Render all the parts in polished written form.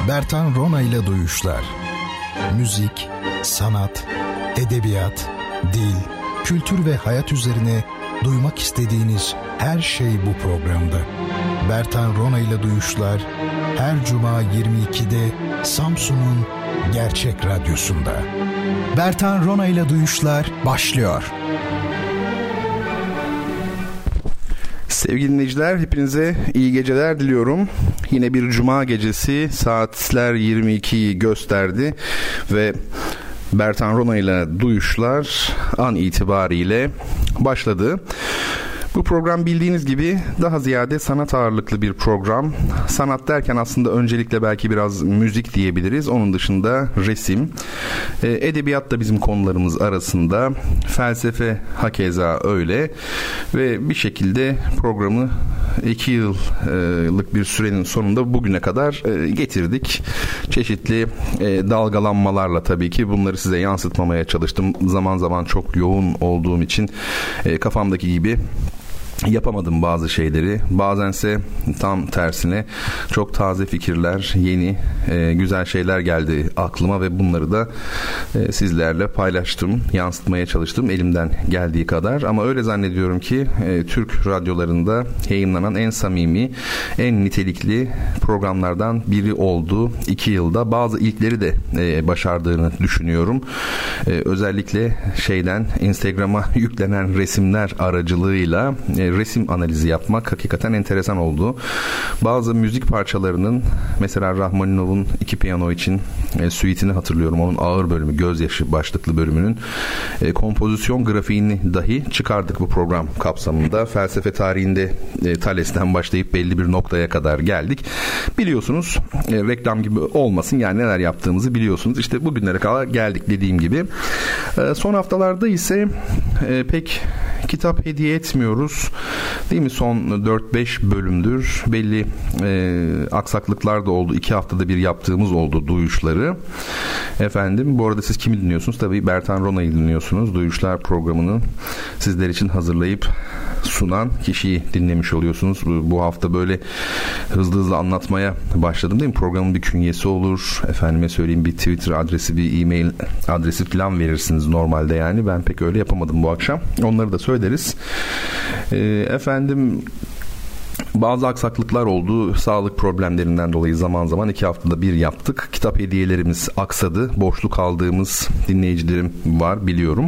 Bertan Rona ile Duyuşlar. Müzik, sanat, edebiyat, dil, kültür ve hayat üzerine duymak istediğiniz her şey bu programda. Bertan Rona ile Duyuşlar her cuma 22'de Samsun'un Gerçek Radyosu'nda. Bertan Rona ile Duyuşlar başlıyor. Sevgili dinleyiciler, hepinize iyi geceler diliyorum. Yine bir cuma gecesi, saatler 22'yi gösterdi ve Bertan Rona ile Duyuşlar an itibariyle başladı. Bu program bildiğiniz gibi daha ziyade sanat ağırlıklı bir program. Sanat derken aslında öncelikle belki biraz müzik diyebiliriz. Onun dışında resim, edebiyat da bizim konularımız arasında. Felsefe hakeza öyle. Ve bir şekilde programı 2 yıllık bir sürenin sonunda bugüne kadar getirdik. Çeşitli dalgalanmalarla tabii ki bunları size yansıtmamaya çalıştım. Zaman zaman çok yoğun olduğum için kafamdaki gibi yapamadım bazı şeyleri. Bazense tam tersine çok taze fikirler, yeni, güzel şeyler geldi aklıma ve bunları da sizlerle paylaştım, yansıtmaya çalıştım elimden geldiği kadar. Ama öyle zannediyorum ki Türk radyolarında yayınlanan en samimi, en nitelikli programlardan biri oldu 2 yılda. Bazı ilkleri de başardığını düşünüyorum. Özellikle Instagram'a yüklenen resimler aracılığıyla resim analizi yapmak hakikaten enteresan oldu. Bazı müzik parçalarının, mesela Rahmaninov'un 2 piyano için suite'ini hatırlıyorum. Onun ağır bölümü, Gözyaşı başlıklı bölümünün kompozisyon grafiğini dahi çıkardık bu program kapsamında. Felsefe tarihinde Thales'ten başlayıp belli bir noktaya kadar geldik. Biliyorsunuz, reklam gibi olmasın, yani neler yaptığımızı biliyorsunuz. İşte bugünlere kadar geldik dediğim gibi. Son haftalarda ise pek kitap hediye etmiyoruz. Değil mi? Son 4-5 bölümdür. Belli aksaklıklar da oldu. 2 haftada bir yaptığımız oldu duyuşları. Efendim, bu arada siz kimi dinliyorsunuz? Tabii Bertan Rona'yı dinliyorsunuz. Duyuşlar programını sizler için hazırlayıp sunan kişiyi dinlemiş oluyorsunuz. Bu hafta böyle hızlı anlatmaya başladım, değil mi? Programın bir künyesi olur. Efendime söyleyeyim, bir Twitter adresi, bir e-mail adresi falan verirsiniz normalde yani. Ben pek öyle yapamadım bu akşam. Onları da söyleriz. Efendim, bazı aksaklıklar oldu. Sağlık problemlerinden dolayı zaman zaman 2 haftada bir yaptık. Kitap hediyelerimiz aksadı. Boşluk kaldığımız dinleyicilerim var, biliyorum.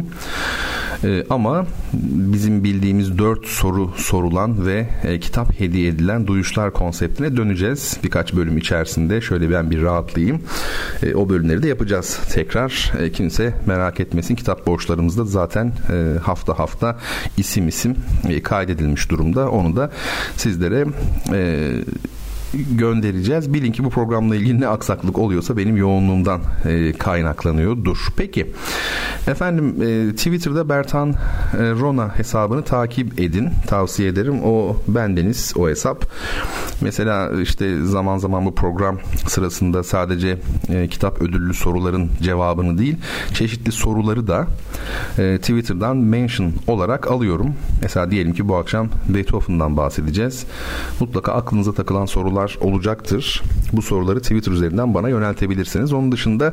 Ama bizim bildiğimiz 4 soru sorulan ve kitap hediye edilen duyuşlar konseptine döneceğiz. Birkaç bölüm içerisinde şöyle ben bir rahatlayayım. O bölümleri de yapacağız tekrar. Kimse merak etmesin. Kitap borçlarımızda zaten hafta isim kaydedilmiş durumda. Onu da sizlere göndereceğiz. Bilin ki bu programla ilgili ne aksaklık oluyorsa benim yoğunluğumdan kaynaklanıyordur. Peki efendim, Twitter'da Bertan Rona hesabını takip edin. Tavsiye ederim. O bendeniz, o hesap. Mesela işte zaman zaman bu program sırasında sadece kitap ödüllü soruların cevabını değil, çeşitli soruları da Twitter'dan mention olarak alıyorum. Mesela diyelim ki bu akşam Beethoven'dan bahsedeceğiz. Mutlaka aklınıza takılan sorular olacaktır. Bu soruları Twitter üzerinden bana yöneltebilirsiniz. Onun dışında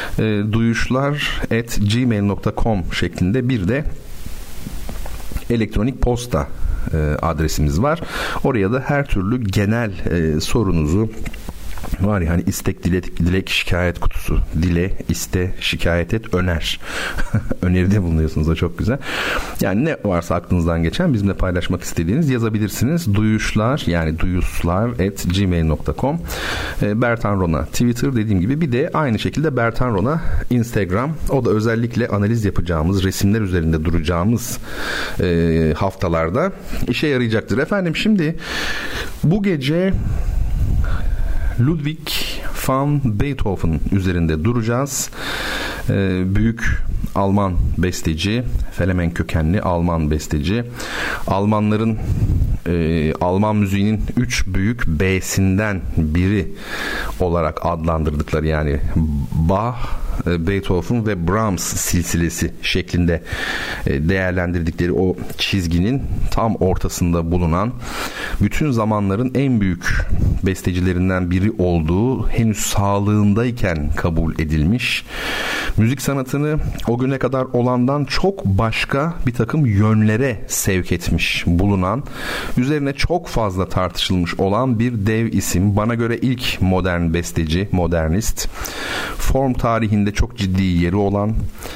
duyuşlar@gmail.com şeklinde bir de elektronik posta adresimiz var. Oraya da her türlü genel sorunuzu, var ya hani, istek, dilek, şikayet kutusu. Dile, iste, şikayet et, öner. Öneride bulunuyorsunuz, o çok güzel. Yani ne varsa aklınızdan geçen bizimle paylaşmak istediğiniz yazabilirsiniz. Duyuşlar, yani duyuşlar@gmail.com. Bertan Rona Twitter, dediğim gibi. Bir de aynı şekilde Bertan Rona Instagram. O da özellikle analiz yapacağımız, resimler üzerinde duracağımız haftalarda işe yarayacaktır. Efendim, şimdi bu gece Ludwig van Beethoven üzerinde duracağız. Büyük Alman besteci, Felemen kökenli Alman besteci. Almanların Alman müziğinin 3 büyük B'sinden biri olarak adlandırdıkları, yani Bach, Beethoven ve Brahms silsilesi şeklinde değerlendirdikleri o çizginin tam ortasında bulunan, bütün zamanların en büyük bestecilerinden biri olduğu, henüz sağlığındayken kabul edilmiş, müzik sanatını o güne kadar olandan çok başka bir takım yönlere sevk etmiş bulunan, üzerine çok fazla tartışılmış olan bir dev isim. Bana göre ilk modern besteci, modernist. Form tarihinde çok ciddi yeri olan,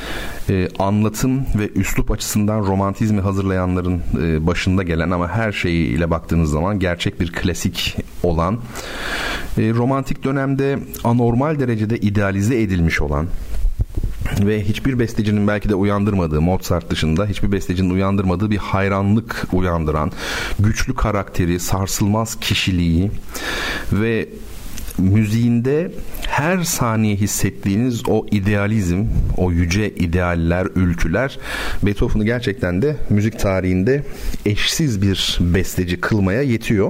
anlatım ve üslup açısından romantizmi hazırlayanların başında gelen ama her şeyiyle baktığınız zaman gerçek bir klasik olan, romantik dönemde anormal derecede idealize edilmiş olan ve hiçbir bestecinin belki de uyandırmadığı, Mozart dışında hiçbir bestecinin uyandırmadığı bir hayranlık uyandıran, güçlü karakteri, sarsılmaz kişiliği ve müziğinde her saniye hissettiğiniz o idealizm, o yüce idealler, ülküler Beethoven'ı gerçekten de müzik tarihinde eşsiz bir besteci kılmaya yetiyor.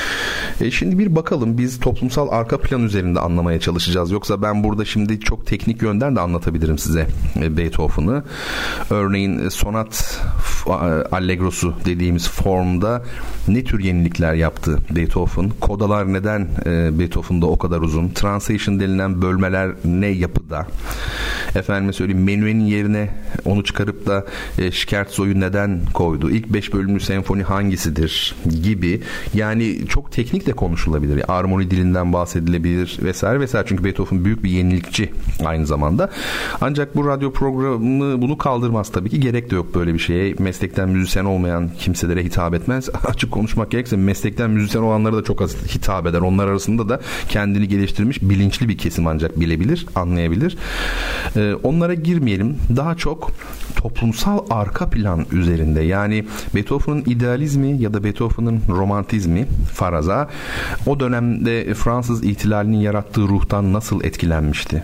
Şimdi bir bakalım, biz toplumsal arka plan üzerinde anlamaya çalışacağız. Yoksa ben burada şimdi çok teknik yönden de anlatabilirim size Beethoven'ı. Örneğin sonat allegrosu dediğimiz formda ne tür yenilikler yaptı Beethoven? Kodalar neden Beethoven'da o kadar uzun? Translation denilen bölmeler ne yapıda? Efendime söyleyeyim, menüenin yerine onu çıkarıp da Scherzo'yu neden koydu? İlk 5 bölümlü senfoni hangisidir? Gibi. Yani çok teknik de konuşulabilir. Armoni dilinden bahsedilebilir vesaire vesaire. Çünkü Beethoven büyük bir yenilikçi aynı zamanda. Ancak bu radyo programı bunu kaldırmaz tabii ki. Gerek de yok böyle bir şeye. Meslekten müzisyen olmayan kimselere hitap etmez. Açık konuşmak gerekirse meslekten müzisyen olanlara da çok az hitap eder. Onlar arasında da kendini geliştirmiş bilinçli bir kesim ancak bilebilir, anlayabilir. Onlara girmeyelim. Daha çok toplumsal arka plan üzerinde, yani Beethoven'ın idealizmi ya da Beethoven'ın romantizmi faraza o dönemde Fransız ihtilalinin yarattığı ruhtan nasıl etkilenmişti?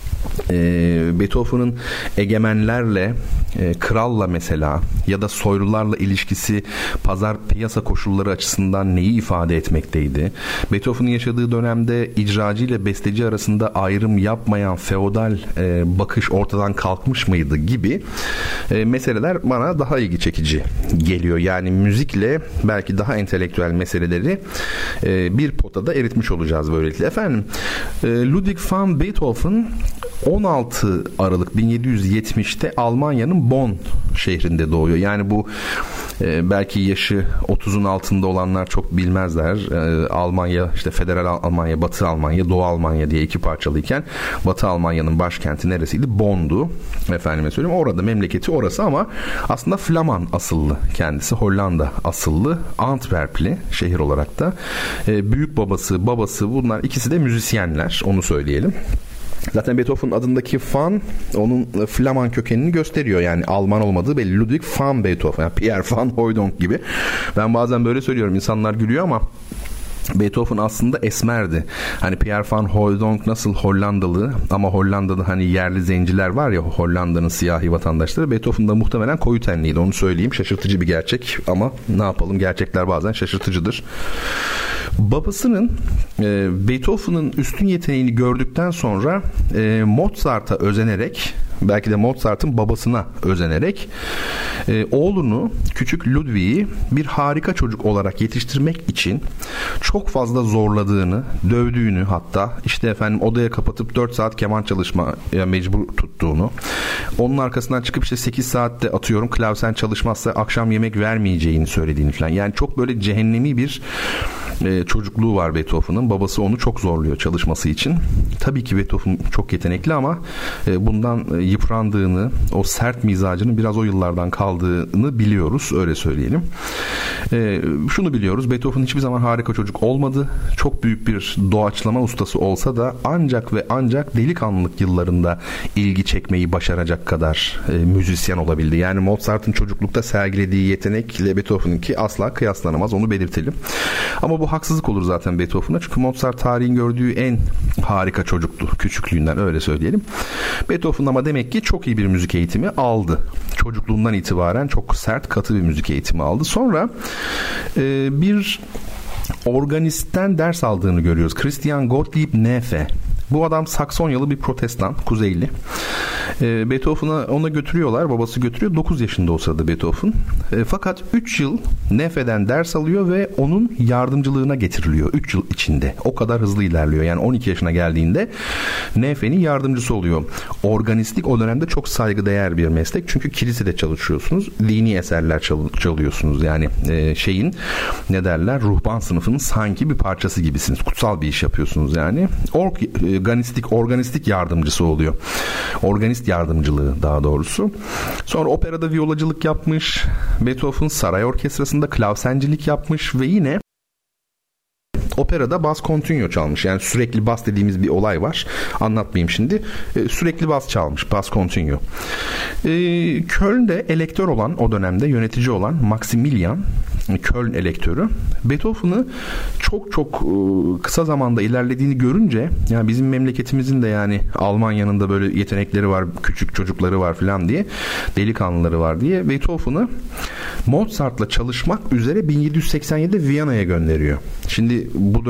Beethoven'ın egemenlerle, kralla mesela ya da soylularla ilişkisi pazar piyasa koşulları açısından neyi ifade etmekteydi? Beethoven'ın yaşadığı dönemde icracı ile besteci arasında ayrım yapmayan feodal bakış ortadan kalkmış mıydı gibi meseleler bana daha ilgi çekici geliyor. Yani müzikle belki daha entelektüel meseleleri bir potada eritmiş olacağız böylelikle. Efendim, Ludwig van Beethoven 16 Aralık 1770'te Almanya'nın Bonn şehrinde doğuyor. Yani bu belki yaşı 30'un altında olanlar çok bilmezler. Almanya, işte Federal Almanya, Batı Almanya, Doğu Almanya diye iki parçalıyken Batı Almanya'nın başkenti neresiydi? Bonn'du. Efendime söyleyeyim. Orada, memleketi orası ama aslında Flaman asıllı kendisi. Hollanda asıllı. Antwerpli şehir olarak da. Büyük babası bunlar ikisi de müzisyenler. Onu söyleyelim. Zaten Beethoven adındaki van onun Flaman kökenini gösteriyor. Yani Alman olmadığı belli. Ludwig van Beethoven. Yani Pierre van Hooydonk gibi. Ben bazen böyle söylüyorum. İnsanlar gülüyor ama Beethoven aslında esmerdi. Hani Pierre van Hooydonk nasıl Hollandalı ama Hollanda'da hani yerli zenciler var ya, Hollanda'nın siyahi vatandaşları, Beethoven da muhtemelen koyu tenliydi. Onu söyleyeyim. Şaşırtıcı bir gerçek ama ne yapalım, gerçekler bazen şaşırtıcıdır. Babasının Beethoven'ın üstün yeteneğini gördükten sonra Mozart'a özenerek, belki de Mozart'ın babasına özenerek oğlunu, küçük Ludwig'i bir harika çocuk olarak yetiştirmek için çok fazla zorladığını, dövdüğünü, hatta işte efendim odaya kapatıp 4 saat keman çalışmaya mecbur tuttuğunu, onun arkasından çıkıp işte 8 saatte atıyorum klavsen çalışmazsa akşam yemek vermeyeceğini söylediğini falan. Yani çok böyle cehennemi bir çocukluğu var Beethoven'ın. Babası onu çok zorluyor çalışması için. Tabii ki Beethoven çok yetenekli ama bundan yıprandığını, o sert mizacının biraz o yıllardan kaldığını biliyoruz. Öyle söyleyelim. Şunu biliyoruz. Beethoven hiçbir zaman harika çocuk olmadı. Çok büyük bir doğaçlama ustası olsa da ancak ve ancak delikanlılık yıllarında ilgi çekmeyi başaracak kadar müzisyen olabildi. Yani Mozart'ın çocuklukta sergilediği yetenekle Beethoven'ınki asla kıyaslanamaz. Onu belirtelim. Ama bu haksızlık olur zaten Beethoven'a. Çünkü Mozart tarihin gördüğü en harika çocuktu. Küçüklüğünden, öyle söyleyelim. Beethoven ama demek ki çok iyi bir müzik eğitimi aldı. Çocukluğundan itibaren çok sert, katı bir müzik eğitimi aldı. Sonra bir organistten ders aldığını görüyoruz. Christian Gottlieb Neefe Bu adam Saksonyalı bir protestan, Kuzeyli. Beethoven'a ona götürüyorlar. Babası götürüyor. 9 yaşında o sırada Beethoven. Fakat 3 yıl Nefe'den ders alıyor ve onun yardımcılığına getiriliyor. 3 yıl içinde. O kadar hızlı ilerliyor. Yani 12 yaşına geldiğinde Nefe'nin yardımcısı oluyor. Organistlik o dönemde çok saygıdeğer bir meslek. Çünkü kilisede çalışıyorsunuz. Dini eserler çalıyorsunuz. Yani ne derler? Ruhban sınıfının sanki bir parçası gibisiniz. Kutsal bir iş yapıyorsunuz yani. Organistlik yardımcısı oluyor. Organist yardımcılığı daha doğrusu. Sonra operada violacılık yapmış. Beethoven saray orkestrasında klavsencilik yapmış ve yine operada bas continuo çalmış. Yani sürekli bas dediğimiz bir olay var. Anlatmayayım şimdi. Sürekli bas çalmış. Bas continuo. Köln'de elektör olan, o dönemde yönetici olan Maximilian, Köln elektörü, Beethoven'ı çok kısa zamanda ilerlediğini görünce, yani bizim memleketimizin de yani Almanya'nın da böyle yetenekleri var, küçük çocukları var falan diye, delikanlıları var diye Beethoven'ı Mozart'la çalışmak üzere 1787'de Viyana'ya gönderiyor. Şimdi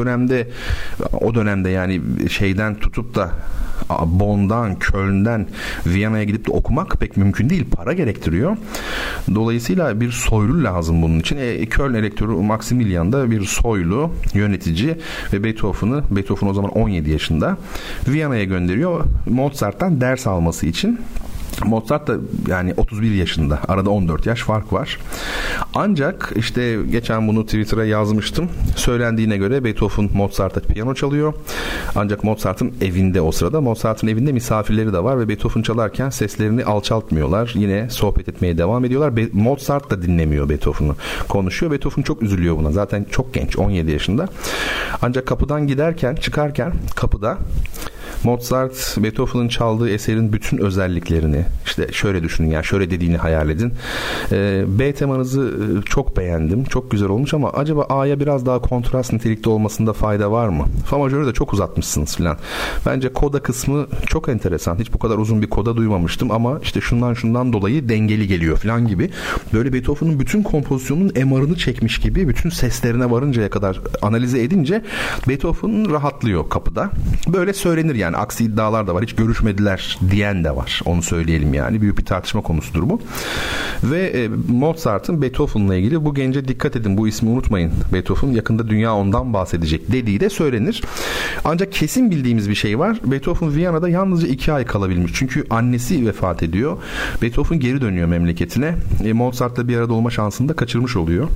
o dönemde yani şeyden tutup da Bonn'dan, Köln'den Viyana'ya gidip de okumak pek mümkün değil. Para gerektiriyor. Dolayısıyla bir soylu lazım bunun için. Köln elektörü Maximilian da bir soylu yönetici ve Beethoven o zaman 17 yaşında Viyana'ya gönderiyor. Mozart'tan ders alması için. Mozart da yani 31 yaşında. Arada 14 yaş fark var. Ancak işte geçen bunu Twitter'a yazmıştım. Söylendiğine göre Beethoven Mozart'a piyano çalıyor. Ancak Mozart'ın evinde o sırada. Mozart'ın evinde misafirleri de var ve Beethoven çalarken seslerini alçaltmıyorlar. Yine sohbet etmeye devam ediyorlar. Mozart da dinlemiyor Beethoven'ı. Konuşuyor. Beethoven çok üzülüyor buna. Zaten çok genç. 17 yaşında. Ancak kapıdan çıkarken kapıda Mozart Beethoven'ın çaldığı eserin bütün özelliklerini, işte şöyle düşünün, yani şöyle dediğini hayal edin. B temanızı çok beğendim. Çok güzel olmuş ama acaba A'ya biraz daha kontrast nitelikte olmasında fayda var mı? Fa majörü de çok uzatmışsınız filan. Bence koda kısmı çok enteresan. Hiç bu kadar uzun bir koda duymamıştım ama işte şundan dolayı dengeli geliyor filan gibi. Böyle Beethoven'ın bütün kompozisyonunun MR'ını çekmiş gibi, bütün seslerine varıncaya kadar analize edince Beethoven rahatlıyor kapıda. Böyle söylenir yani. Aksi iddialar da var. Hiç görüşmediler diyen de var. Onu söyleyelim yani. Büyük bir tartışma konusudur bu. Ve Mozart'ın Beethoven'la ilgili bu gence dikkat edin, bu ismi unutmayın. Beethoven yakında dünya ondan bahsedecek dediği de söylenir. Ancak kesin bildiğimiz bir şey var. Beethoven Viyana'da yalnızca 2 ay kalabilmiş. Çünkü annesi vefat ediyor. Beethoven geri dönüyor memleketine. Mozart'la bir arada olma şansını da kaçırmış oluyor.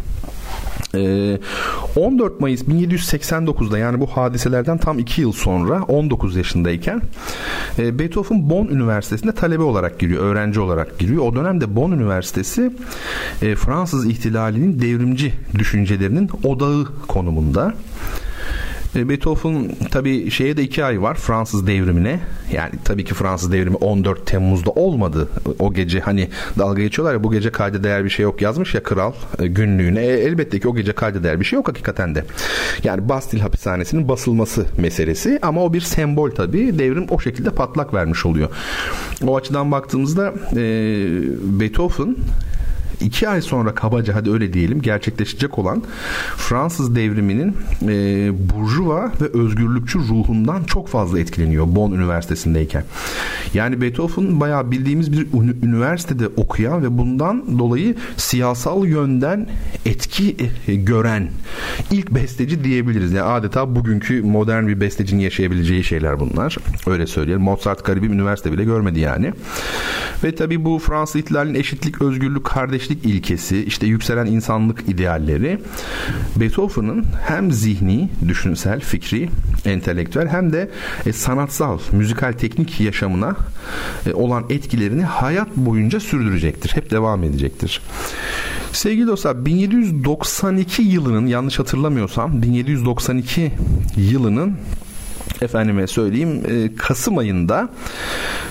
14 Mayıs 1789'da, yani bu hadiselerden tam 2 yıl sonra 19 yaşındayken Beethoven Bonn Üniversitesi'nde talebe olarak giriyor, öğrenci olarak giriyor. O dönemde Bonn Üniversitesi Fransız ihtilalinin devrimci düşüncelerinin odağı konumunda. Beethoven tabii şeye de 2 ay var, Fransız devrimine. Yani tabii ki Fransız devrimi 14 Temmuz'da olmadı. O gece hani dalga geçiyorlar ya, bu gece kayda değer bir şey yok yazmış ya kral günlüğüne. Elbette ki o gece kayda değer bir şey yok hakikaten de. Yani Bastille hapishanesinin basılması meselesi, ama o bir sembol tabii. Devrim o şekilde patlak vermiş oluyor. O açıdan baktığımızda Beethoven 2 ay sonra kabaca, hadi öyle diyelim, gerçekleşecek olan Fransız devriminin burjuva ve özgürlükçü ruhundan çok fazla etkileniyor Bonn Üniversitesi'ndeyken. Yani Beethoven bayağı bildiğimiz bir üniversitede okuyan ve bundan dolayı siyasal yönden etki gören ilk besteci diyebiliriz. Yani adeta bugünkü modern bir bestecinin yaşayabileceği şeyler bunlar. Öyle söyleyelim. Mozart garibi üniversite bile görmedi yani. Ve tabii bu Fransız ihtilalinin eşitlik, özgürlük, kardeşlik ilkesi, işte yükselen insanlık idealleri Beethoven'ın hem zihni, düşünsel, fikri, entelektüel hem de sanatsal, müzikal, teknik yaşamına olan etkilerini hayat boyunca sürdürecektir. Hep devam edecektir. Sevgili dostlar, 1792 yılının, yanlış hatırlamıyorsam 1792 yılının efendime söyleyeyim Kasım ayında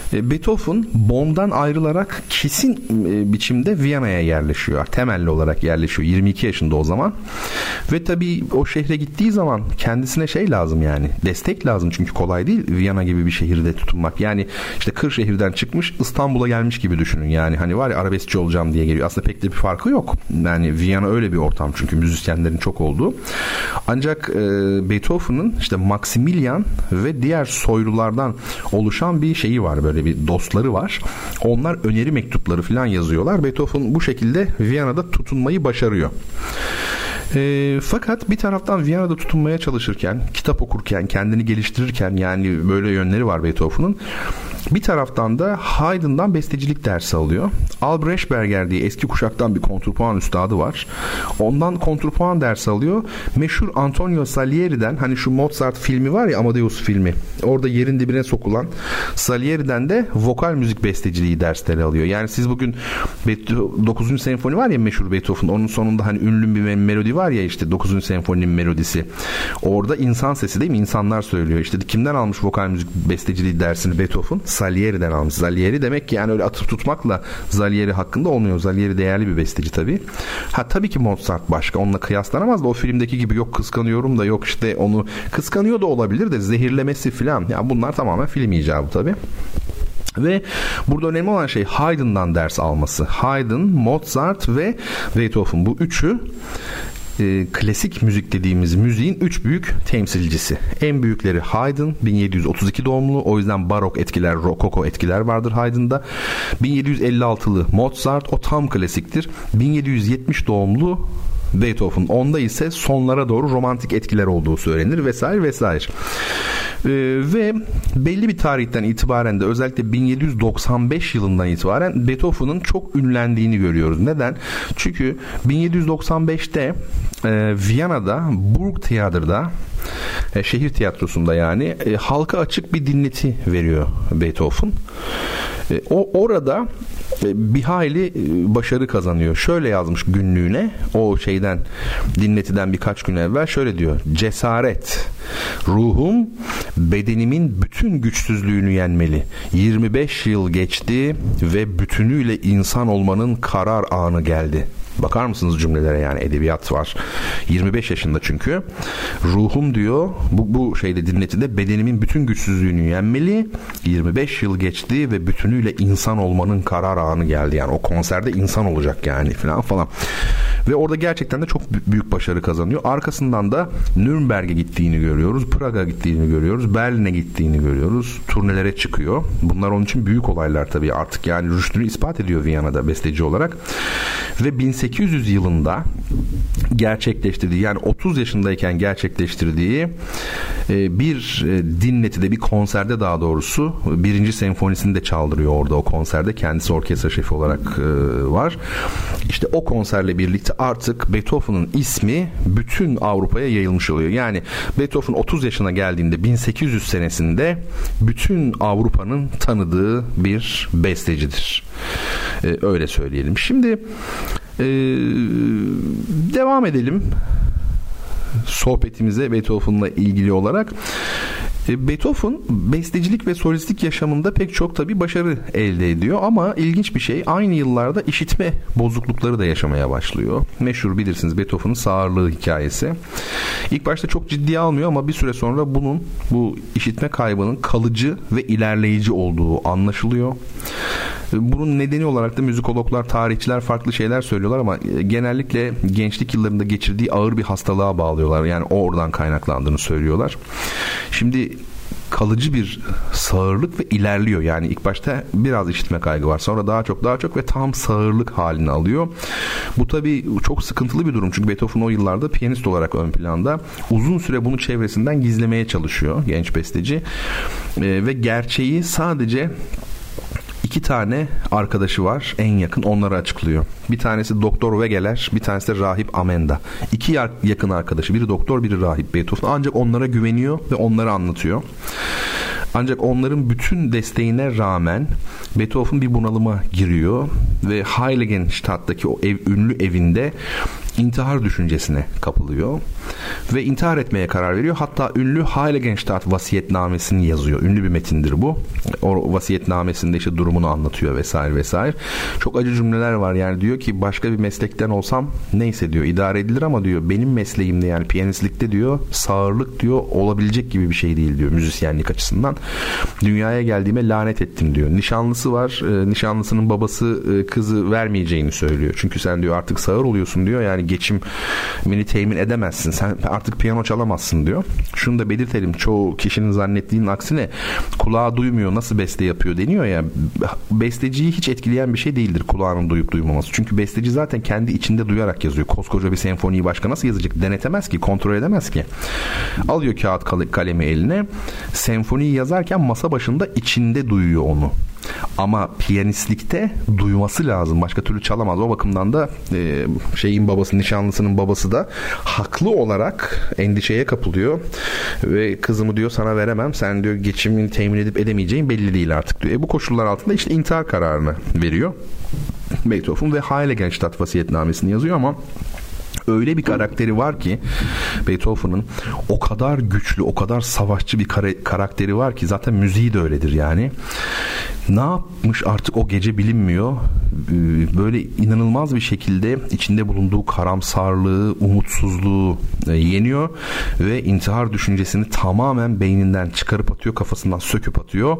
Beethoven Bonn'dan ayrılarak kesin biçimde Viyana'ya yerleşiyor. Temelli olarak yerleşiyor. 22 yaşında o zaman. Ve tabii o şehre gittiği zaman kendisine şey lazım yani. Destek lazım çünkü kolay değil Viyana gibi bir şehirde tutunmak. Yani işte Kırşehir'den çıkmış İstanbul'a gelmiş gibi düşünün. Yani hani var ya arabeskçi olacağım diye geliyor. Aslında pek de bir farkı yok. Yani Viyana öyle bir ortam çünkü müzisyenlerin çok olduğu. Ancak Beethoven'ın işte Maximilian ve diğer soylulardan oluşan bir şeyi var. Böyle bir dostları var. Onlar öneri mektupları falan yazıyorlar. Beethoven bu şekilde Viyana'da tutunmayı başarıyor. Fakat bir taraftan Viyana'da tutunmaya çalışırken, kitap okurken, kendini geliştirirken yani böyle yönleri var Beethoven'ın. Bir taraftan da Haydn'dan bestecilik dersi alıyor. Albrechtberger diye eski kuşaktan bir kontrpuan üstadı var. Ondan kontrpuan dersi alıyor. Meşhur Antonio Salieri'den hani şu Mozart filmi var ya Amadeus filmi. Orada yerin dibine sokulan Salieri'den de vokal müzik besteciliği dersleri alıyor. Yani siz bugün 9. senfoni var ya meşhur Beethoven. Onun sonunda hani ünlü bir melodi var ya işte 9. senfoninin melodisi. Orada insan sesi değil mi? İnsanlar söylüyor. İşte kimden almış vokal müzik besteciliği dersini Beethoven? Salieri'den almış. Salieri demek ki yani öyle atıp tutmakla Salieri hakkında olmuyor. Salieri değerli bir besteci tabii. Tabii ki Mozart başka. Onunla kıyaslanamaz da o filmdeki gibi yok kıskanıyorum da yok işte onu kıskanıyor da olabilir de zehirlemesi filan. Yani bunlar tamamen film icabı tabii. Ve burada önemli olan şey Haydn'dan ders alması. Haydn, Mozart ve Beethoven bu üçü klasik müzik dediğimiz müziğin üç büyük temsilcisi. En büyükleri Haydn 1732 doğumlu. O yüzden barok etkiler, rokoko etkiler vardır Haydn'da. 1756'lı Mozart o tam klasiktir. 1770 doğumlu Beethoven. Onda ise sonlara doğru romantik etkiler olduğu söylenir vesaire vesaire. Ve belli bir tarihten itibaren de özellikle 1795 yılından itibaren Beethoven'ın çok ünlendiğini görüyoruz. Neden? Çünkü 1795'te Viyana'da Burgtheater'da şehir tiyatrosunda yani halka açık bir dinleti veriyor Beethoven. O orada bir hayli başarı kazanıyor. Şöyle yazmış günlüğüne o şeyden dinletiden birkaç gün evvel şöyle diyor. Cesaret. Ruhum bedenimin bütün güçsüzlüğünü yenmeli. 25 yıl geçti ve bütünüyle insan olmanın karar anı geldi. Bakar mısınız cümlelere yani edebiyat var. 25 yaşında çünkü. Ruhum diyor bu şeyde dinletide bedenimin bütün güçsüzlüğünü yenmeli. 25 yıl geçti ve bütünüyle insan olmanın karar anı geldi. Yani o konserde insan olacak yani falan. Ve orada gerçekten de çok büyük başarı kazanıyor. Arkasından da Nürnberg'e gittiğini görüyoruz. Prag'a gittiğini görüyoruz. Berlin'e gittiğini görüyoruz. Turnelere çıkıyor. Bunlar onun için büyük olaylar tabii. Artık yani rüştünü ispat ediyor Viyana'da besteci olarak. Ve 1800 yılında gerçekleştirdiği yani 30 yaşındayken gerçekleştirdiği bir dinletide bir konserde daha doğrusu 1. senfonisini de çaldırıyor orada o konserde. Kendisi orkestra şefi olarak var. İşte o konserle birlikte artık Beethoven'ın ismi bütün Avrupa'ya yayılmış oluyor. Yani Beethoven 30 yaşına geldiğinde 1800 senesinde bütün Avrupa'nın tanıdığı bir bestecidir. Öyle söyleyelim. Şimdi devam edelim sohbetimize Beethoven'la ilgili olarak. Beethoven bestecilik ve solistlik yaşamında pek çok tabii başarı elde ediyor ama ilginç bir şey aynı yıllarda işitme bozuklukları da yaşamaya başlıyor. Meşhur bilirsiniz Beethoven'ın sağırlığı hikayesi. İlk başta çok ciddiye almıyor ama bir süre sonra bu işitme kaybının kalıcı ve ilerleyici olduğu anlaşılıyor. Bunun nedeni olarak da müzikologlar, tarihçiler farklı şeyler söylüyorlar ama genellikle gençlik yıllarında geçirdiği ağır bir hastalığa bağlıyorlar. Yani oradan kaynaklandığını söylüyorlar. Şimdi kalıcı bir sağırlık ve ilerliyor. Yani ilk başta biraz işitme kaygı var. Sonra daha çok ve tam sağırlık halini alıyor. Bu tabii çok sıkıntılı bir durum. Çünkü Beethoven o yıllarda piyanist olarak ön planda. Uzun süre bunu çevresinden gizlemeye çalışıyor genç besteci. Ve gerçeği sadece 2 tane arkadaşı var en yakın onları açıklıyor. Bir tanesi Doktor Wegeler, bir tanesi de Rahip Amenda. 2 yakın arkadaşı, biri doktor biri rahip Beethoven ancak onlara güveniyor ve onları anlatıyor. Ancak onların bütün desteğine rağmen Beethoven bir bunalıma giriyor ve Heiligenstadt'taki o ünlü evinde intihar düşüncesine kapılıyor ve intihar etmeye karar veriyor. Hatta ünlü Heiligenstadt vasiyetnamesini yazıyor. Ünlü bir metindir bu. O vasiyetnamesinde işte durumunu anlatıyor vesaire vesaire. Çok acı cümleler var. Yani diyor ki başka bir meslekten olsam neyse diyor, idare edilir ama diyor benim mesleğimde, yani piyanistlikte diyor, sağırlık diyor olabilecek gibi bir şey değil diyor müzisyenlik açısından. Dünyaya geldiğime lanet ettim diyor. Nişanlısı var. Nişanlısının babası kızı vermeyeceğini söylüyor. Çünkü sen diyor artık sağır oluyorsun diyor. Yani geçimini temin edemezsin. Sen artık piyano çalamazsın diyor. Şunu da belirtelim. Çoğu kişinin zannettiğinin aksine kulağı duymuyor, nasıl beste yapıyor deniyor ya. Besteciyi hiç etkileyen bir şey değildir kulağının duyup duymaması. Çünkü besteci zaten kendi içinde duyarak yazıyor. Koskoca bir senfoniyi başka nasıl yazacak? Denetemez ki, kontrol edemez ki. Alıyor kağıt kalemi eline. Senfoniyi yazarken masa başında içinde duyuyor onu. Ama piyanistlikte duyması lazım. Başka türlü çalamaz. O bakımdan da şeyin babası, nişanlısının babası da haklı olarak endişeye kapılıyor. Ve kızımı diyor sana veremem. Sen diyor geçimini temin edip edemeyeceğin belli değil artık diyor. Bu koşullar altında işte intihar kararını veriyor Beethoven ve Heiligenstadt vasiyetnamesini yazıyor ama öyle bir karakteri var ki Beethoven'ın, o kadar güçlü, o kadar savaşçı bir karakteri var ki zaten müziği de öyledir yani. Ne yapmış artık o gece bilinmiyor. Böyle inanılmaz bir şekilde içinde bulunduğu karamsarlığı, umutsuzluğu yeniyor ve intihar düşüncesini tamamen beyninden çıkarıp atıyor, kafasından söküp atıyor.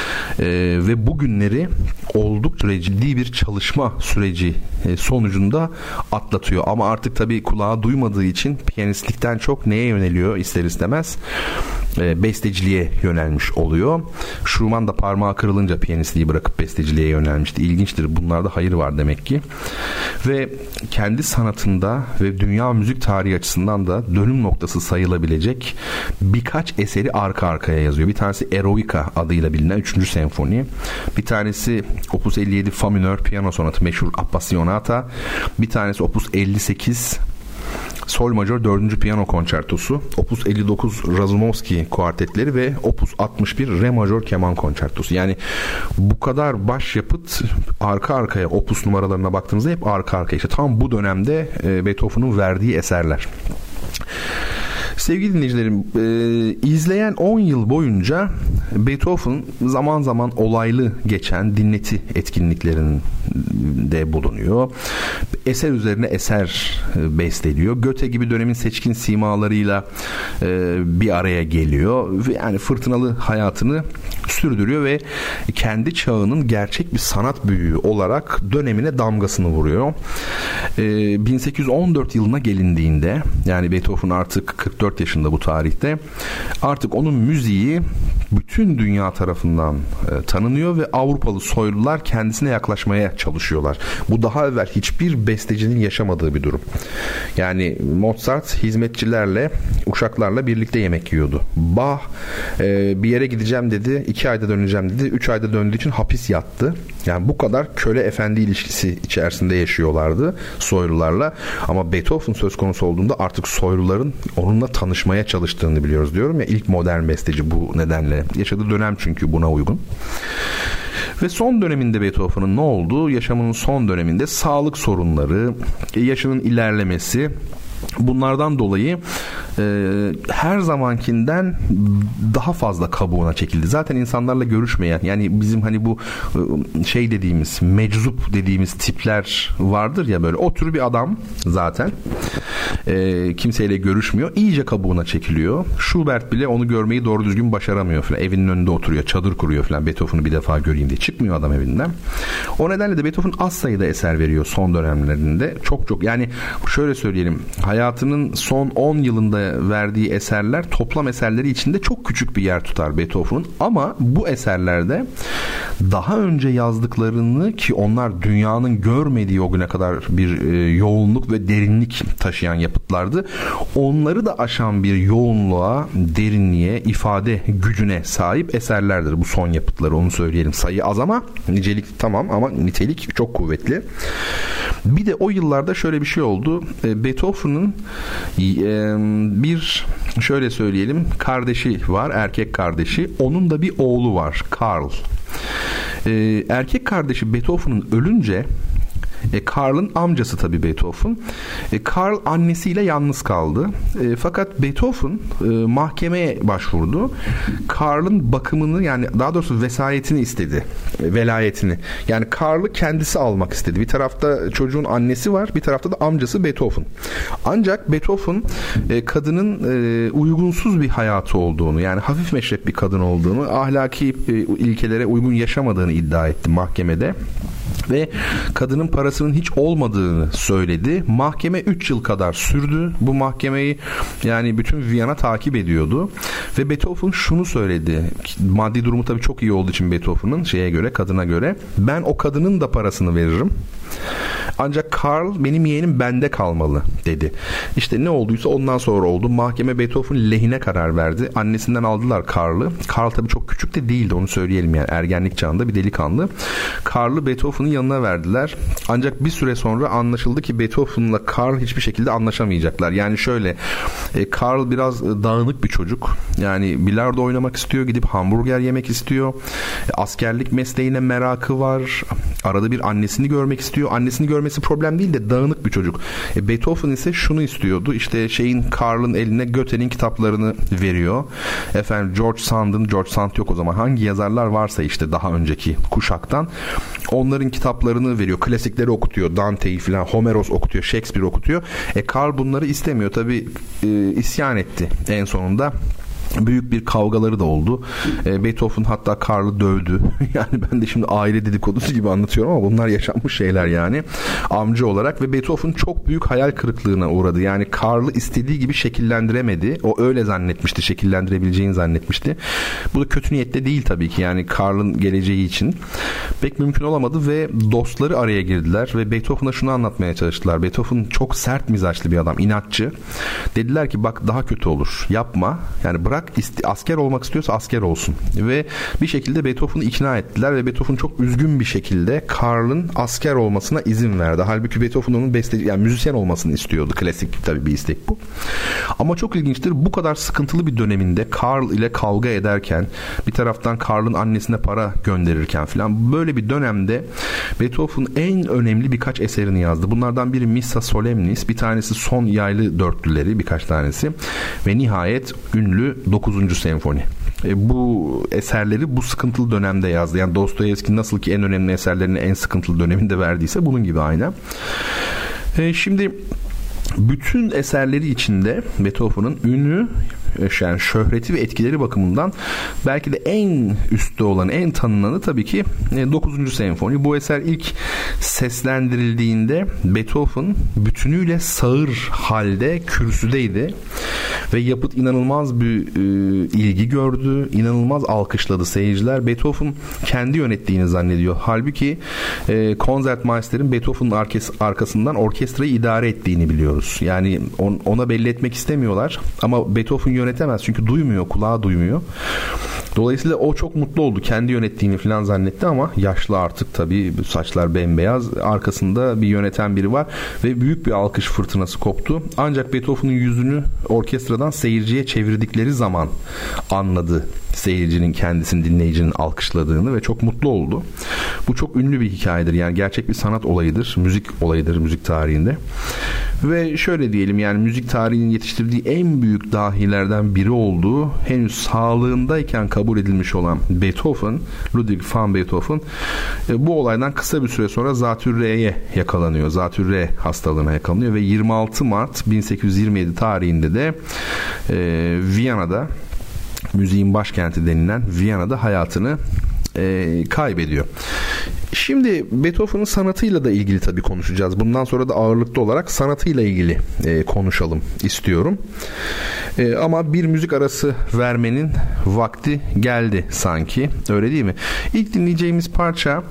Ve bugünleri oldukça ciddi bir çalışma süreci sonucunda atlatıyor. Ama artık tabii kulağı duymadığı için piyanistlikten çok neye yöneliyor ister istemez? Besteciliğe yönelmiş oluyor. Schumann da parmağı kırılınca piyanistliği bırakıp besteciliğe yönelmişti. İlginçtir. Bunlarda hayır var demek ki. Ve kendi sanatında ve dünya müzik tarihi açısından da dönüm noktası sayılabilecek birkaç eseri arka arkaya yazıyor. Bir tanesi Eroica adıyla bilinen 3. senfoni. Bir tanesi Opus 57 Fa minör piyano sonatı, meşhur Appassionata. Bir tanesi Opus 58 Sol majör 4. piyano konçertosu, Opus 59 Razumovski kuartetleri ve Opus 61 Re majör keman konçertosu. Yani bu kadar başyapıt arka arkaya, opus numaralarına baktığımızda hep arka arkaya. İşte tam bu dönemde Beethoven'ın verdiği eserler. Sevgili dinleyicilerim, izleyen 10 yıl boyunca Beethoven zaman zaman olaylı geçen dinleti etkinliklerinde bulunuyor. Eser üzerine eser besteliyor. Goethe gibi dönemin seçkin simalarıyla bir araya geliyor. Yani fırtınalı hayatını sürdürüyor ve kendi çağının gerçek bir sanat büyüğü olarak dönemine damgasını vuruyor. 1814 yılına gelindiğinde, yani Beethoven artık 44 yaşında bu tarihte, artık onun müziği bütün dünya tarafından tanınıyor ve Avrupalı soylular kendisine yaklaşmaya çalışıyorlar. Bu daha evvel hiçbir bestecinin yaşamadığı bir durum. Yani Mozart hizmetçilerle, uşaklarla birlikte yemek yiyordu. Bach bir yere gideceğim dedi, 2 ayda döneceğim dedi, 3 ayda döndüğü için hapis yattı. Yani bu kadar köle efendi ilişkisi içerisinde yaşıyorlardı soylularla. Ama Beethoven söz konusu olduğunda artık soyluların onunla tanışmaya çalıştığını biliyoruz, diyorum ya, ilk modern besteci bu nedenle. Yaşadığı dönem çünkü buna uygun. Ve son döneminde Beethoven'ın ne oldu? Yaşamının son döneminde sağlık sorunları, yaşının ilerlemesi, bunlardan dolayı her zamankinden daha fazla kabuğuna çekildi. Zaten insanlarla görüşmeyen, yani bizim hani bu şey dediğimiz, meczup dediğimiz tipler vardır ya, böyle o tür bir adam zaten. Kimseyle görüşmüyor. İyice kabuğuna çekiliyor. Schubert bile onu görmeyi doğru düzgün başaramıyor falan. Evinin önünde oturuyor, çadır kuruyor falan. Beethoven'ı bir defa göreyim diye. Çıkmıyor adam evinden. O nedenle de Beethoven az sayıda eser veriyor son dönemlerinde. Çok yani şöyle söyleyelim, hayatının son 10 yılında verdiği eserler toplam eserleri içinde çok küçük bir yer tutar Beethoven'ın, ama bu eserlerde daha önce yazdıklarını, ki onlar dünyanın görmediği o güne kadar bir yoğunluk ve derinlik taşıyan yapıtlardı, onları da aşan bir yoğunluğa, derinliğe, ifade gücüne sahip eserlerdir bu son yapıtları, onu söyleyelim. Sayı az ama nicelik tamam, ama nitelik çok kuvvetli. Bir de o yıllarda şöyle bir şey oldu. Beethoven'ın bir, şöyle söyleyelim, kardeşi var, erkek kardeşi. Onun da bir oğlu var, Karl. Erkek kardeşi Beethoven'ın ölünce Karl'ın amcası tabii Beethoven. Karl annesiyle yalnız kaldı. Fakat Beethoven mahkemeye başvurdu. Karl'ın bakımını, yani daha doğrusu vesayetini istedi. Velayetini. Yani Karl'ı kendisi almak istedi. Bir tarafta çocuğun annesi var, bir tarafta da amcası Beethoven. Ancak Beethoven kadının uygunsuz bir hayatı olduğunu, yani hafif meşrep bir kadın olduğunu, ahlaki ilkelere uygun yaşamadığını iddia etti mahkemede. Ve kadının parasının hiç olmadığını söyledi. Mahkeme 3 yıl kadar sürdü. Bu mahkemeyi yani bütün Viyana takip ediyordu. Ve Beethoven şunu söyledi. Maddi durumu tabii çok iyi olduğu için Beethoven'ın kadına göre. Ben o kadının da parasını veririm. Ancak Karl, benim yeğenim bende kalmalı dedi. İşte ne olduysa ondan sonra oldu. Mahkeme Beethoven lehine karar verdi. Annesinden aldılar Karl'ı. Karl tabii çok küçük de değildi, onu söyleyelim, yani ergenlik çağında bir delikanlı. Karl'ı Beethoven'ın yanına verdiler. Ancak bir süre sonra anlaşıldı ki Beethoven'la Karl hiçbir şekilde anlaşamayacaklar. Yani şöyle, Karl biraz dağınık bir çocuk. Yani bilardo oynamak istiyor, gidip hamburger yemek istiyor. Askerlik mesleğine merakı var. Arada bir annesini görmek istiyor. Annesini görmesi problem değil de dağınık bir çocuk. Beethoven ise şunu istiyordu. İşte Karl'ın eline Goethe'nin kitaplarını veriyor. George Sand yok o zaman. Hangi yazarlar varsa işte daha önceki kuşaktan onların kitaplarını veriyor. Klasikleri okutuyor. Dante'yi falan, Homeros okutuyor. Shakespeare okutuyor. Karl bunları istemiyor. Tabii isyan etti en sonunda. Büyük bir kavgaları da oldu. Beethoven hatta Karl'ı dövdü. Yani ben de şimdi aile dedikodusu gibi anlatıyorum ama bunlar yaşanmış şeyler yani. Amca olarak. Ve Beethoven çok büyük hayal kırıklığına uğradı. Yani Karl'ı istediği gibi şekillendiremedi. O öyle zannetmişti. Şekillendirebileceğini zannetmişti. Bu da kötü niyetle değil tabii ki. Yani Karl'ın geleceği için. Pek mümkün olamadı ve dostları araya girdiler ve Beethoven'a şunu anlatmaya çalıştılar. Beethoven çok sert mizaçlı bir adam. İnatçı. Dediler ki bak, daha kötü olur. Yapma. Yani bırak, asker olmak istiyorsa asker olsun. Ve bir şekilde Beethoven'ı ikna ettiler ve Beethoven çok üzgün bir şekilde Karl'ın asker olmasına izin verdi. Halbuki Beethoven onun yani müzisyen olmasını istiyordu. Klasik tabii bir istek bu. Ama çok ilginçtir. Bu kadar sıkıntılı bir döneminde Karl ile kavga ederken, bir taraftan Karl'ın annesine para gönderirken falan, böyle bir dönemde Beethoven en önemli birkaç eserini yazdı. Bunlardan biri Missa Solemnis, bir tanesi Son Yaylı Dörtlüleri, birkaç tanesi ve nihayet ünlü 9. senfoni. Bu eserleri bu sıkıntılı dönemde yazdı. Yani Dostoyevski nasıl ki en önemli eserlerini en sıkıntılı döneminde verdiyse bunun gibi aynen. Şimdi bütün eserleri içinde Beethoven'ın ünü, yani şöhreti ve etkileri bakımından belki de en üstte olan, en tanınanı tabii ki 9. senfoni. Bu eser ilk seslendirildiğinde Beethoven bütünüyle sağır halde kürsüdeydi ve yapıt inanılmaz bir ilgi gördü, inanılmaz alkışladı seyirciler. Beethoven kendi yönettiğini zannediyor. Halbuki Konzertmeister'in Beethoven'ın arkasından orkestrayı idare ettiğini biliyoruz. Yani ona belli etmek istemiyorlar ama Beethoven yönetemez çünkü duymuyor, kulağı duymuyor. Dolayısıyla o çok mutlu oldu. Kendi yönettiğini falan zannetti ama yaşlı artık tabii, saçlar bembeyaz. Arkasında bir yöneten biri var ve büyük bir alkış fırtınası koptu. Ancak Beethoven'ın yüzünü orkestradan seyirciye çevirdikleri zaman anladı seyircinin, kendisini, dinleyicinin alkışladığını ve çok mutlu oldu. Bu çok ünlü bir hikayedir. Yani gerçek bir sanat olayıdır. Müzik olayıdır müzik tarihinde. Ve şöyle diyelim, yani müzik tarihinin yetiştirdiği en büyük dahilerden biri olduğu, henüz sağlığındayken kabul edilmiş olan Beethoven, Ludwig van Beethoven, bu olaydan kısa bir süre sonra zatürreye yakalanıyor. Zatürre hastalığına yakalanıyor ve 26 Mart 1827 tarihinde de Viyana'da, müziğin başkenti denilen Viyana'da hayatını kaybediyor. Şimdi Beethoven'ın sanatıyla da ilgili tabii konuşacağız. Bundan sonra da ağırlıklı olarak sanatıyla ilgili konuşalım istiyorum. Ama bir müzik arası vermenin vakti geldi sanki. Öyle değil mi? İlk dinleyeceğimiz parça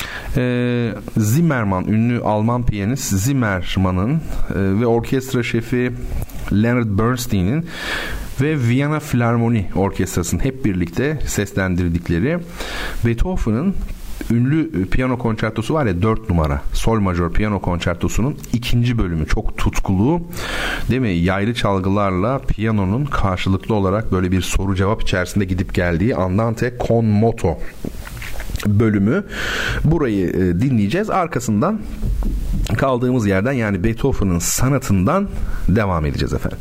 Zimmermann, ünlü Alman piyanist Zimmermann'ın ve orkestra şefi Leonard Bernstein'in ve Viyana Filarmoni Orkestrası'nın hep birlikte seslendirdikleri Beethoven'ın ünlü piyano konçertosu var ya, 4 numara sol majör piyano konçertosunun 2. bölümü, çok tutkulu değil mi? Yaylı çalgılarla piyanonun karşılıklı olarak böyle bir soru cevap içerisinde gidip geldiği Andante con moto bölümü. Burayı dinleyeceğiz. Arkasından kaldığımız yerden, yani Beethoven'ın sanatından devam edeceğiz efendim.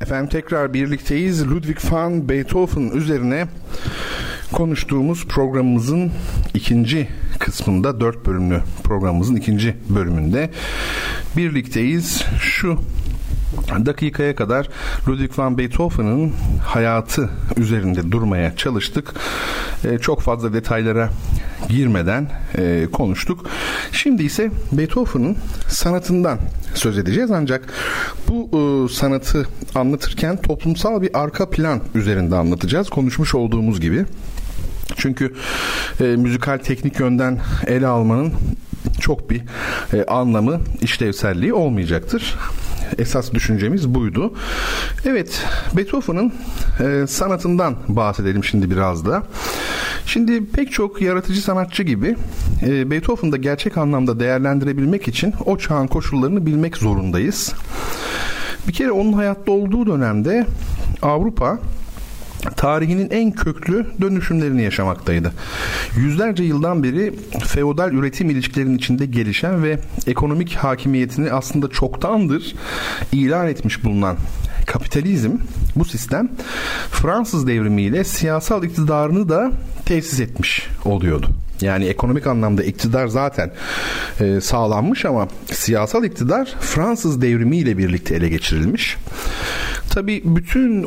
Efendim tekrar birlikteyiz. Ludwig van Beethoven üzerine konuştuğumuz programımızın ikinci kısmında, 4 bölümlü programımızın ikinci bölümünde birlikteyiz. Şu dakikaya kadar Ludwig van Beethoven'ın hayatı üzerinde durmaya çalıştık. Çok fazla detaylara girmeden konuştuk. Şimdi ise Beethoven'ın sanatından söz edeceğiz. Ancak bu sanatı anlatırken toplumsal bir arka plan üzerinde anlatacağız. Konuşmuş olduğumuz gibi. Çünkü müzikal teknik yönden ele almanın çok bir anlamı, işlevselliği olmayacaktır. Esas düşüncemiz buydu. Evet, Beethoven'ın sanatından bahsedelim şimdi biraz da. Şimdi pek çok yaratıcı sanatçı gibi Beethoven'da gerçek anlamda değerlendirebilmek için o çağın koşullarını bilmek zorundayız. Bir kere onun hayatta olduğu dönemde Avrupa tarihinin en köklü dönüşümlerini yaşamaktaydı. Yüzlerce yıldan beri feodal üretim ilişkilerinin içinde gelişen ve ekonomik hakimiyetini aslında çoktandır ilan etmiş bulunan kapitalizm, bu sistem Fransız devrimiyle siyasal iktidarını da tesis etmiş oluyordu. Yani ekonomik anlamda iktidar zaten sağlanmış ama siyasal iktidar Fransız devrimiyle birlikte ele geçirilmiş. Tabii bütün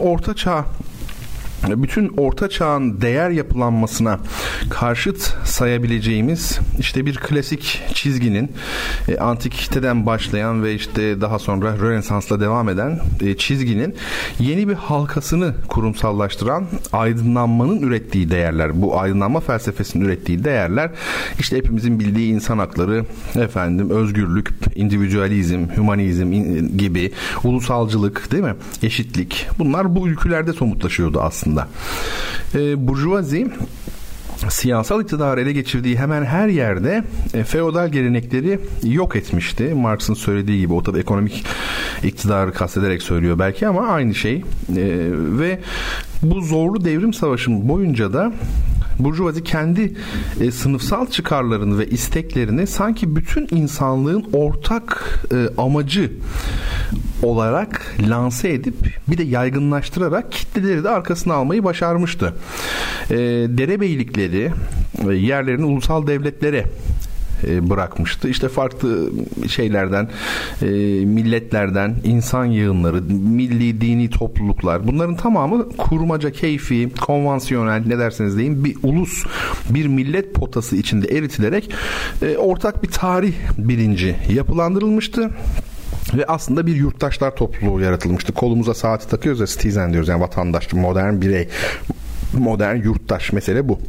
Orta Çağ'ın değer yapılanmasına karşıt sayabileceğimiz işte bir klasik çizginin antikiteden başlayan ve işte daha sonra Rönesans'la devam eden çizginin yeni bir halkasını kurumsallaştıran aydınlanmanın ürettiği değerler, bu aydınlanma felsefesinin ürettiği değerler işte hepimizin bildiği insan hakları, özgürlük, individualizm, hümanizm gibi, ulusalcılık, değil mi? Eşitlik. Bunlar bu ülkelerde somutlaşıyordu aslında. Burjuvazi siyasal iktidarı ele geçirdiği hemen her yerde feodal gelenekleri yok etmişti. Marx'ın söylediği gibi, o tabii ekonomik iktidarı kastederek söylüyor belki ama aynı şey. Ve bu zorlu devrim savaşının boyunca da Burjuvazi kendi sınıfsal çıkarlarını ve isteklerini sanki bütün insanlığın ortak amacı olarak lanse edip bir de yaygınlaştırarak kitleleri de arkasına almayı başarmıştı. Derebeylikleri yerlerini ulusal devletlere bırakmıştı. İşte farklı şeylerden, milletlerden, insan yığınları, milli dini topluluklar, bunların tamamı kurmaca, keyfi, konvansiyonel, ne derseniz deyin, bir ulus, bir millet potası içinde eritilerek ortak bir tarih bilinci yapılandırılmıştı. Ve aslında bir yurttaşlar topluluğu yaratılmıştı. Kolumuza saati takıyoruz ya, citizen diyoruz, yani vatandaş, modern birey, modern yurttaş, mesele bu.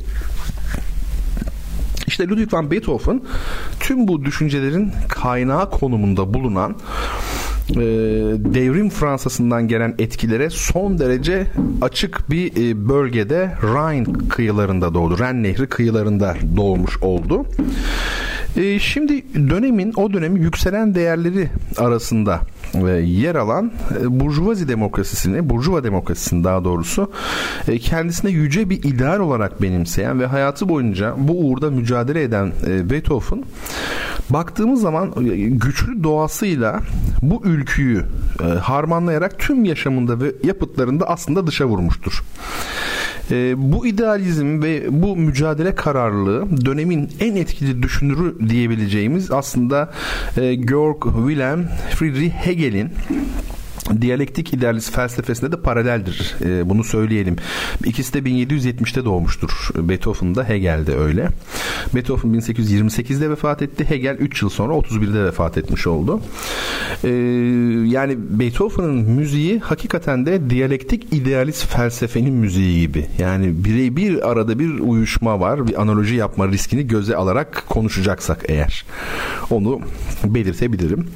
İşte Ludwig van Beethoven tüm bu düşüncelerin kaynağı konumunda bulunan devrim Fransa'sından gelen etkilere son derece açık bir bölgede, Rhine kıyılarında doğdu. Ren Nehri kıyılarında doğmuş oldu. Şimdi o dönemin yükselen değerleri arasında yer alan Burjuva demokrasisini daha doğrusu kendisine yüce bir ideal olarak benimseyen ve hayatı boyunca bu uğurda mücadele eden Beethoven, baktığımız zaman güçlü doğasıyla bu ülküyü harmanlayarak tüm yaşamında ve yapıtlarında aslında dışa vurmuştur. Bu idealizm ve bu mücadele kararlılığı dönemin en etkili düşünürü diyebileceğimiz aslında Georg Wilhelm Friedrich Hegel'in diyalektik idealist felsefesinde de paraleldir. Bunu söyleyelim. İkisi de 1770'te doğmuştur. Beethoven da, Hegel de öyle. Beethoven 1828'de vefat etti. Hegel 3 yıl sonra 31'de vefat etmiş oldu. Yani Beethoven'ın müziği hakikaten de diyalektik idealist felsefenin müziği gibi. Yani birebir arada bir uyuşma var. Bir analoji yapma riskini göze alarak konuşacaksak eğer. Onu belirtebilirim.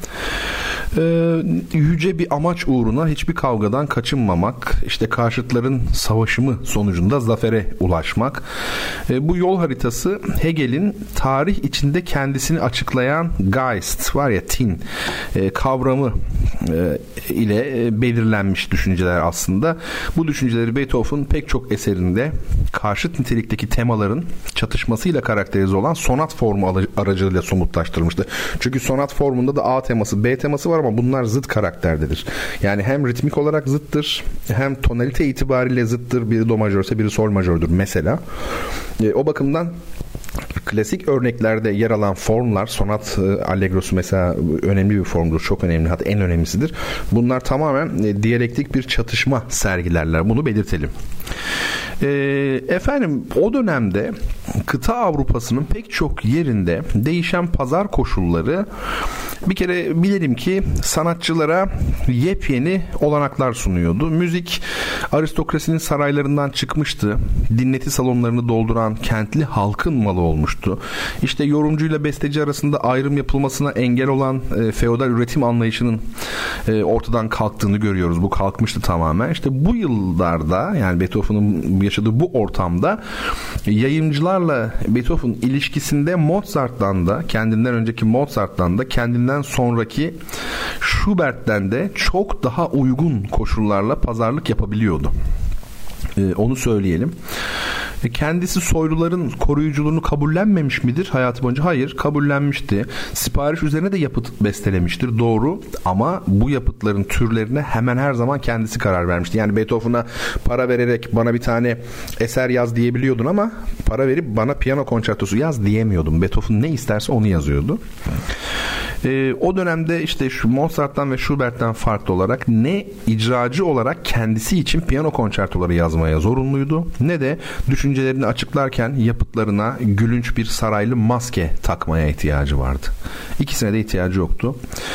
Yüce bir amaç uğruna hiçbir kavgadan kaçınmamak, işte karşıtların savaşımı sonucunda zafere ulaşmak. Bu yol haritası Hegel'in tarih içinde kendisini açıklayan Geist var ya, tin kavramı ile belirlenmiş düşünceler aslında. Bu düşünceleri Beethoven pek çok eserinde karşıt nitelikteki temaların çatışmasıyla karakterize olan sonat formu aracılığıyla somutlaştırmıştı. Çünkü sonat formunda da A teması, B teması var var ama bunlar zıt karakterdedir. Yani hem ritmik olarak zıttır, hem tonalite itibariyle zıttır. Biri do majörse biri sol majördür mesela. O bakımdan klasik örneklerde yer alan formlar, sonat allegrosu mesela önemli bir formdur, çok önemli, hatta en önemlisidir. Bunlar tamamen diyalektik bir çatışma sergilerler, bunu belirtelim. Efendim, o dönemde kıta Avrupa'sının pek çok yerinde değişen pazar koşulları bir kere bilelim ki sanatçılara yepyeni olanaklar sunuyordu. Müzik aristokrasinin saraylarından çıkmıştı. Dinleti salonlarını dolduran kentli halkın malı olmuştu. İşte yorumcuyla besteci arasında ayrım yapılmasına engel olan feodal üretim anlayışının ortadan kalktığını görüyoruz. Bu kalkmıştı tamamen. İşte bu yıllarda, yani Beethoven'ın yaşadığı bu ortamda yayımcılarla Beethoven ilişkisinde Mozart'tan da, kendinden önceki Mozart'tan da, kendinden sonraki Schubert'ten de çok daha uygun koşullarla pazarlık yapabiliyordu. Onu söyleyelim. Kendisi soyluların koruyuculuğunu kabullenmemiş midir hayatı boyunca? Hayır, kabullenmişti. Sipariş üzerine de yapıt bestelemiştir, doğru, ama bu yapıtların türlerine hemen her zaman kendisi karar vermişti. Yani Beethoven'a para vererek bana bir tane eser yaz diyebiliyordun ama para verip bana piyano konçertosu yaz diyemiyordum. Beethoven ne isterse onu yazıyordu. O dönemde işte şu Mozart'tan ve Schubert'ten farklı olarak ne icracı olarak kendisi için piyano konçertoları yazmaya zorunluydu, ne de düşüncelerini açıklarken yapıtlarına gülünç bir saraylı maske takmaya ihtiyacı vardı. İkisine de ihtiyacı yoktu.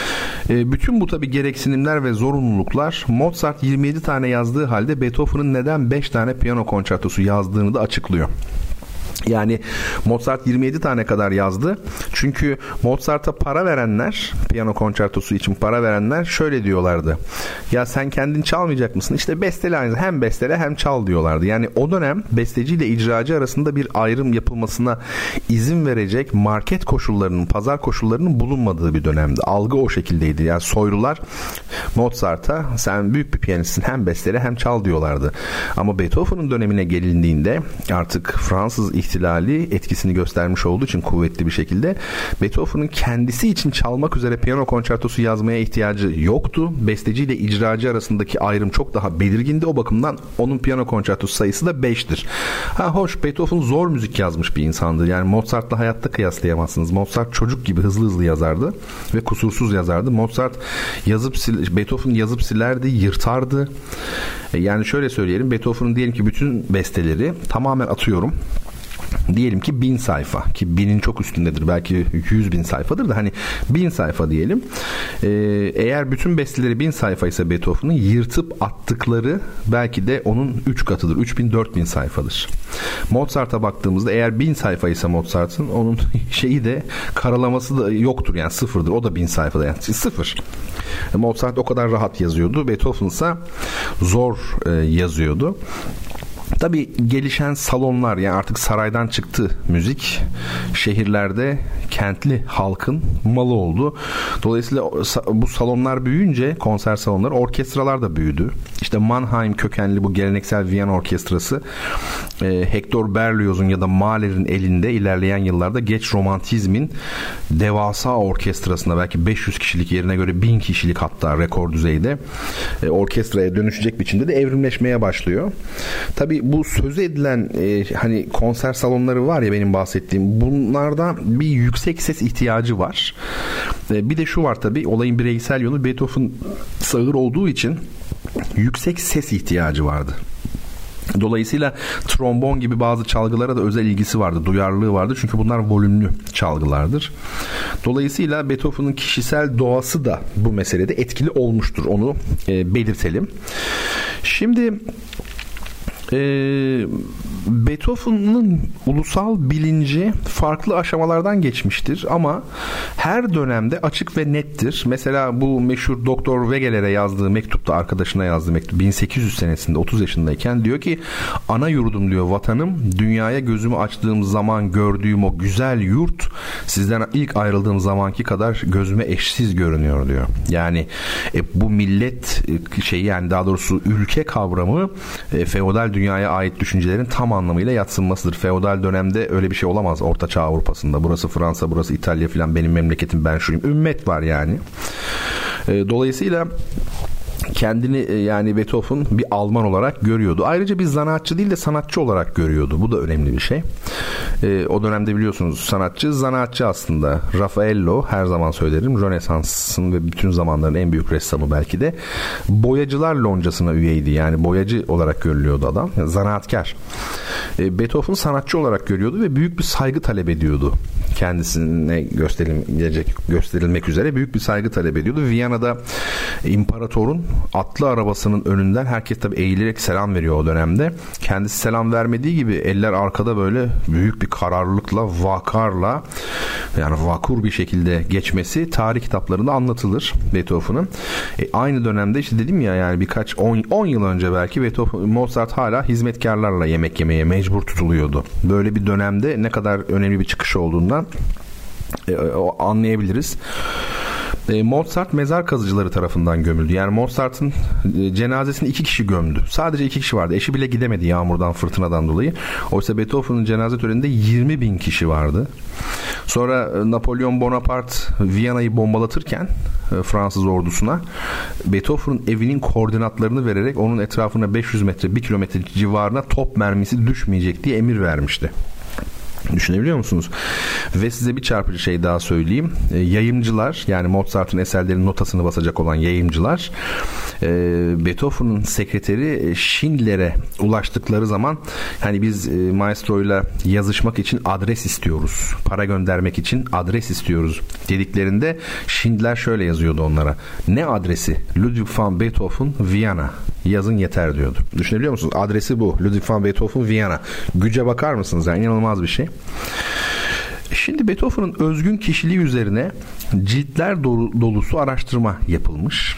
Bütün bu tabii gereksinimler ve zorunluluklar Mozart 27 tane yazdığı halde Beethoven'ın neden 5 tane piyano konçertosu yazdığını da açıklıyor. Yani Mozart 27 tane kadar yazdı. Çünkü Mozart'a para verenler, piyano konçertosu için para verenler şöyle diyorlardı: ya sen kendin çalmayacak mısın? İşte bestele aynı. Hem bestele hem çal diyorlardı. Yani o dönem besteciyle icracı arasında bir ayrım yapılmasına izin verecek market koşullarının, pazar koşullarının bulunmadığı bir dönemdi. Algı o şekildeydi. Yani soylular Mozart'a sen büyük bir piyanistsin, hem bestele hem çal diyorlardı. Ama Beethoven'ın dönemine gelindiğinde artık Fransız ihtilali etkisini göstermiş olduğu için kuvvetli bir şekilde Beethoven'ın kendisi için çalmak üzere piyano konçertosu yazmaya ihtiyacı yoktu. Besteciyle icracı arasındaki ayrım çok daha belirgindi. O bakımdan onun piyano konçertosu sayısı da 5'tir. Hoş, Beethoven zor müzik yazmış bir insandı. Yani Mozart'la hayatta kıyaslayamazsınız. Mozart çocuk gibi hızlı hızlı yazardı ve kusursuz yazardı. Mozart Beethoven yazıp silerdi, yırtardı. Yani şöyle söyleyelim, Beethoven'ın diyelim ki bütün besteleri, tamamen atıyorum, diyelim ki 1000 sayfa, ki 1000'in çok üstündedir, belki 100.000 sayfadır da hani 1000 sayfa diyelim. Eğer bütün besteleri 1000 sayfa ise Beethoven'ın yırtıp attıkları belki de onun 3 katıdır. 3000-4000 sayfadır. Mozart'a baktığımızda eğer 1000 sayfa ise Mozart'ın, onun şeyi de, karalaması da yoktur, yani sıfırdır. O da 1000 sayfada, yani sıfır. Mozart o kadar rahat yazıyordu. Beethoven ise zor yazıyordu. Tabii gelişen salonlar, yani artık saraydan çıktı müzik, şehirlerde kentli halkın malı oldu. Dolayısıyla bu salonlar büyüyünce, konser salonları, orkestralar da büyüdü. İşte Mannheim kökenli bu geleneksel Viyana orkestrası Hector Berlioz'un ya da Mahler'in elinde ilerleyen yıllarda geç romantizmin devasa orkestrasına, belki 500 kişilik yerine göre 1000 kişilik hatta rekor düzeyde orkestraya dönüşecek biçimde de evrimleşmeye başlıyor. Tabii bu sözü edilen hani konser salonları var ya benim bahsettiğim, bunlarda bir yüksek ses ihtiyacı var. Bir de şu var tabii, olayın bireysel yönü, Beethoven sağır olduğu için yüksek ses ihtiyacı vardı. Dolayısıyla trombon gibi bazı çalgılara da özel ilgisi vardı, duyarlılığı vardı. Çünkü bunlar volümlü çalgılardır. Dolayısıyla Beethoven'ın kişisel doğası da bu meselede etkili olmuştur. Onu belirtelim. Şimdi Beethoven'ın ulusal bilinci farklı aşamalardan geçmiştir ama her dönemde açık ve nettir. Mesela bu meşhur Doktor Wegeler'e yazdığı mektupta, arkadaşına yazdığı mektup 1800 senesinde 30 yaşındayken diyor ki: ana yurdum diyor, vatanım, dünyaya gözümü açtığım zaman gördüğüm o güzel yurt sizden ilk ayrıldığım zamanki kadar gözüme eşsiz görünüyor diyor. Yani bu millet şeyi, yani daha doğrusu ülke kavramı feodal dünyaya ait düşüncelerin tam anlamıyla yadsınmasıdır. Feodal dönemde öyle bir şey olamaz Orta Çağ Avrupa'sında. Burası Fransa, burası İtalya filan, benim memleketim, ben şuyum. Ümmet var yani. Dolayısıyla kendini yani Beethoven bir Alman olarak görüyordu. Ayrıca bir zanaatçı değil de sanatçı olarak görüyordu. Bu da önemli bir şey. O dönemde biliyorsunuz sanatçı, zanaatçı aslında. Raffaello, her zaman söylerim, Rönesans'ın ve bütün zamanların en büyük ressamı belki de. Boyacılar loncasına üyeydi. Yani boyacı olarak görülüyordu adam. Yani zanaatkar. Beethoven sanatçı olarak görüyordu ve büyük bir saygı talep ediyordu. Kendisine gösterilmek üzere büyük bir saygı talep ediyordu. Viyana'da imparatorun atlı arabasının önünden herkes tabii eğilerek selam veriyor o dönemde. Kendisi selam vermediği gibi eller arkada böyle büyük bir kararlılıkla, vakarla, yani vakur bir şekilde geçmesi tarih kitaplarında anlatılır Beethoven'ın. Aynı dönemde işte dedim ya, yani birkaç 10 yıl önce belki Mozart hala hizmetkarlarla yemek yemeye mecbur tutuluyordu. Böyle bir dönemde ne kadar önemli bir çıkış olduğundan anlayabiliriz. Mozart mezar kazıcıları tarafından gömüldü. Yani Mozart'ın cenazesini 2 kişi gömdü. Sadece 2 kişi vardı. Eşi bile gidemedi yağmurdan, fırtınadan dolayı. Oysa Beethoven'ın cenaze töreninde 20.000 kişi vardı. Sonra Napolyon Bonaparte Viyana'yı bombalatırken Fransız ordusuna Beethoven'ın evinin koordinatlarını vererek onun etrafına 500 metre, 1 kilometre civarına top mermisi düşmeyecek diye emir vermişti. Düşünebiliyor musunuz? Ve size bir çarpıcı şey daha söyleyeyim. Yayımcılar, yani Mozart'ın eserlerinin notasını basacak olan yayımcılar, Beethoven'ın sekreteri Schindler'e ulaştıkları zaman hani biz maestroyla yazışmak için adres istiyoruz, para göndermek için adres istiyoruz dediklerinde Schindler şöyle yazıyordu onlara: ne adresi? Ludwig van Beethoven, Viyana. Yazın yeter diyordu. Düşünebiliyor musunuz? Adresi bu. Ludwig van Beethoven, Viyana. Güce bakar mısınız? Yani inanılmaz bir şey. Şimdi Beethoven'ın özgün kişiliği üzerine ciltler dolusu araştırma yapılmış.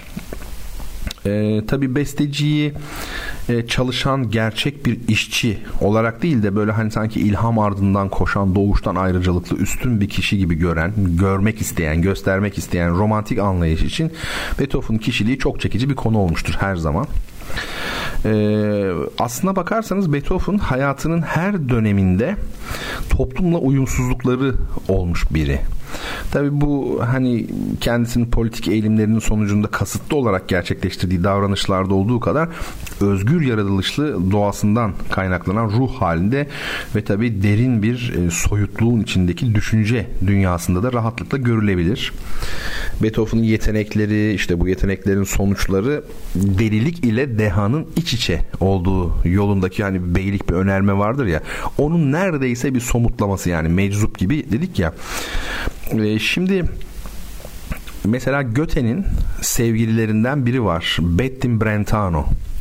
Tabii besteciyi çalışan gerçek bir işçi olarak değil de böyle hani sanki ilham ardından koşan, doğuştan ayrıcalıklı, üstün bir kişi gibi görmek isteyen, göstermek isteyen romantik anlayış için Beethoven'ın kişiliği çok çekici bir konu olmuştur her zaman. Aslına bakarsanız Beethoven hayatının her döneminde toplumla uyumsuzlukları olmuş biri. Tabii bu hani kendisinin politik eğilimlerinin sonucunda kasıtlı olarak gerçekleştirdiği davranışlarda olduğu kadar özgür yaratılışlı doğasından kaynaklanan ruh halinde ve tabii derin bir soyutluğun içindeki düşünce dünyasında da rahatlıkla görülebilir. Beethoven'ın yetenekleri, işte bu yeteneklerin sonuçları delilik ile dehanın iç içe olduğu yolundaki hani beylik bir önerme vardır ya, onun neredeyse bir somutlaması, yani meczup gibi dedik ya. Şimdi mesela Goethe'nin sevgililerinden biri var, Betty Brentano.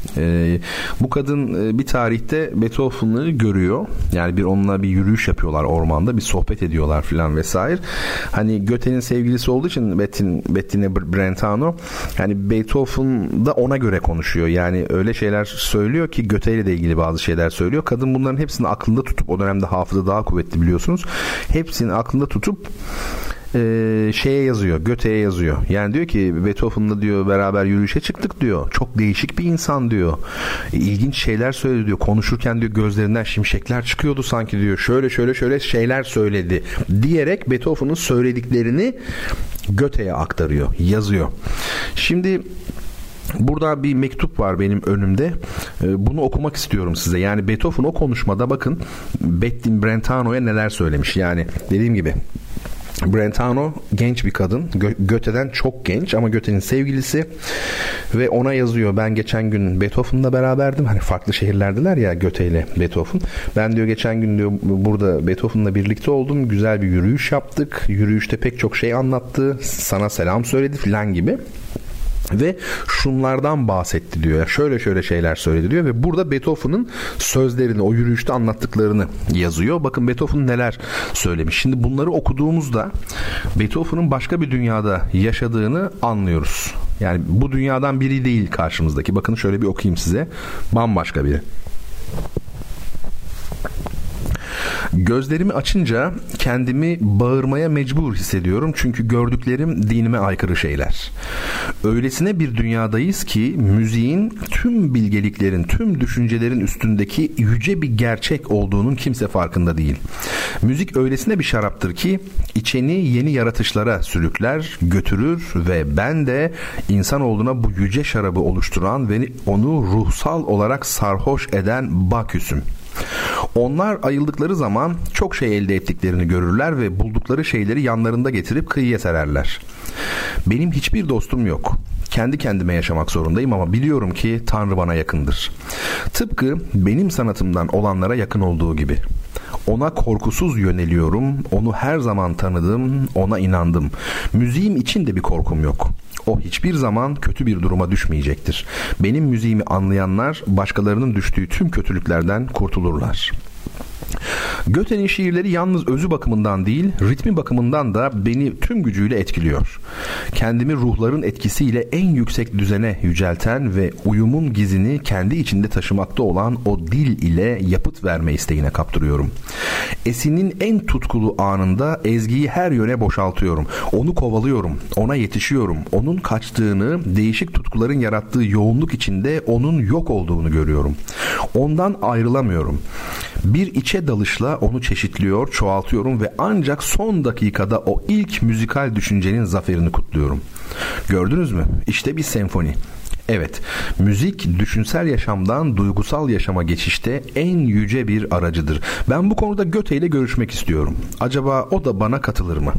Bu kadın bir tarihte Beethoven'ı görüyor. Yani onunla bir yürüyüş yapıyorlar ormanda, bir sohbet ediyorlar filan vesaire. Hani Goethe'nin sevgilisi olduğu için Betty Brentano, yani Beethoven da ona göre konuşuyor. Yani öyle şeyler söylüyor ki Goethe ile de ilgili bazı şeyler söylüyor. Kadın bunların hepsini aklında tutup, o dönemde hafıza daha kuvvetli biliyorsunuz. Hepsini aklında tutup şeye yazıyor, Goethe'ye yazıyor. Yani diyor ki Beethoven'la diyor beraber yürüyüşe çıktık diyor. Çok değişik bir insan diyor. İlginç şeyler söyledi diyor. Konuşurken diyor gözlerinden şimşekler çıkıyordu sanki diyor. Şöyle şeyler söyledi diyerek Beethoven'ın söylediklerini Goethe'ye aktarıyor, yazıyor. Şimdi burada bir mektup var benim önümde. Bunu okumak istiyorum size. Yani Beethoven o konuşmada bakın Betty Brentano'ya neler söylemiş. Yani dediğim gibi Brentano genç bir kadın. Goethe'den çok genç ama Goethe'nin sevgilisi ve ona yazıyor: ben geçen gün Beethoven'la beraberdim. Hani farklı şehirlerdiler ya Goethe ile Beethoven. Ben diyor geçen gün diyor burada Beethoven'la birlikte oldum. Güzel bir yürüyüş yaptık. Yürüyüşte pek çok şey anlattı. Sana selam söyledi filan gibi. Ve şunlardan bahsetti diyor. Ya şöyle şeyler söyledi diyor ve burada Beethoven'ın sözlerini, o yürüyüşte anlattıklarını yazıyor. Bakın Beethoven neler söylemiş. Şimdi bunları okuduğumuzda Beethoven'ın başka bir dünyada yaşadığını anlıyoruz. Yani bu dünyadan biri değil karşımızdaki. Bakın şöyle bir okuyayım size. Bambaşka biri. Gözlerimi açınca kendimi bağırmaya mecbur hissediyorum çünkü gördüklerim dinime aykırı şeyler. Öylesine bir dünyadayız ki müziğin tüm bilgeliklerin, tüm düşüncelerin üstündeki yüce bir gerçek olduğunun kimse farkında değil. Müzik öylesine bir şaraptır ki içeni yeni yaratışlara sürükler, götürür ve ben de insanoğluna bu yüce şarabı oluşturan ve onu ruhsal olarak sarhoş eden Baküs'üm. Onlar ayıldıkları zaman çok şey elde ettiklerini görürler ve buldukları şeyleri yanlarında getirip kıyıya sererler. Benim hiçbir dostum yok. Kendi kendime yaşamak zorundayım ama biliyorum ki Tanrı bana yakındır. Tıpkı benim sanatımdan olanlara yakın olduğu gibi. Ona korkusuz yöneliyorum, onu her zaman tanıdım, ona inandım. Müziğim için de bir korkum yok. O hiçbir zaman kötü bir duruma düşmeyecektir. Benim müziğimi anlayanlar başkalarının düştüğü tüm kötülüklerden kurtulurlar. Goethe'nin şiirleri yalnız özü bakımından değil, ritmi bakımından da beni tüm gücüyle etkiliyor. Kendimi ruhların etkisiyle en yüksek düzene yücelten ve uyumun gizini kendi içinde taşımakta olan o dil ile yapıt verme isteğine kaptırıyorum. Esin'in en tutkulu anında ezgiyi her yöne boşaltıyorum. Onu kovalıyorum, ona yetişiyorum. Onun kaçtığını, değişik tutkuların yarattığı yoğunluk içinde onun yok olduğunu görüyorum. Ondan ayrılamıyorum. Bir içe dalışla onu çeşitliyor, çoğaltıyorum ve ancak son dakikada o ilk müzikal düşüncenin zaferini kutluyorum. Gördünüz mü? İşte bir senfoni. Evet, müzik düşünsel yaşamdan duygusal yaşama geçişte en yüce bir aracıdır. Ben bu konuda Goethe ile görüşmek istiyorum. Acaba o da bana katılır mı?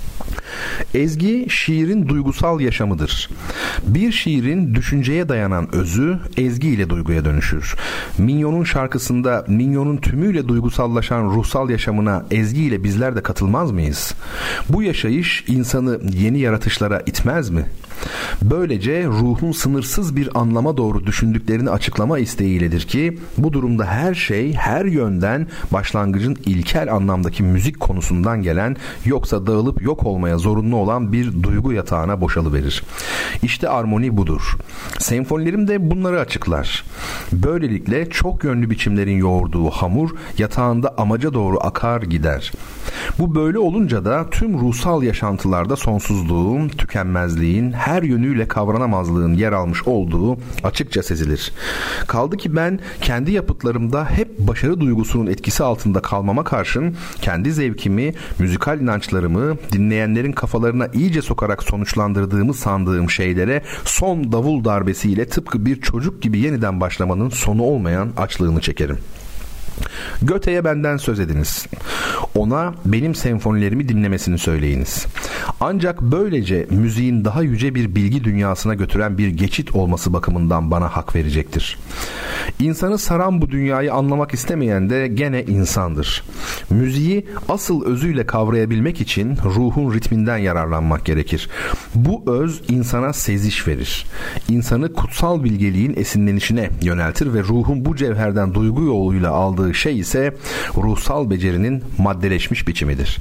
Ezgi şiirin duygusal yaşamıdır. Bir şiirin düşünceye dayanan özü ezgi ile duyguya dönüşür. Mignon'un şarkısında Mignon'un tümüyle duygusallaşan ruhsal yaşamına ezgi ile bizler de katılmaz mıyız? Bu yaşayış insanı yeni yaratışlara itmez mi? Böylece ruhun sınırsız bir anlama doğru düşündüklerini açıklama isteğiyledir ki bu durumda her şey her yönden başlangıcın ilkel anlamdaki müzik konusundan gelen yoksa dağılıp yok olmaya zorunlu olan bir duygu yatağına boşalıverir. İşte armoni budur. Senfonilerim de bunları açıklar. Böylelikle çok yönlü biçimlerin yoğurduğu hamur yatağında amaca doğru akar gider. Bu böyle olunca da tüm ruhsal yaşantılarda sonsuzluğun, tükenmezliğin, her yönüyle kavranamazlığın yer almış olduğu açıkça sezilir. Kaldı ki ben kendi yapıtlarımda hep başarı duygusunun etkisi altında kalmama karşın kendi zevkimi, müzikal inançlarımı dinleyenlerin kafalarına iyice sokarak sonuçlandırdığımı sandığım şeylere son davul darbesiyle tıpkı bir çocuk gibi yeniden başlamanın sonu olmayan açlığını çekerim. Goethe'ye benden söz ediniz. Ona benim senfonilerimi dinlemesini söyleyiniz. Ancak böylece müziğin daha yüce bir bilgi dünyasına götüren bir geçit olması bakımından bana hak verecektir. İnsanı saran bu dünyayı anlamak istemeyen de gene insandır. Müziği asıl özüyle kavrayabilmek için ruhun ritminden yararlanmak gerekir. Bu öz insana seziş verir. İnsanı kutsal bilgeliğin esinlenişine yöneltir ve ruhun bu cevherden duygu yoluyla aldığı şey ise ruhsal becerinin maddeleşmiş biçimidir.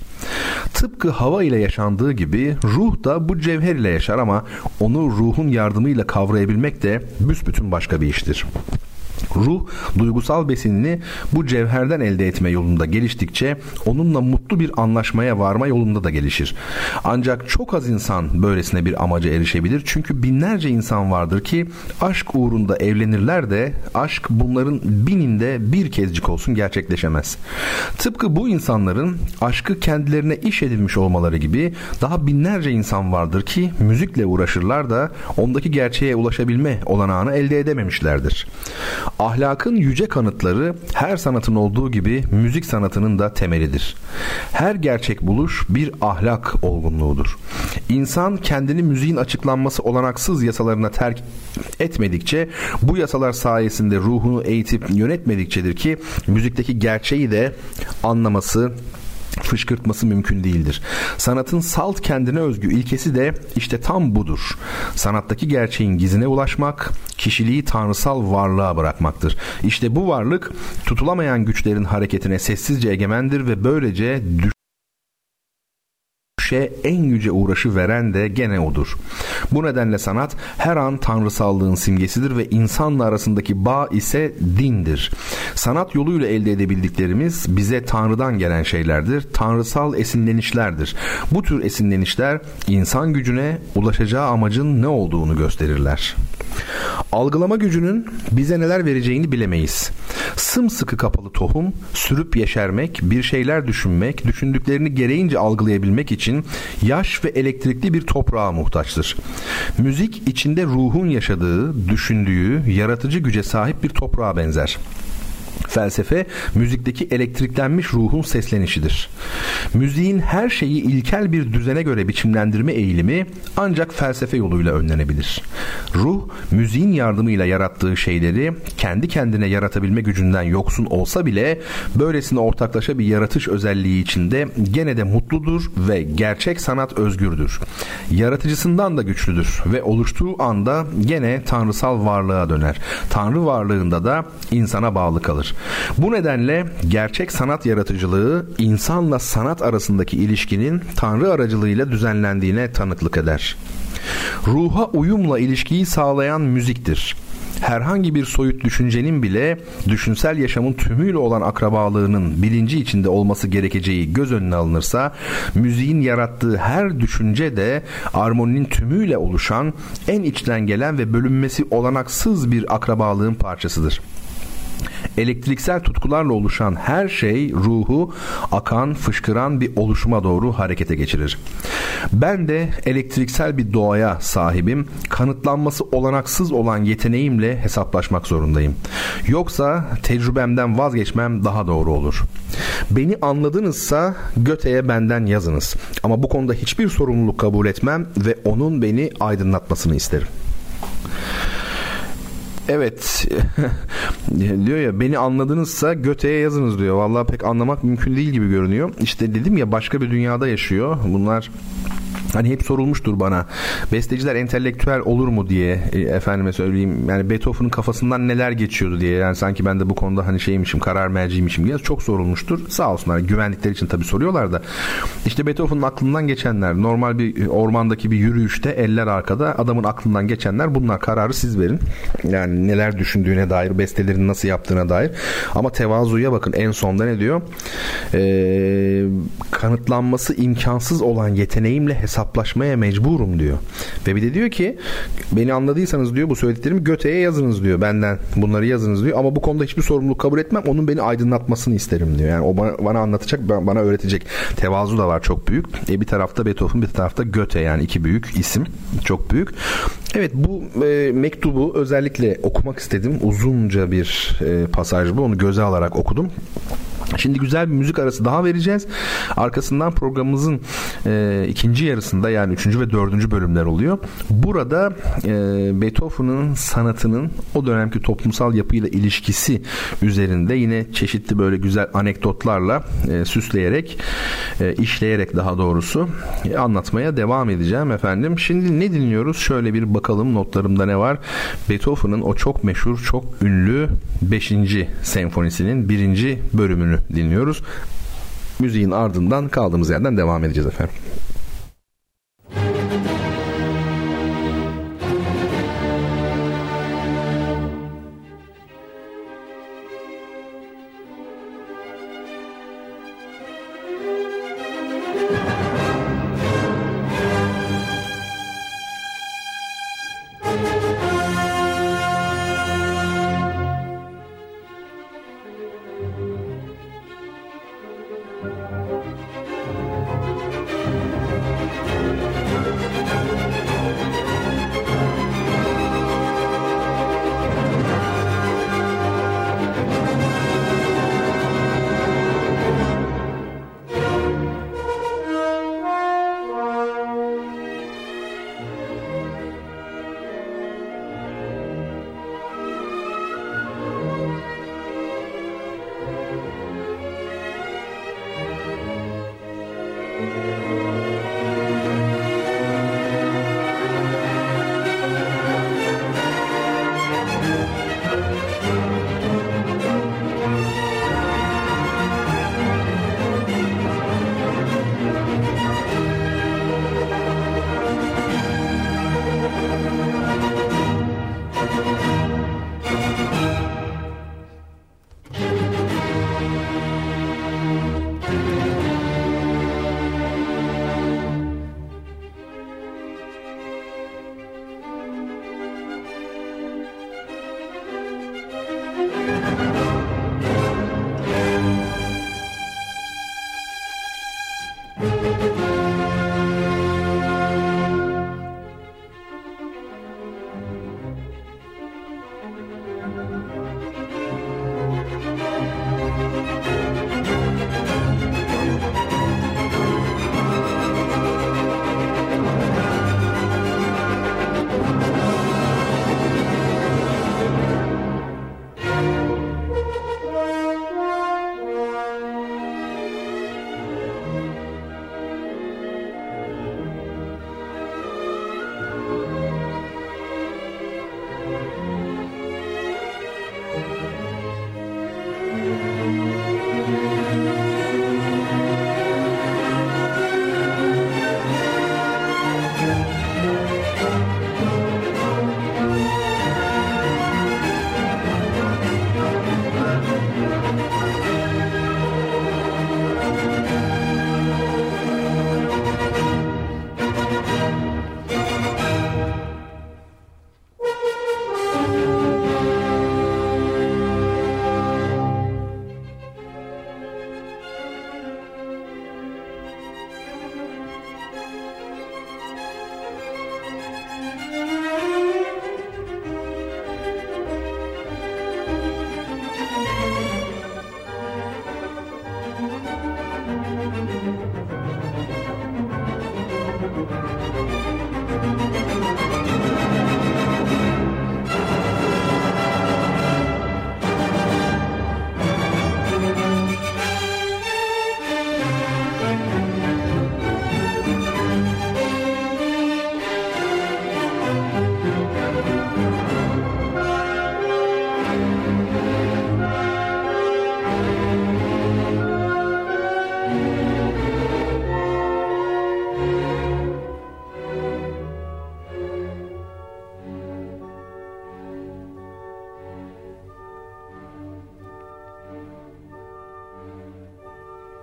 Tıpkı hava ile yaşandığı gibi ruh da bu cevher ile yaşar ama onu ruhun yardımıyla kavrayabilmek de büsbütün başka bir iştir. Ruh, duygusal besinini bu cevherden elde etme yolunda geliştikçe onunla mutlu bir anlaşmaya varma yolunda da gelişir. Ancak çok az insan böylesine bir amaca erişebilir. Çünkü binlerce insan vardır ki aşk uğrunda evlenirler de aşk bunların bininde bir kezcik olsun gerçekleşemez. Tıpkı bu insanların aşkı kendilerine iş edilmiş olmaları gibi daha binlerce insan vardır ki müzikle uğraşırlar da ondaki gerçeğe ulaşabilme olanağını elde edememişlerdir. Ahlakın yüce kanıtları her sanatın olduğu gibi müzik sanatının da temelidir. Her gerçek buluş bir ahlak olgunluğudur. İnsan kendini müziğin açıklanması olanaksız yasalarına terk etmedikçe, bu yasalar sayesinde ruhunu eğitip yönetmedikçedir ki müzikteki gerçeği de anlaması, fışkırtması mümkün değildir. Sanatın salt kendine özgü ilkesi de işte tam budur. Sanattaki gerçeğin gizine ulaşmak, kişiliği tanrısal varlığa bırakmaktır. İşte bu varlık tutulamayan güçlerin hareketine sessizce egemendir ve böylece işe en yüce uğraşı veren de gene odur. Bu nedenle sanat her an tanrısallığın simgesidir ve insanla arasındaki bağ ise dindir. Sanat yoluyla elde edebildiklerimiz bize Tanrı'dan gelen şeylerdir. Tanrısal esinlenişlerdir. Bu tür esinlenişler insan gücüne ulaşacağı amacın ne olduğunu gösterirler. Algılama gücünün bize neler vereceğini bilemeyiz. Sımsıkı kapalı tohum, sürüp yeşermek, bir şeyler düşünmek, düşündüklerini gereğince algılayabilmek için yaş ve elektrikli bir toprağa muhtaçtır. Müzik içinde ruhun yaşadığı, düşündüğü, yaratıcı güce sahip bir toprağa benzer. Felsefe, müzikteki elektriklenmiş ruhun seslenişidir. Müziğin her şeyi ilkel bir düzene göre biçimlendirme eğilimi ancak felsefe yoluyla önlenebilir. Ruh, müziğin yardımıyla yarattığı şeyleri kendi kendine yaratabilme gücünden yoksun olsa bile böylesine ortaklaşa bir yaratış özelliği içinde gene de mutludur ve gerçek sanat özgürdür. Yaratıcısından da güçlüdür ve oluştuğu anda gene tanrısal varlığa döner. Tanrı varlığında da insana bağlı kalır. Bu nedenle gerçek sanat yaratıcılığı insanla sanat arasındaki ilişkinin Tanrı aracılığıyla düzenlendiğine tanıklık eder. Ruha uyumla ilişkiyi sağlayan müziktir. Herhangi bir soyut düşüncenin bile düşünsel yaşamın tümüyle olan akrabalığının bilinci içinde olması gerekeceği göz önüne alınırsa, müziğin yarattığı her düşünce de armoninin tümüyle oluşan, en içten gelen ve bölünmesi olanaksız bir akrabalığın parçasıdır. Elektriksel tutkularla oluşan her şey ruhu akan, fışkıran bir oluşuma doğru harekete geçirir. Ben de elektriksel bir doğaya sahibim. Kanıtlanması olanaksız olan yeteneğimle hesaplaşmak zorundayım. Yoksa tecrübemden vazgeçmem daha doğru olur. Beni anladınızsa Göte'ye benden yazınız. Ama bu konuda hiçbir sorumluluk kabul etmem ve onun beni aydınlatmasını isterim. Evet diyor ya, beni anladınızsa Göte'ye yazınız diyor. Vallahi pek anlamak mümkün değil gibi görünüyor. İşte dedim ya, başka bir dünyada yaşıyor. Bunlar hani hep sorulmuştur bana, besteciler entelektüel olur mu diye, efendime söyleyeyim, yani Beethoven'ın kafasından neler geçiyordu diye, yani sanki ben de bu konuda hani şeymişim, karar merciymişim diye çok sorulmuştur. Sağ olsunlar, güvendikleri için tabii soruyorlar da, işte Beethoven'ın aklından geçenler, normal bir ormandaki bir yürüyüşte eller arkada adamın aklından geçenler, bunlar, kararı siz verin. Yani neler düşündüğüne dair, bestelerini nasıl yaptığına dair. Ama tevazuya bakın, en sonda ne diyor? Kanıtlanması imkansız olan yeteneğimle hesaplaşmaya mecburum diyor. Ve bir de diyor ki, beni anladıysanız diyor, bu söylediklerimi Göte'ye yazınız diyor. Benden bunları yazınız diyor. Ama bu konuda hiçbir sorumluluk kabul etmem. Onun beni aydınlatmasını isterim diyor. Yani o bana anlatacak, bana öğretecek. Tevazu da var çok büyük. Bir tarafta Beethoven, bir tarafta Göte, yani iki büyük isim. Çok büyük. Evet, bu mektubu özellikle okumak istedim. Uzunca bir pasaj bu. Onu göze alarak okudum. Şimdi güzel bir müzik arası daha vereceğiz. Arkasından programımızın ikinci yarısında, yani 3. ve 4. bölümler oluyor. Burada Beethoven'ın sanatının o dönemki toplumsal yapıyla ilişkisi üzerinde yine çeşitli böyle güzel anekdotlarla süsleyerek, işleyerek daha doğrusu anlatmaya devam edeceğim efendim. Şimdi ne dinliyoruz? Şöyle bir bakalım, notlarımda ne var? Beethoven'ın o çok meşhur, çok ünlü 5. senfonisinin 1. bölümünü dinliyoruz. Müziğin ardından kaldığımız yerden devam edeceğiz efendim.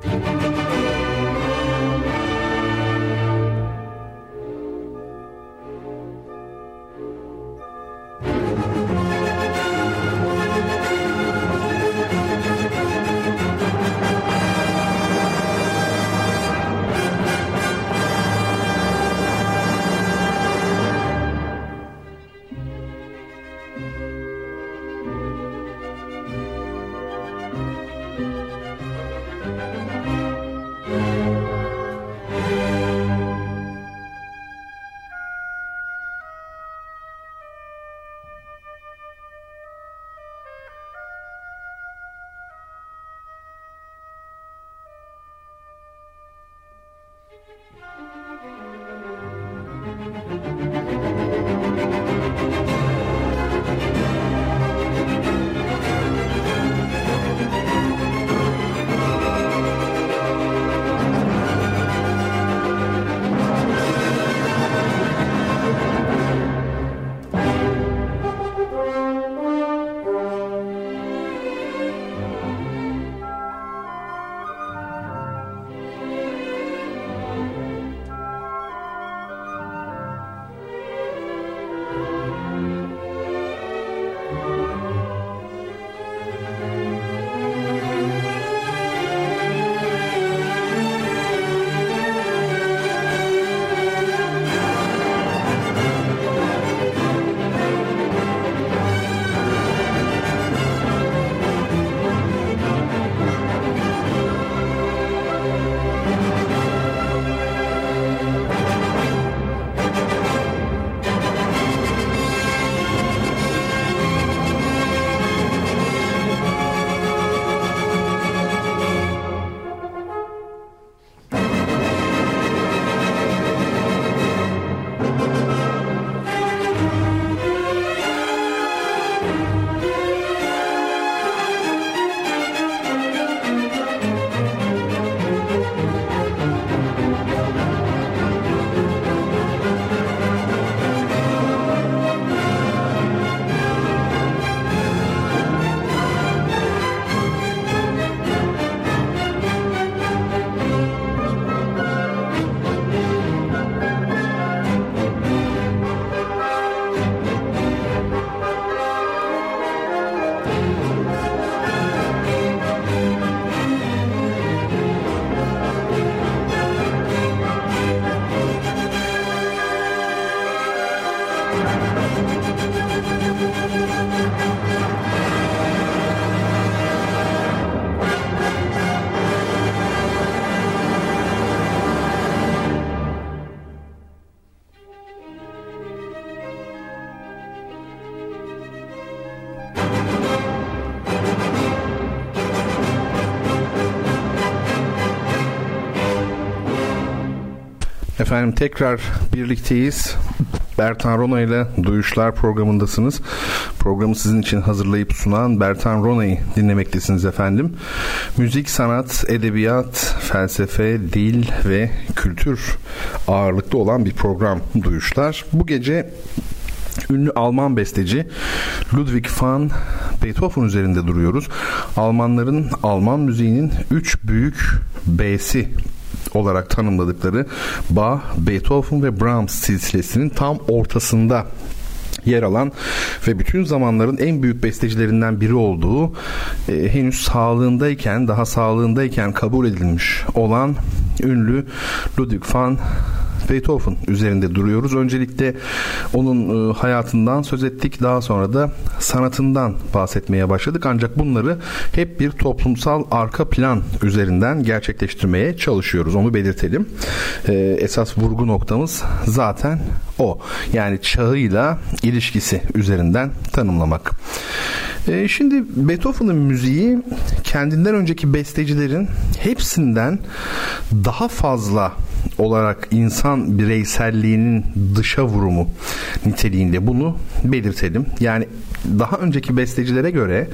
Efendim tekrar birlikteyiz. Bertan Rona ile Duyuşlar programındasınız. Programı sizin için hazırlayıp sunan Bertan Rona'yı dinlemektesiniz efendim. Müzik, sanat, edebiyat, felsefe, dil ve kültür ağırlıklı olan bir program Duyuşlar. Bu gece ünlü Alman besteci Ludwig van Beethoven üzerinde duruyoruz. Almanların Alman müziğinin 3 büyük B'si olarak tanımladıkları Bach, Beethoven ve Brahms silsilesinin tam ortasında yer alan ve bütün zamanların en büyük bestecilerinden biri olduğu, henüz daha sağlığındayken kabul edilmiş olan ünlü Ludwig van Beethoven üzerinde duruyoruz. Öncelikle onun hayatından söz ettik. Daha sonra da sanatından bahsetmeye başladık. Ancak bunları hep bir toplumsal arka plan üzerinden gerçekleştirmeye çalışıyoruz. Onu belirtelim. Esas vurgu noktamız zaten o. Yani çağıyla ilişkisi üzerinden tanımlamak. Şimdi Beethoven'ın müziği kendinden önceki bestecilerin hepsinden daha fazla olarak insan bireyselliğinin dışa vurumu niteliğinde, bunu belirtelim. Yani daha önceki bestecilere göre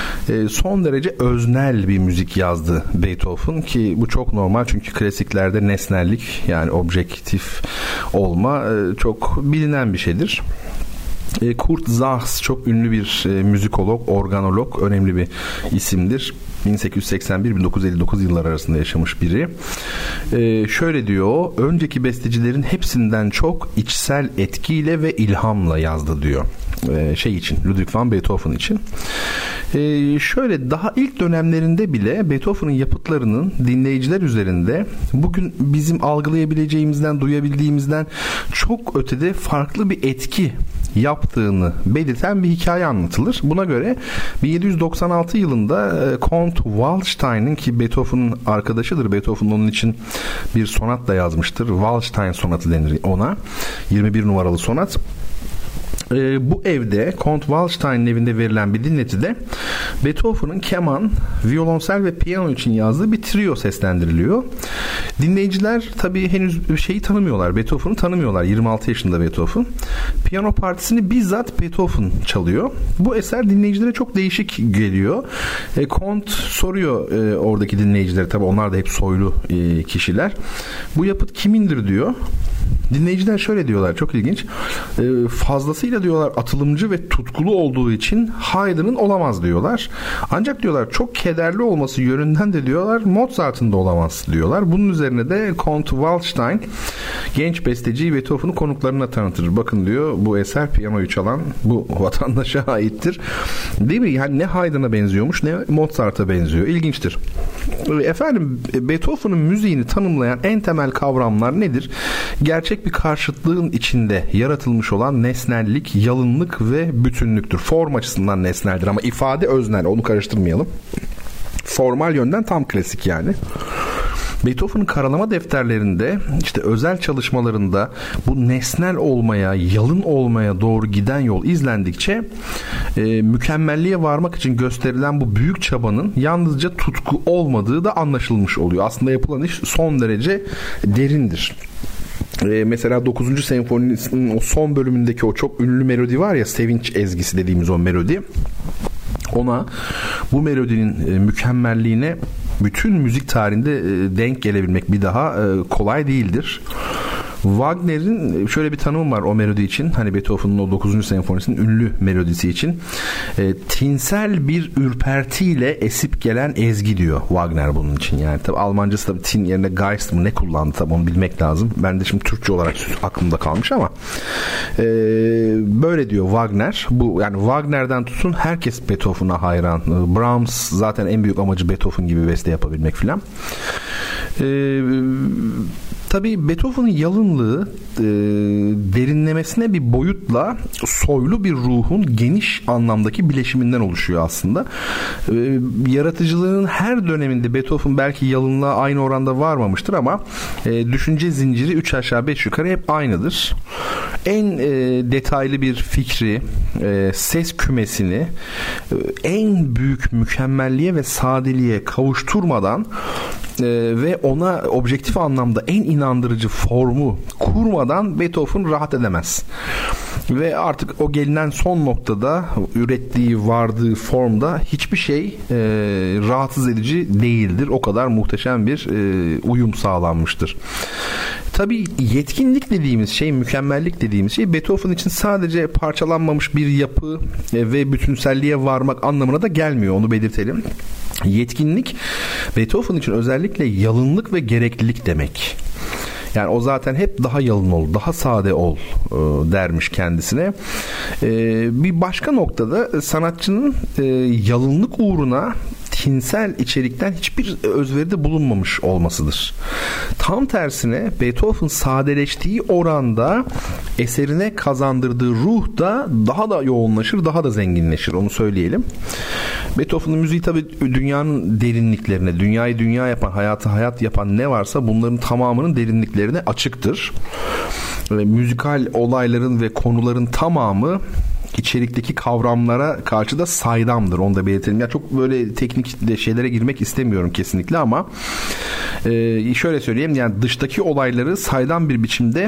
son derece öznel bir müzik yazdı Beethoven, ki bu çok normal çünkü klasiklerde nesnellik, yani objektif olma çok bilinen bir şeydir. Kurt Sachs çok ünlü bir müzikolog, organolog, önemli bir isimdir. 1881-1959 yılları arasında yaşamış biri. Şöyle diyor, önceki bestecilerin hepsinden çok içsel etkiyle ve ilhamla yazdı diyor. için, Ludwig van Beethoven için. Şöyle daha ilk dönemlerinde bile Beethoven'ın yapıtlarının dinleyiciler üzerinde bugün bizim algılayabileceğimizden, duyabildiğimizden çok ötede farklı bir etki yaptığını belirten bir hikaye anlatılır. Buna göre 1796 yılında Kont Waldstein'in, ki Beethoven'ın arkadaşıdır, Beethoven onun için bir sonat da yazmıştır. Waldstein sonatı denir ona. 21 numaralı sonat. Bu evde, Kont Waldstein'in evinde verilen bir dinletide Beethoven'ın keman, violonsel ve piyano için yazdığı bir trio seslendiriliyor. Dinleyiciler tabii henüz şeyi tanımıyorlar, Beethoven'ı tanımıyorlar. 26 yaşında Beethoven. Piyano partisini bizzat Beethoven çalıyor. Bu eser dinleyicilere çok değişik geliyor. Kont soruyor oradaki dinleyicilere, tabii onlar da hep soylu kişiler. Bu yapıt kimindir diyor. Dinleyiciler şöyle diyorlar, çok ilginç. Fazlasıyla diyorlar atılımcı ve tutkulu olduğu için Haydn'ın olamaz diyorlar. Ancak diyorlar çok kederli olması yönünden de diyorlar Mozart'ın da olamaz diyorlar. Bunun üzerine de Kont Waldstein genç besteciyi Beethoven'ı konuklarına tanıtır. Bakın diyor, bu eser piyanoyu çalan bu vatandaşa aittir. Değil mi? Yani ne Haydn'a benziyormuş ne Mozart'a benziyor. İlginçtir. Efendim, Beethoven'ın müziğini tanımlayan en temel kavramlar nedir? Gerçek bir karşıtlığın içinde yaratılmış olan nesnellik, yalınlık ve bütünlüktür. Form açısından nesneldir ama ifade öznel, onu karıştırmayalım. Formal yönden tam klasik yani. Beethoven'ın karalama defterlerinde, işte özel çalışmalarında bu nesnel olmaya, yalın olmaya doğru giden yol izlendikçe mükemmelliğe varmak için gösterilen bu büyük çabanın yalnızca tutku olmadığı da anlaşılmış oluyor. Aslında yapılan iş son derece derindir. Mesela 9. senfonisinin o son bölümündeki o çok ünlü melodi var ya, sevinç ezgisi dediğimiz o melodi. Bu melodinin mükemmelliğine bütün müzik tarihinde denk gelebilmek bir daha kolay değildir. Wagner'in şöyle bir tanımı var o melodi için. Hani Beethoven'ın o 9. senfonisinin ünlü melodisi için. Tinsel bir ürpertiyle esip gelen ezgi diyor Wagner bunun için. Yani tabii Almancası tabii tin yerine Geist mı ne kullandı, tabii onu bilmek lazım. Ben de şimdi Türkçe olarak aklımda kalmış ama böyle diyor Wagner. Bu yani Wagner'den tutun herkes Beethoven'a hayran. Brahms zaten en büyük amacı Beethoven gibi beste yapabilmek filan. Tabii Beethoven'ın yalınlığı derinlemesine bir boyutla soylu bir ruhun geniş anlamdaki bileşiminden oluşuyor aslında. Yaratıcılığının her döneminde Beethoven belki yalınlığa aynı oranda varmamıştır ama düşünce zinciri 3 aşağı 5 yukarı hep aynıdır. En detaylı bir fikri, ses kümesini en büyük mükemmelliğe ve sadeliğe kavuşturmadan ve ona objektif anlamda en inandırıcı formu kurmadan Beethoven rahat edemez. Ve artık o gelinen son noktada ürettiği, vardığı formda hiçbir şey rahatsız edici değildir. O kadar muhteşem bir uyum sağlanmıştır. Tabii yetkinlik dediğimiz şey, mükemmellik dediğimiz şey Beethoven için sadece parçalanmamış bir yapı ve bütünselliğe varmak anlamına da gelmiyor. Onu belirtelim. Yetkinlik Beethoven için özellikle yalınlık ve gereklilik demek. Yani o zaten hep daha yalın ol, daha sade ol dermiş kendisine. Bir başka noktada sanatçının yalınlık uğruna tinsel içerikten hiçbir özveride bulunmamış olmasıdır. Tam tersine Beethoven sadeleştiği oranda eserine kazandırdığı ruh da daha da yoğunlaşır, daha da zenginleşir. Onu söyleyelim. Beethoven'ın müziği tabii dünyanın derinliklerine, dünyayı dünya yapan, hayatı hayat yapan ne varsa bunların tamamının derinliklerine açıktır. Müzikal olayların ve konuların tamamı içerikteki kavramlara karşı da saydamdır. Onu da belirtelim. Ya çok böyle teknik şeylere girmek istemiyorum kesinlikle ama şöyle söyleyeyim, yani dıştaki olayları saydam bir biçimde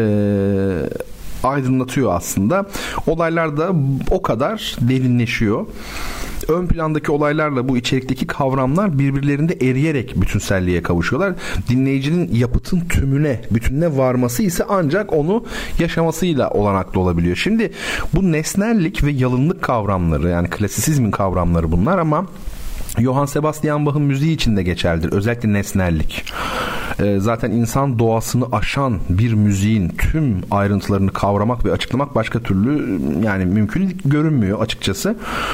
aydınlatıyor aslında. Olaylar da o kadar derinleşiyor. Ön plandaki olaylarla bu içerikteki kavramlar birbirlerinde eriyerek bütünselliğe kavuşuyorlar. Dinleyicinin yapıtın tümüne, bütününe varması ise ancak onu yaşamasıyla olanaklı olabiliyor. Şimdi bu nesnellik ve yalınlık kavramları, yani klasisizmin kavramları bunlar ama Johann Sebastian Bach'ın müziği için de geçerlidir. Özellikle nesnellik. Zaten insan doğasını aşan bir müziğin tüm ayrıntılarını kavramak ve açıklamak başka türlü yani mümkün görünmüyor açıkçası.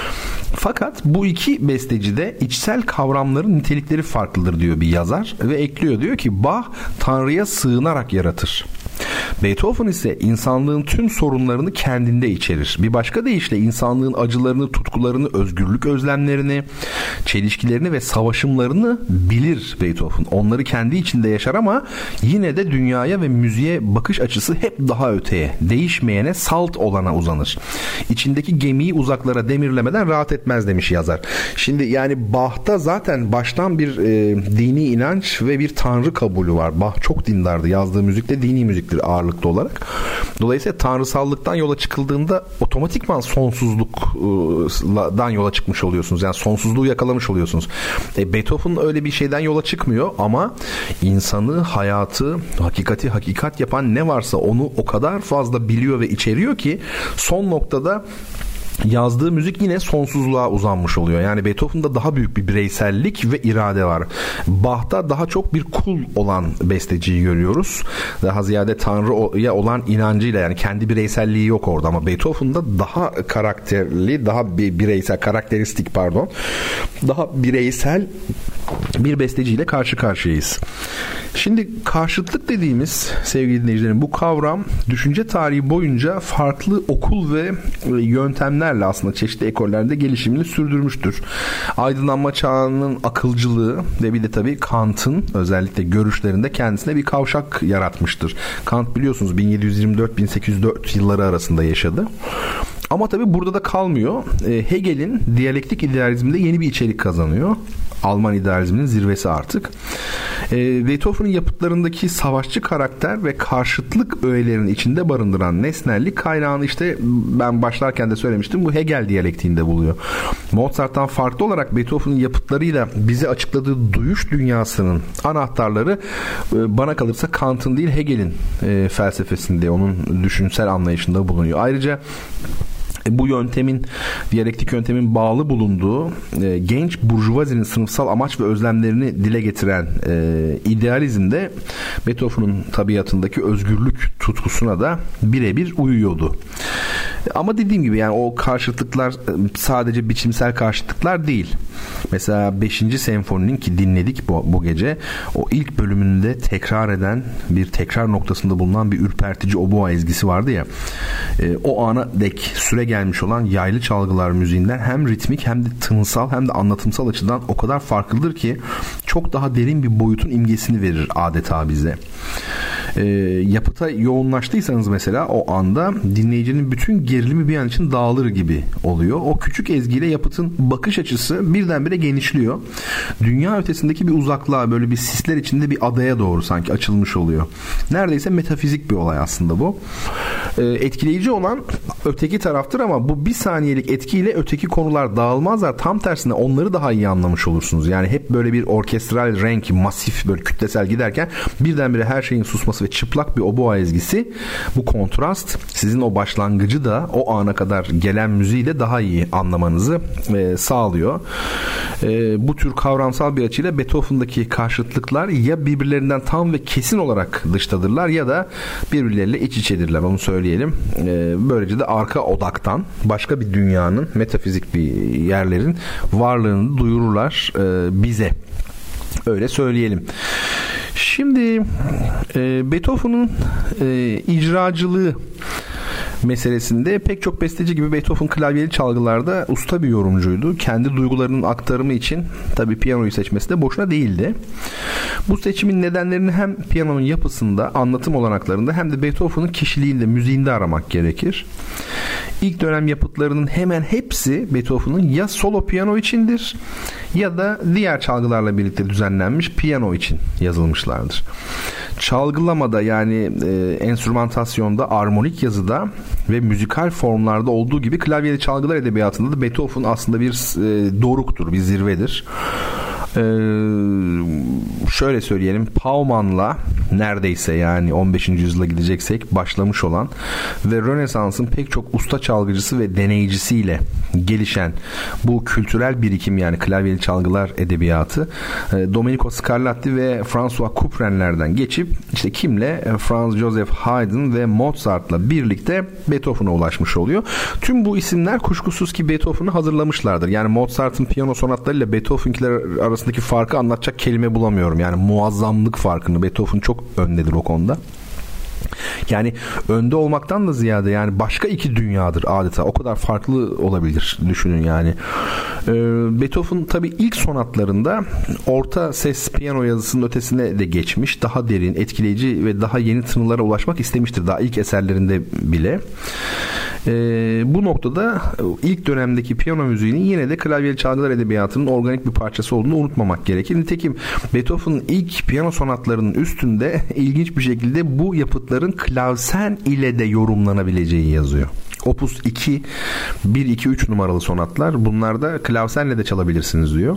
Fakat bu iki bestecide içsel kavramların nitelikleri farklıdır diyor bir yazar ve ekliyor, diyor ki Bach Tanrı'ya sığınarak yaratır. Beethoven ise insanlığın tüm sorunlarını kendinde içerir. Bir başka deyişle insanlığın acılarını, tutkularını, özgürlük özlemlerini, çelişkilerini ve savaşımlarını bilir Beethoven. Onları kendi içinde yaşar ama yine de dünyaya ve müziğe bakış açısı hep daha öteye, değişmeyene, salt olana uzanır. İçindeki gemiyi uzaklara demirlemeden rahat etmez demiş yazar. Şimdi yani Bach'ta zaten baştan bir dini inanç ve bir tanrı kabulü var. Bach çok dindardı. Yazdığı müzik de dini müziktir ağırlıklı olarak. Dolayısıyla tanrısallıktan yola çıkıldığında otomatikman sonsuzluktan yola çıkmış oluyorsunuz. Yani sonsuzluğu yakalamış oluyorsunuz. Beethoven öyle bir şeyden yola çıkmıyor ama insanı, hayatı, hakikati hakikat yapan ne varsa onu o kadar fazla biliyor ve içeriyor ki son noktada yazdığı müzik yine sonsuzluğa uzanmış oluyor. Yani Beethoven'da daha büyük bir bireysellik ve irade var. Bach'ta daha çok bir kul olan besteciyi görüyoruz. Daha ziyade Tanrı'ya olan inancıyla, yani kendi bireyselliği yok orada ama Beethoven'da daha karakterli, daha bireysel, karakteristik pardon. Daha bireysel bir besteciyle karşı karşıyayız. Şimdi karşıtlık dediğimiz, sevgili dinleyicilerim, bu kavram düşünce tarihi boyunca farklı okul ve yöntemlerle aslında çeşitli ekollerde gelişimini sürdürmüştür. Aydınlanma çağının akılcılığı ve bir de tabii Kant'ın özellikle görüşlerinde kendisine bir kavşak yaratmıştır. Kant biliyorsunuz 1724-1804 yılları arasında yaşadı. Ama tabii burada da kalmıyor. Hegel'in diyalektik idealizminde yeni bir içerik kazanıyor. Alman idealizminin zirvesi artık. Beethoven'ın yapıtlarındaki savaşçı karakter ve karşıtlık öğelerinin içinde barındıran nesnellik kaynağını işte ben başlarken de söylemiştim, bu Hegel diyalektiğinde buluyor. Mozart'tan farklı olarak Beethoven'ın yapıtlarıyla bize açıkladığı duyuş dünyasının anahtarları bana kalırsa Kant'ın değil Hegel'in felsefesinde, onun düşünsel anlayışında bulunuyor. Ayrıca bu yöntemin, diyalektik yöntemin bağlı bulunduğu genç burjuvazinin sınıfsal amaç ve özlemlerini dile getiren idealizmde Beethoven'ın tabiatındaki özgürlük tutkusuna da birebir uyuyordu. Ama dediğim gibi yani o karşıtlıklar sadece biçimsel karşıtlıklar değil. Mesela 5. senfoninin ki dinledik bu gece, o ilk bölümünde tekrar eden, bir tekrar noktasında bulunan bir ürpertici oboa ezgisi vardı ya. O ana dek süre gelmiş olan yaylı çalgılar müziğinden hem ritmik hem de tınısal hem de anlatımsal açıdan o kadar farklıdır ki çok daha derin bir boyutun imgesini verir adeta bize. Yapıta yoğunlaştıysanız mesela o anda dinleyicinin bütün gerilimi bir an için dağılır gibi oluyor. O küçük ezgiyle yapıtın bakış açısı birdenbire genişliyor. Dünya ötesindeki bir uzaklığa, böyle bir sisler içinde bir adaya doğru sanki açılmış oluyor. Neredeyse metafizik bir olay aslında bu. Etkileyici olan öteki taraftır ama bu bir saniyelik etkiyle öteki konular dağılmazlar. Tam tersine onları daha iyi anlamış olursunuz. Yani hep böyle bir orkestral renk, masif, böyle kütlesel giderken birdenbire her şeyin susması ve çıplak bir oboa ezgisi, bu kontrast sizin o başlangıcı da o ana kadar gelen müziği de daha iyi anlamanızı sağlıyor. Bu tür kavramsal bir açıyla Beethoven'daki karşıtlıklar ya birbirlerinden tam ve kesin olarak dıştadırlar ya da birbirleriyle iç içedirler, onu söyleyelim. Böylece de arka odaktan başka bir dünyanın, metafizik bir yerlerin varlığını duyururlar bize. Öyle söyleyelim. Şimdi Beethoven'ın icracılığı meselesinde pek çok besteci gibi Beethoven klavyeli çalgılarda usta bir yorumcuydu. Kendi duygularının aktarımı için tabii piyanoyu seçmesi de boşuna değildi. Bu seçimin nedenlerini hem piyanonun yapısında, anlatım olanaklarında hem de Beethoven'ın kişiliğinde, müziğinde aramak gerekir. İlk dönem yapıtlarının hemen hepsi Beethoven'ın ya solo piyano içindir ya da diğer çalgılarla birlikte düzenlenmiş piyano için yazılmışlardır. Çalgılamada yani enstrümantasyonda, armonik yazıda ve müzikal formlarda olduğu gibi klavyeli çalgılar edebiyatında da Beethoven aslında bir doruktur, bir zirvedir. Şöyle söyleyelim, Paumann'la neredeyse yani 15. yüzyıla gideceksek başlamış olan ve Rönesans'ın pek çok usta çalgıcısı ve deneyicisiyle gelişen bu kültürel birikim, yani klavyeli çalgılar edebiyatı Domenico Scarlatti ve François Couperin'lerden geçip işte kimle? Franz Joseph Haydn ve Mozart'la birlikte Beethoven'a ulaşmış oluyor. Tüm bu isimler kuşkusuz ki Beethoven'ı hazırlamışlardır. Yani Mozart'ın piyano sonatlarıyla Beethoven'kiler arasındaki farkı anlatacak kelime bulamıyorum. Yani muazzamlık farkını, Beethoven çok öndedir o konuda. Yani önde olmaktan da ziyade yani başka iki dünyadır adeta. O kadar farklı olabilir düşünün yani. Beethoven tabii ilk sonatlarında orta ses piyano yazısının ötesine de geçmiş. Daha derin, etkileyici ve daha yeni tınılara ulaşmak istemiştir. Daha ilk eserlerinde bile. Bu noktada ilk dönemdeki piyano müziğinin yine de klavyeli çalgılar edebiyatının organik bir parçası olduğunu unutmamak gerekir. Nitekim Beethoven'ın ilk piyano sonatlarının üstünde ilginç bir şekilde bu yapıtların klavsen ile de yorumlanabileceği yazıyor. Opus 2, 1, 2, 3 numaralı sonatlar. Bunlarda klavsenle de çalabilirsiniz diyor.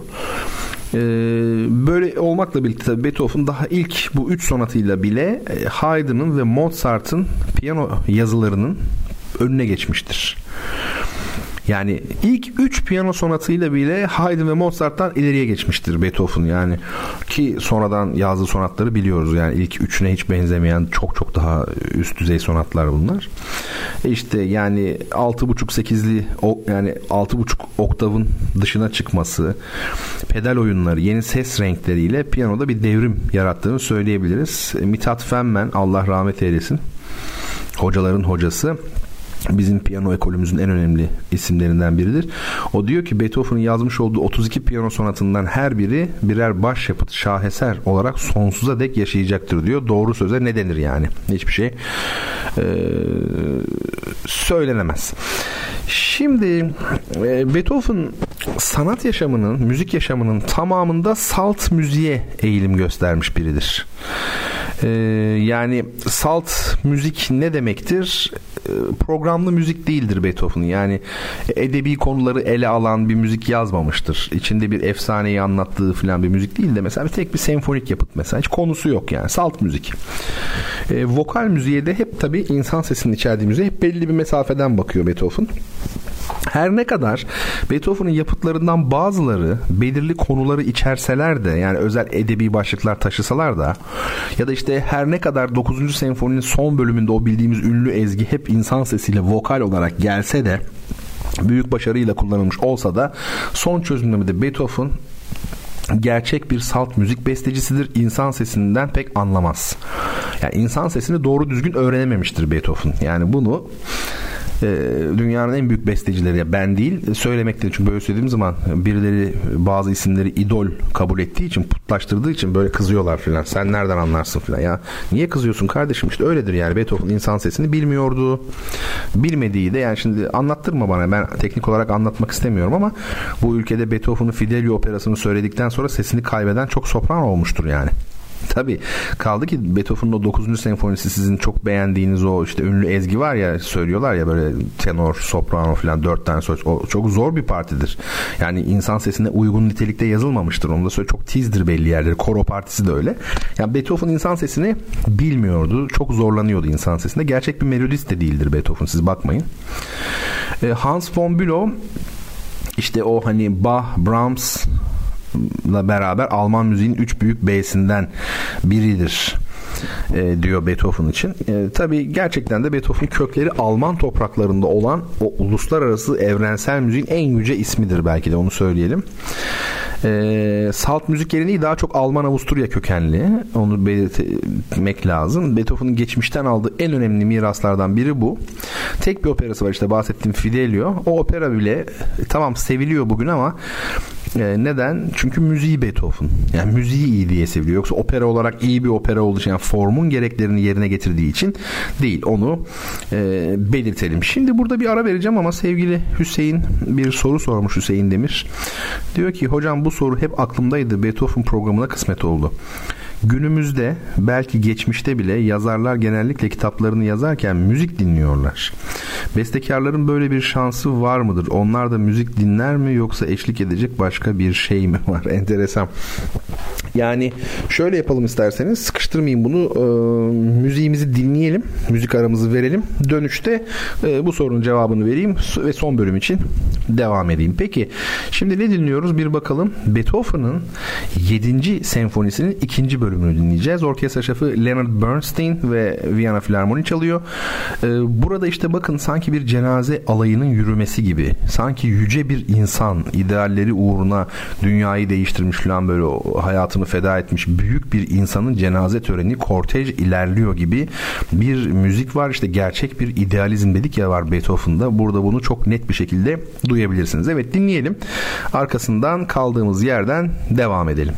Böyle olmakla birlikte Beethoven daha ilk bu 3 sonatıyla bile Haydn'ın ve Mozart'ın piyano yazılarının önüne geçmiştir. Yani ilk 3 piyano sonatıyla bile Haydn ve Mozart'tan ileriye geçmiştir Beethoven yani, ki sonradan yazdığı sonatları biliyoruz yani ilk üçüne hiç benzemeyen çok çok daha üst düzey sonatlar bunlar. İşte yani 6,5-8'li yani 6,5 oktavın dışına çıkması, pedal oyunları, yeni ses renkleriyle piyanoda bir devrim yarattığını söyleyebiliriz. Mithat Fenmen, Allah rahmet eylesin, hocaların hocası, bizim piyano ekolümüzün en önemli isimlerinden biridir. O diyor ki Beethoven'ın yazmış olduğu 32 piyano sonatından her biri birer başyapıt, şaheser olarak sonsuza dek yaşayacaktır diyor. Doğru söze ne denir yani? Hiçbir şey söylenemez. Şimdi Beethoven sanat yaşamının, müzik yaşamının tamamında salt müziğe eğilim göstermiş biridir. Yani salt müzik ne demektir? Programlı müzik değildir Beethoven. Yani edebi konuları ele alan bir müzik yazmamıştır. İçinde bir efsaneyi anlattığı falan bir müzik değil de mesela tek bir senfonik yapıt mesela. Hiç konusu yok yani. Salt müzik. Vokal müziğe de hep tabii insan sesinin içerdiği müziğe hep belli bir mesafeden bakıyor Beethoven. Her ne kadar Beethoven'ın yapıtlarından bazıları belirli konuları içerseler de, yani özel edebi başlıklar taşısalar da, ya da işte her ne kadar 9. senfoninin son bölümünde o bildiğimiz ünlü ezgi hep insan sesiyle vokal olarak gelse de, büyük başarıyla kullanılmış olsa da son çözümlemede Beethoven gerçek bir salt müzik bestecisidir. İnsan sesinden pek anlamaz. Yani insan sesini doğru düzgün öğrenememiştir Beethoven. Yani bunu dünyanın en büyük bestecileri, ya ben değil, söylemektedir. Çünkü böyle söylediğim zaman birileri bazı isimleri idol kabul ettiği için, putlaştırdığı için böyle kızıyorlar filan. Sen nereden anlarsın filan. Ya niye kızıyorsun kardeşim? İşte öyledir yani. Beethoven insan sesini bilmiyordu. Bilmediği de, yani şimdi anlattırma bana. Ben teknik olarak anlatmak istemiyorum ama bu ülkede Beethoven'ın Fidelio operasını söyledikten sonra sesini kaybeden çok sopran olmuştur yani. Tabii kaldı ki Beethoven'ın o 9. senfonisi, sizin çok beğendiğiniz o işte ünlü ezgi var ya, söylüyorlar ya böyle tenor, soprano falan 4 tane söz. O çok zor bir partidir. Yani insan sesine uygun nitelikte yazılmamıştır. Onu da söyle, çok tizdir belli yerleri. Koro partisi de öyle. Yani Beethoven insan sesini bilmiyordu. Çok zorlanıyordu insan sesinde. Gerçek bir melodist de değildir Beethoven, siz bakmayın. Hans von Bülow, işte o hani Bach, Brahms beraber Alman müziğin 3 büyük B'sinden biridir diyor Beethoven için. Tabii gerçekten de Beethoven kökleri Alman topraklarında olan o uluslararası evrensel müziğin en yüce ismidir, belki de onu söyleyelim. Salt müzik geleneği daha çok Alman-Avusturya kökenli. Onu belirtmek lazım. Beethoven'ın geçmişten aldığı en önemli miraslardan biri bu. Tek bir operası var, işte bahsettiğim Fidelio. O opera bile tamam seviliyor bugün ama neden? Çünkü müziği Beethoven. Yani müziği iyi diye seviliyor. Yoksa opera olarak iyi bir opera olduğu için, yani formun gereklerini yerine getirdiği için değil. Onu belirtelim. Şimdi burada bir ara vereceğim ama sevgili Hüseyin bir soru sormuş, Hüseyin Demir. Diyor ki hocam bu soru hep aklımdaydı. Beethoven programına kısmet oldu. Günümüzde, belki geçmişte bile yazarlar genellikle kitaplarını yazarken müzik dinliyorlar. Bestekarların böyle bir şansı var mıdır? Onlar da müzik dinler mi, yoksa eşlik edecek başka bir şey mi var? Enteresan. Yani şöyle yapalım isterseniz, sıkıştırmayayım bunu. Müziğimizi dinleyelim. Müzik aramızı verelim. Dönüşte bu sorunun cevabını vereyim ve son bölüm için devam edeyim. Peki şimdi ne dinliyoruz bir bakalım. Beethoven'ın 7. senfonisinin 2. bölümünü dinleyeceğiz. Orkestra şefi Leonard Bernstein ve Viyana Filarmoni çalıyor. Burada işte bakın sanki bir cenaze alayının yürümesi gibi. Sanki yüce bir insan idealleri uğruna dünyayı değiştirmiş falan, böyle hayatını feda etmiş büyük bir insanın cenaze töreni, kortej ilerliyor gibi bir müzik var. İşte gerçek bir idealizm dedik ya var Beethoven'da. Burada bunu çok net bir şekilde duyabilirsiniz. Evet, dinleyelim. Arkasından kaldığımız yerden devam edelim.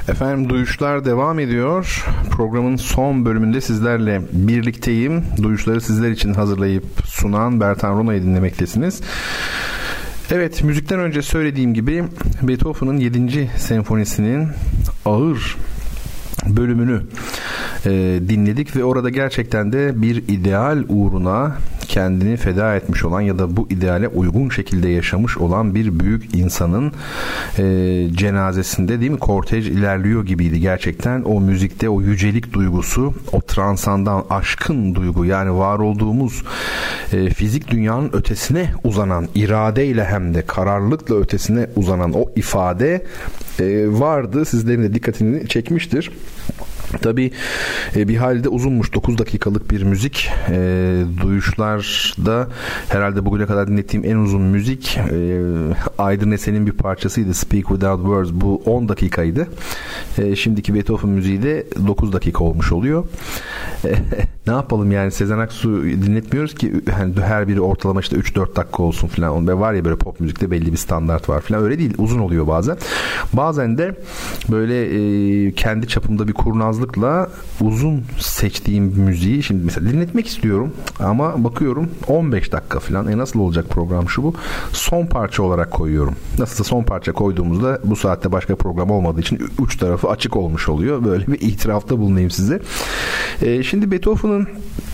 Efendim Duyuşlar devam ediyor. Programın son bölümünde sizlerle birlikteyim. Duyuşları sizler için hazırlayıp sunan Bertan Rona'yı dinlemektesiniz. Evet, müzikten önce söylediğim gibi Beethoven'ın 7. senfonisinin ağır bölümünü dinledik ve orada gerçekten de bir ideal uğruna kendini feda etmiş olan ya da bu ideale uygun şekilde yaşamış olan bir büyük insanın cenazesinde, değil mi, kortej ilerliyor gibiydi gerçekten. O müzikte o yücelik duygusu, o transandan aşkın duygu, yani var olduğumuz fizik dünyanın ötesine uzanan, iradeyle hem de kararlılıkla ötesine uzanan o ifade vardı. Sizlerin de dikkatini çekmiştir. Tabii bir halde uzunmuş, 9 dakikalık bir müzik. Duyuşlarda herhalde bugüne kadar dinlettiğim en uzun müzik Aydın Esen'in bir parçasıydı, Speak Without Words. Bu 10 dakikaydı. Şimdiki Beethoven müziği de 9 dakika olmuş oluyor. Ne yapalım yani, Sezen Aksu dinletmiyoruz ki yani her biri ortalama işte 3-4 dakika olsun falan. Ve var ya böyle pop müzikte belli bir standart var falan, öyle değil, uzun oluyor bazen. Bazen de böyle kendi çapımda bir kurnazlıkla uzun seçtiğim müziği şimdi mesela dinletmek istiyorum ama bakıyorum 15 dakika falan. Nasıl olacak program şu bu? Son parça olarak koyuyorum. Nasılsa son parça koyduğumuzda bu saatte başka program olmadığı için uç tarafı açık olmuş oluyor. Böyle bir itirafta bulunayım size. Şimdi Beethoven'ın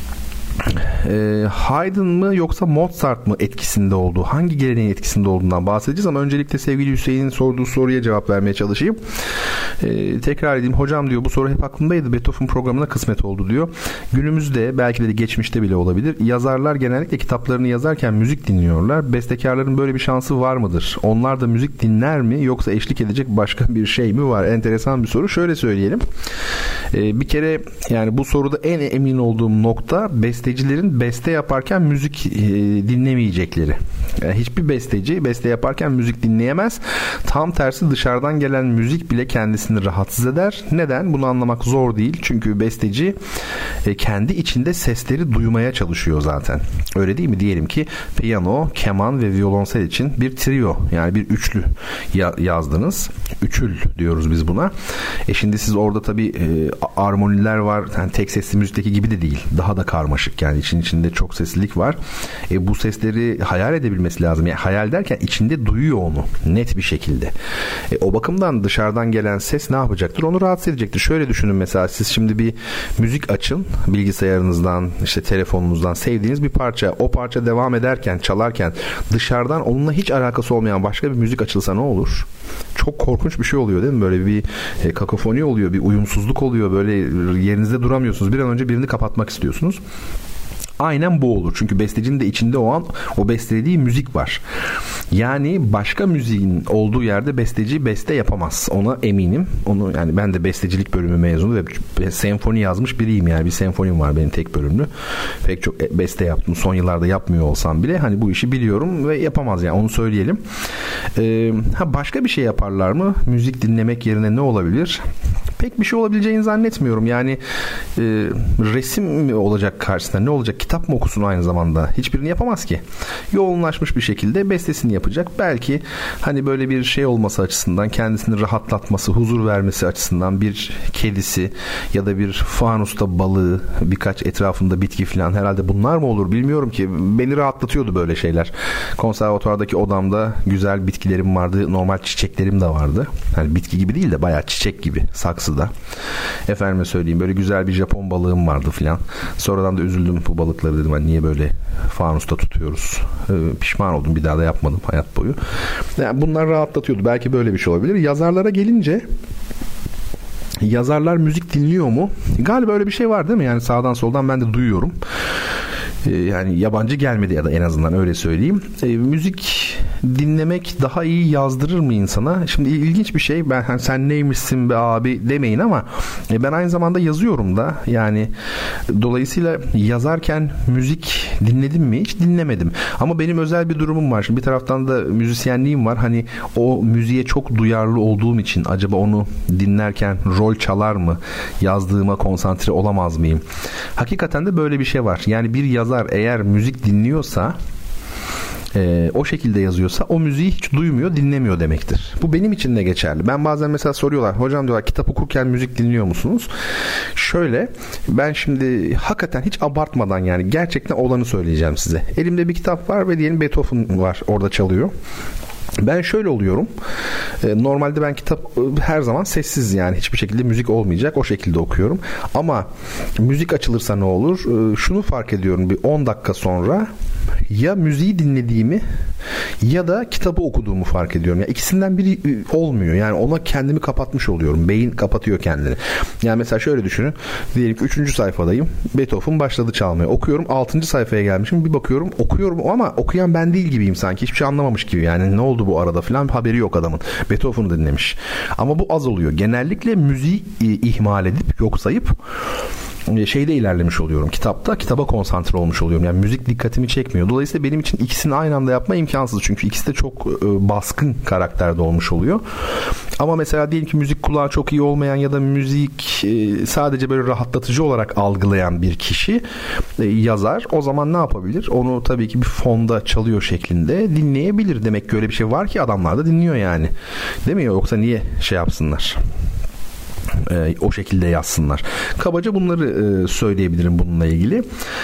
Haydn mı yoksa Mozart mı etkisinde olduğu, hangi geleneğin etkisinde olduğundan bahsedeceğiz ama öncelikle sevgili Hüseyin'in sorduğu soruya cevap vermeye çalışayım. Tekrar edeyim, hocam diyor, bu soru hep aklımdaydı, Beethoven programına kısmet oldu diyor. Günümüzde, belki de geçmişte bile olabilir, yazarlar genellikle kitaplarını yazarken müzik dinliyorlar. Bestekarların böyle bir şansı var mıdır? Onlar da müzik dinler mi yoksa eşlik edecek başka bir şey mi var? Enteresan bir soru. Şöyle söyleyelim. Bir kere yani bu soruda en emin olduğum nokta, bestecilerin beste yaparken müzik dinlemeyecekleri. Yani hiçbir besteci beste yaparken müzik dinleyemez. Tam tersi, dışarıdan gelen müzik bile kendisini rahatsız eder. Neden? Bunu anlamak zor değil. Çünkü besteci kendi içinde sesleri duymaya çalışıyor zaten. Öyle değil mi? Diyelim ki piyano, keman ve violonsel için bir trio, yani bir üçlü yazdınız. Üçül diyoruz biz buna. Şimdi siz orada tabii armoniler var. Yani tek sesli müzikteki gibi de değil. Daha da karmaşık, yani içinde çok seslilik var. Bu sesleri hayal edebilmesi lazım. Yani hayal derken içinde duyuyor onu net bir şekilde. O bakımdan dışarıdan gelen ses ne yapacaktır? Onu rahatsız edecektir. Şöyle düşünün, mesela siz şimdi bir müzik açın bilgisayarınızdan, işte telefonunuzdan, sevdiğiniz bir parça. O parça devam ederken, çalarken dışarıdan onunla hiç alakası olmayan başka bir müzik açılsa ne olur? Çok korkunç bir şey oluyor değil mi? Böyle bir kakofoni oluyor, bir uyumsuzluk oluyor. Böyle yerinizde duramıyorsunuz. Bir an önce birini kapatmak istiyorsunuz. Aynen bu olur. Çünkü bestecinin de içinde o an o bestelediği müzik var. Yani başka müziğin olduğu yerde besteci beste yapamaz. Ona eminim. Onu, yani ben de bestecilik bölümü mezunu ve senfoni yazmış biriyim yani. Bir senfonim var benim, tek bölümlü. Pek çok beste yaptım. Son yıllarda yapmıyor olsam bile hani bu işi biliyorum ve yapamaz yani, onu söyleyelim. Başka bir şey yaparlar mı? Müzik dinlemek yerine ne olabilir? Pek bir şey olabileceğini zannetmiyorum. Yani resim mi olacak karşısında? Ne olacak? Kitap mı okusun aynı zamanda? Hiçbirini yapamaz ki. Yoğunlaşmış bir şekilde bestesini yapacak. Belki hani böyle bir şey olması açısından, kendisini rahatlatması, huzur vermesi açısından bir kedisi ya da bir fanusta balığı, birkaç etrafında bitki falan, herhalde bunlar mı olur bilmiyorum ki. Beni rahatlatıyordu böyle şeyler. Konservatuvardaki odamda güzel bitkilerim vardı. Normal çiçeklerim de vardı. Hani bitki gibi değil de bayağı çiçek gibi, saksıda. Efendime söyleyeyim, böyle güzel bir Japon balığım vardı filan. Sonradan da üzüldüm, bu balıkları dedim hani niye böyle fanusta tutuyoruz. Pişman oldum, bir daha da yapmadım hayat boyu. Yani bunlar rahatlatıyordu. Belki böyle bir şey olabilir. Yazarlara gelince, yazarlar müzik dinliyor mu? Galiba öyle bir şey var değil mi? Yani sağdan soldan ben de duyuyorum. Yani yabancı gelmedi ya da en azından öyle söyleyeyim. Müzik dinlemek daha iyi yazdırır mı insana? Şimdi ilginç bir şey. Ben hani sen neymişsin be abi demeyin ama ben aynı zamanda yazıyorum da. Yani dolayısıyla yazarken müzik dinledim mi? Hiç dinlemedim. Ama benim özel bir durumum var. Şimdi bir taraftan da müzisyenliğim var. Hani o müziğe çok duyarlı olduğum için acaba onu dinlerken rol çalar mı? Yazdığıma konsantre olamaz mıyım? Hakikaten de böyle bir şey var. Yani bir yazar eğer müzik dinliyorsa o şekilde yazıyorsa o müziği hiç duymuyor, dinlemiyor demektir. Bu benim için de geçerli. Ben bazen mesela soruyorlar, hocam diyorlar kitap okurken müzik dinliyor musunuz? Şöyle, ben şimdi hakikaten hiç abartmadan yani gerçekten olanı söyleyeceğim size. Elimde bir kitap var ve diyelim Beethoven var orada çalıyor. Ben şöyle oluyorum. Normalde ben kitap her zaman sessiz, yani hiçbir şekilde müzik olmayacak, o şekilde okuyorum. Ama müzik açılırsa ne olur? Şunu fark ediyorum, bir 10 dakika sonra ya müziği dinlediğimi ya da kitabı okuduğumu fark ediyorum. Yani ikisinden biri olmuyor. Yani ona kendimi kapatmış oluyorum. Beyin kapatıyor kendini. Yani mesela şöyle düşünün. Diyelim ki 3. sayfadayım. Beethoven başladı çalmaya. Okuyorum. 6. sayfaya gelmişim. Bir bakıyorum okuyorum ama okuyan ben değil gibiyim sanki. Hiçbir şey anlamamış gibi. Yani ne oldu bu arada falan haberi yok adamın. Beethoven'ı dinlemiş. Ama bu az oluyor. Genellikle müziği ihmal edip yok sayıp şeyde ilerlemiş oluyorum. Kitaba konsantre olmuş oluyorum. Yani müzik dikkatimi çekmiyor. Dolayısıyla benim için ikisini aynı anda yapma imkansız. Çünkü ikisi de çok baskın karakterde olmuş oluyor. Ama mesela diyelim ki müzik kulağı çok iyi olmayan ya da müzik sadece böyle rahatlatıcı olarak algılayan bir kişi yazar. O zaman ne yapabilir? Onu tabii ki bir fonda çalıyor şeklinde dinleyebilir. Demek ki öyle bir şey var ki adamlar da dinliyor yani. Değil mi? Yoksa niye şey yapsınlar? O şekilde yazsınlar. Kabaca bunları söyleyebilirim bununla ilgili.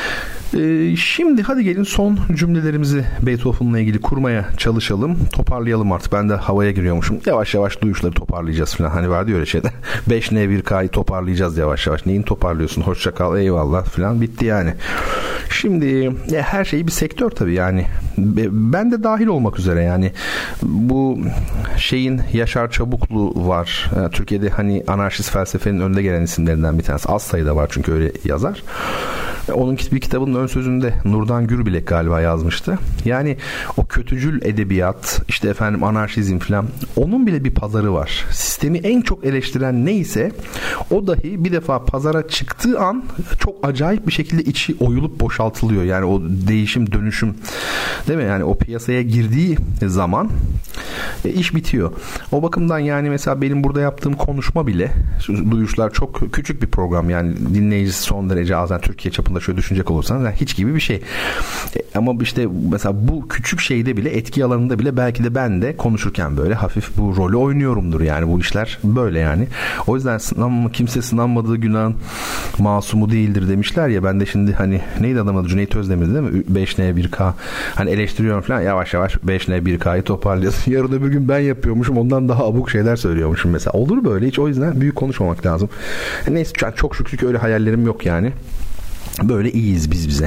Şimdi hadi gelin son cümlelerimizi Beethoven'la ilgili kurmaya çalışalım. Toparlayalım artık. Ben de havaya giriyormuşum. Yavaş yavaş duyuşları toparlayacağız falan. Hani vardı ya öyle şeyler. 5N1K'yı toparlayacağız yavaş yavaş. Neyin toparlıyorsun? Hoşça kal, eyvallah falan. Bitti yani. Şimdi her şey bir sektör tabii yani. Ben de dahil olmak üzere yani. Bu şeyin Yaşar Çabuklu var. Türkiye'de hani anarşist felsefenin önde gelen isimlerinden bir tanesi. Az sayıda var çünkü öyle yazar. Onun bir kitabının ön sözünde Nurdan Gürbilek galiba yazmıştı. Yani o kötücül edebiyat, işte efendim anarşizm falan, onun bile bir pazarı var. Sistemi en çok eleştiren neyse o dahi bir defa pazara çıktığı an çok acayip bir şekilde içi oyulup boşaltılıyor. Yani o değişim, dönüşüm, değil mi? Yani o piyasaya girdiği zaman iş bitiyor. O bakımdan yani mesela benim burada yaptığım konuşma bile, duyuşlar çok küçük bir program yani dinleyicisi son derece az. Yani Türkiye çapında şöyle düşünecek olursanız yani hiç gibi bir şey. Ama işte mesela bu küçük şeyde bile, etki alanında bile belki de ben de konuşurken böyle hafif bu rolü oynuyorumdur yani, bu işler böyle yani. O yüzden kimse sınanmadığı günahın masumu değildir demişler ya, ben de şimdi hani neydi adamın adı, Cüneyt Özdemir değil mi? 5N1K hani eleştiriyorum falan, yavaş yavaş 5N1K'yı toparlıyorsun. Yarın öbür gün ben yapıyormuşum, ondan daha abuk şeyler söylüyormuşum mesela. Olur böyle, hiç o yüzden büyük konuşmamak lazım. Neyse, çok şükür ki öyle hayallerim yok yani. Böyle iyiyiz biz bize.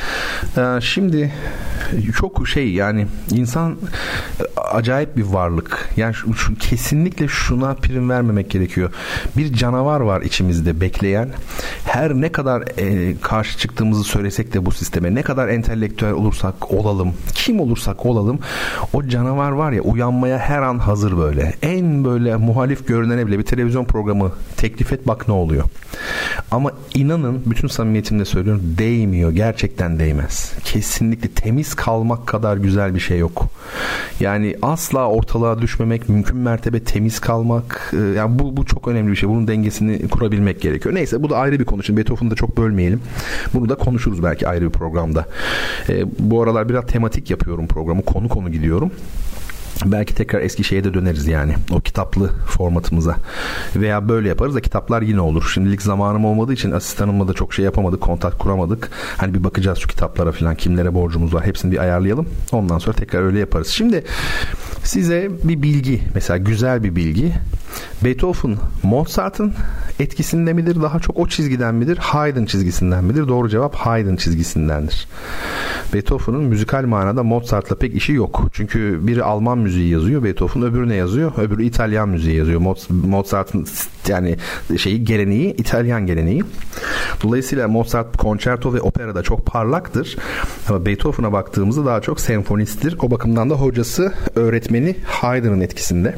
Şimdi çok yani insan acayip bir varlık. Yani kesinlikle şuna prim vermemek gerekiyor. Bir canavar var içimizde bekleyen. Her ne kadar karşı çıktığımızı söylesek de bu sisteme, ne kadar entelektüel olursak olalım, kim olursak olalım, o canavar var ya, uyanmaya her an hazır böyle. En böyle muhalif görünene bile bir televizyon programı teklif et, bak ne oluyor. Ama inanın, bütün samimiyetimle söylüyorum, değmiyor. Gerçekten değmez. Kesinlikle temiz kalmak kadar güzel bir şey yok. Yani asla ortalığa düşmemek, mümkün mertebe temiz kalmak. Yani bu çok önemli bir şey. Bunun dengesini kurabilmek gerekiyor. Neyse, bu da ayrı bir konu. Şimdi Beethoven'ı da çok bölmeyelim. Bunu da konuşuruz belki ayrı bir programda. Bu aralar biraz tematik yapıyorum programı. Konu gidiyorum. Belki tekrar eski şeye de döneriz yani. O kitaplı formatımıza. Veya böyle yaparız da kitaplar yine olur. Şimdilik zamanım olmadığı için asistanımla da çok şey yapamadık. Kontak kuramadık. Hani bir bakacağız şu kitaplara falan. Kimlere borcumuz var. Hepsini bir ayarlayalım. Ondan sonra tekrar öyle yaparız. Şimdi size bir bilgi. Mesela güzel bir bilgi. Beethoven Mozart'ın etkisinde midir? Daha çok o çizgiden midir? Haydn çizgisinden midir? Doğru cevap Haydn çizgisindendir. Beethoven'ın müzikal manada Mozart'la pek işi yok. Çünkü biri Alman müziği yazıyor Beethoven, öbürü ne yazıyor? Öbürü İtalyan müziği yazıyor. Mozart'ın yani geleneği İtalyan geleneği. Dolayısıyla Mozart konçerto ve operada çok parlaktır. Ama Beethoven'a baktığımızda daha çok senfonisttir. O bakımdan da hocası, öğretmeni Haydn'ın etkisinde.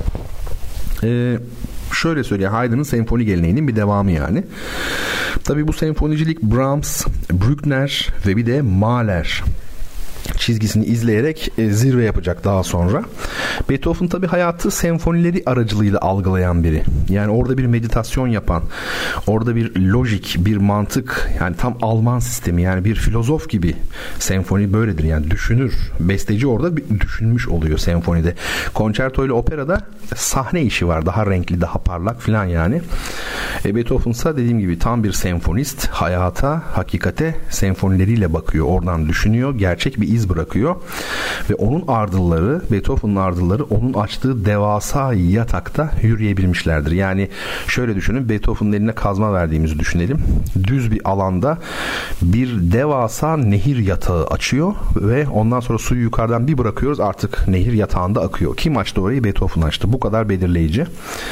Şöyle söyleyeyim, Haydn'ın senfoni geleneğinin bir devamı yani. Tabii bu senfonicilik Brahms, Bruckner ve bir de Mahler çizgisini izleyerek zirve yapacak daha sonra. Beethoven tabii hayatı senfonileri aracılığıyla algılayan biri. Yani orada bir meditasyon yapan, orada bir lojik, bir mantık, yani tam Alman sistemi, yani bir filozof gibi. Senfoni böyledir yani, düşünür. Besteci orada düşünmüş oluyor senfonide. Konçerto ile operada sahne işi var. Daha renkli, daha parlak filan yani. Beethoven ise dediğim gibi tam bir senfonist. Hayata, hakikate senfonileriyle bakıyor. Oradan düşünüyor. Gerçek bir iz bırakıyor. Ve onun ardılları, Beethoven'ın ardılları onun açtığı devasa yatakta yürüyebilmişlerdir. Yani şöyle düşünün, Beethoven'ın eline kazma verdiğimizi düşünelim. Düz bir alanda bir devasa nehir yatağı açıyor ve ondan sonra suyu yukarıdan bir bırakıyoruz, artık nehir yatağında akıyor. Kim açtı orayı? Beethoven açtı. Bu kadar belirleyici.